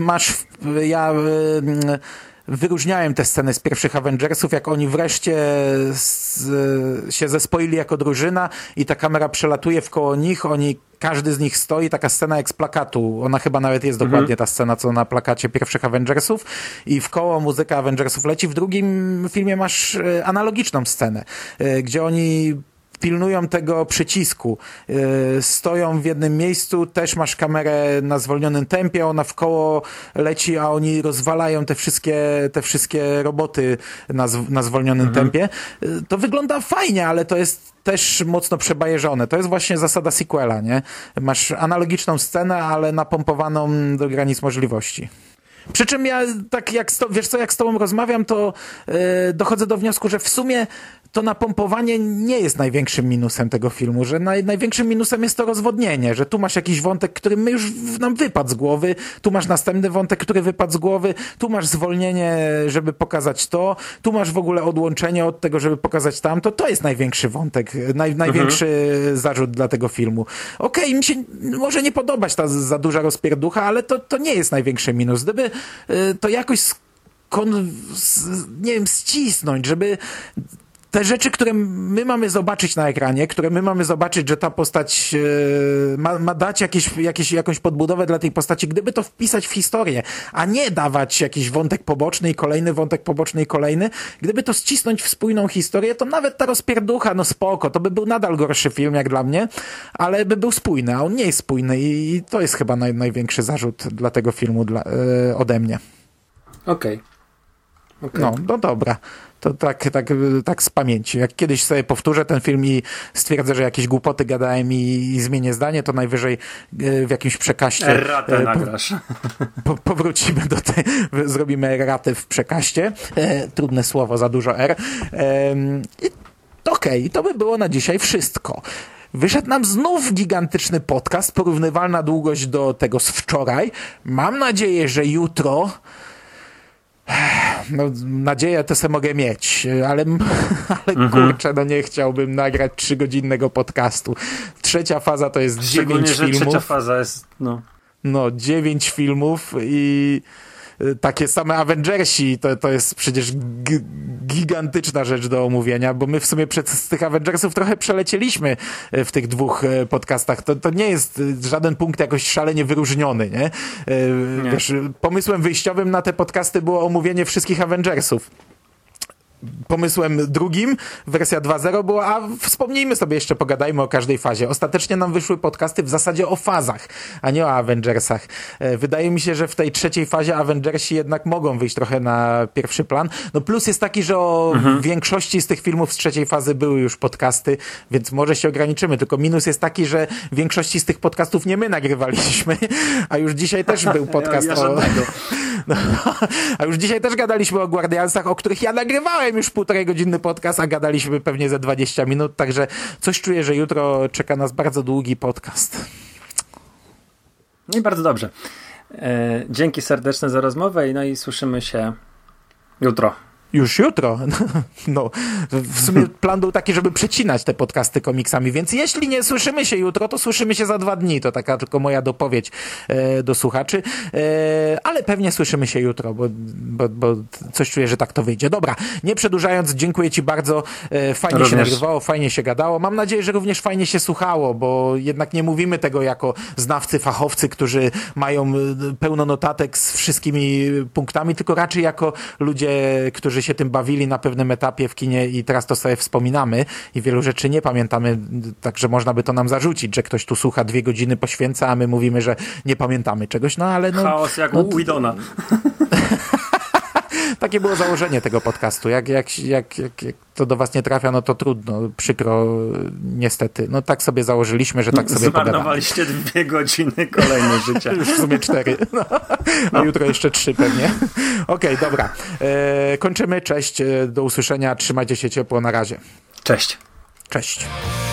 B: wyróżniałem te sceny z pierwszych Avengersów, jak oni wreszcie się zespoili jako drużyna i ta kamera przelatuje wkoło nich, każdy z nich stoi, taka scena jak z plakatu. Ona chyba nawet jest dokładnie ta scena, co na plakacie pierwszych Avengersów i wkoło muzyka Avengersów leci. W drugim filmie masz analogiczną scenę, gdzie oni pilnują tego przycisku. Stoją w jednym miejscu, też masz kamerę na zwolnionym tempie, ona wkoło leci, a oni rozwalają te wszystkie roboty na zwolnionym tempie. To wygląda fajnie, ale to jest też mocno przebajeżone. To jest właśnie zasada sequela, nie? Masz analogiczną scenę, ale napompowaną do granic możliwości. Przy czym ja, tak jak jak z tobą rozmawiam, to dochodzę do wniosku, że w sumie to napompowanie nie jest największym minusem tego filmu, że największym minusem jest to rozwodnienie, że tu masz jakiś wątek, który już nam wypadł z głowy, tu masz następny wątek, który wypadł z głowy, tu masz zwolnienie, żeby pokazać to, tu masz w ogóle odłączenie od tego, żeby pokazać tamto. To jest największy wątek, największy zarzut dla tego filmu. Okej, mi się może nie podobać ta za duża rozpierducha, ale to nie jest największy minus. Gdyby to jakoś ścisnąć, żeby te rzeczy, które my mamy zobaczyć na ekranie, które my mamy zobaczyć, że ta postać ma dać jakąś podbudowę dla tej postaci, gdyby to wpisać w historię, a nie dawać jakiś wątek poboczny i kolejny wątek poboczny i kolejny, gdyby to ścisnąć w spójną historię, to nawet ta rozpierducha, no spoko, to by był nadal gorszy film jak dla mnie, ale by był spójny, a on nie jest spójny i to jest chyba największy zarzut dla tego filmu ode mnie.
E: Okej.
B: No dobra. To tak z pamięci. Jak kiedyś sobie powtórzę ten film i stwierdzę, że jakieś głupoty gadałem i zmienię zdanie, to najwyżej w jakimś przekaście
E: erratę nagrasz.
B: Powrócimy do tej, zrobimy erratę w przekaście. Trudne słowo, za dużo R. Okej, to by było na dzisiaj wszystko. Wyszedł nam znów gigantyczny podcast, porównywalna długość do tego z wczoraj. Mam nadzieję, że jutro nadzieję to se mogę mieć, ale kurczę, nie chciałbym nagrać 3-godzinnego podcastu. Trzecia faza to jest 9 filmów.
E: Trzecia faza jest,
B: 9 filmów i takie same Avengersi, to jest przecież gigantyczna rzecz do omówienia, bo my w sumie z tych Avengersów trochę przelecieliśmy w tych dwóch podcastach. To nie jest żaden punkt jakoś szalenie wyróżniony, nie? Wiesz, pomysłem wyjściowym na te podcasty było omówienie wszystkich Avengersów. pomysłem drugim, wersja 2.0 była, a wspomnijmy sobie jeszcze, pogadajmy o każdej fazie. Ostatecznie nam wyszły podcasty w zasadzie o fazach, a nie o Avengersach. Wydaje mi się, że w tej trzeciej fazie Avengersi jednak mogą wyjść trochę na pierwszy plan. No plus jest taki, że o większości z tych filmów z trzeciej fazy były już podcasty, więc może się ograniczymy, tylko minus jest taki, że większości z tych podcastów nie my nagrywaliśmy, a już dzisiaj też był podcast No, a już dzisiaj też gadaliśmy o Guardiansach, o których ja nagrywałem już 1,5-godzinny podcast, a gadaliśmy pewnie ze 20 minut, także coś czuję, że jutro czeka nas bardzo długi podcast.
E: No i bardzo dobrze. Dzięki serdeczne za rozmowę no i słyszymy się jutro.
B: Już jutro. No, w sumie plan był taki, żeby przecinać te podcasty komiksami, więc jeśli nie słyszymy się jutro, to słyszymy się za 2 dni. To taka tylko moja dopowiedź do słuchaczy. Ale pewnie słyszymy się jutro, bo coś czuję, że tak to wyjdzie. Dobra, nie przedłużając, dziękuję ci bardzo. Fajnie również się nagrywało, fajnie się gadało. Mam nadzieję, że również fajnie się słuchało, bo jednak nie mówimy tego jako znawcy, fachowcy, którzy mają pełno notatek z wszystkimi punktami, tylko raczej jako ludzie, którzy się tym bawili na pewnym etapie w kinie i teraz to sobie wspominamy i wielu rzeczy nie pamiętamy, także można by to nam zarzucić, że ktoś tu słucha 2 godziny poświęca, a my mówimy, że nie pamiętamy czegoś, no ale no...
E: Chaos jak u Widona.
B: Takie było założenie tego podcastu. Jak to do was nie trafia, no to trudno, przykro, niestety. No tak sobie założyliśmy, że tak sobie pogadamy.
E: Zmarnowaliście 2 godziny kolejne życia.
B: Już w sumie 4. No. A jutro jeszcze 3 pewnie. Okej, dobra. Kończymy. Cześć. Do usłyszenia. Trzymajcie się ciepło. Na razie.
E: Cześć.
B: Cześć.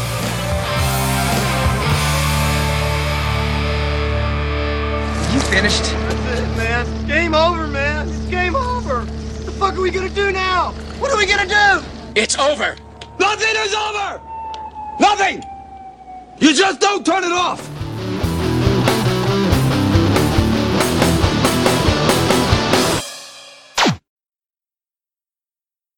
C: You finished? That's it, man. Game over, man. It's game over. What the fuck are we gonna do now? What are we gonna do?
D: It's over. Nothing is over. Nothing. You just don't turn it off.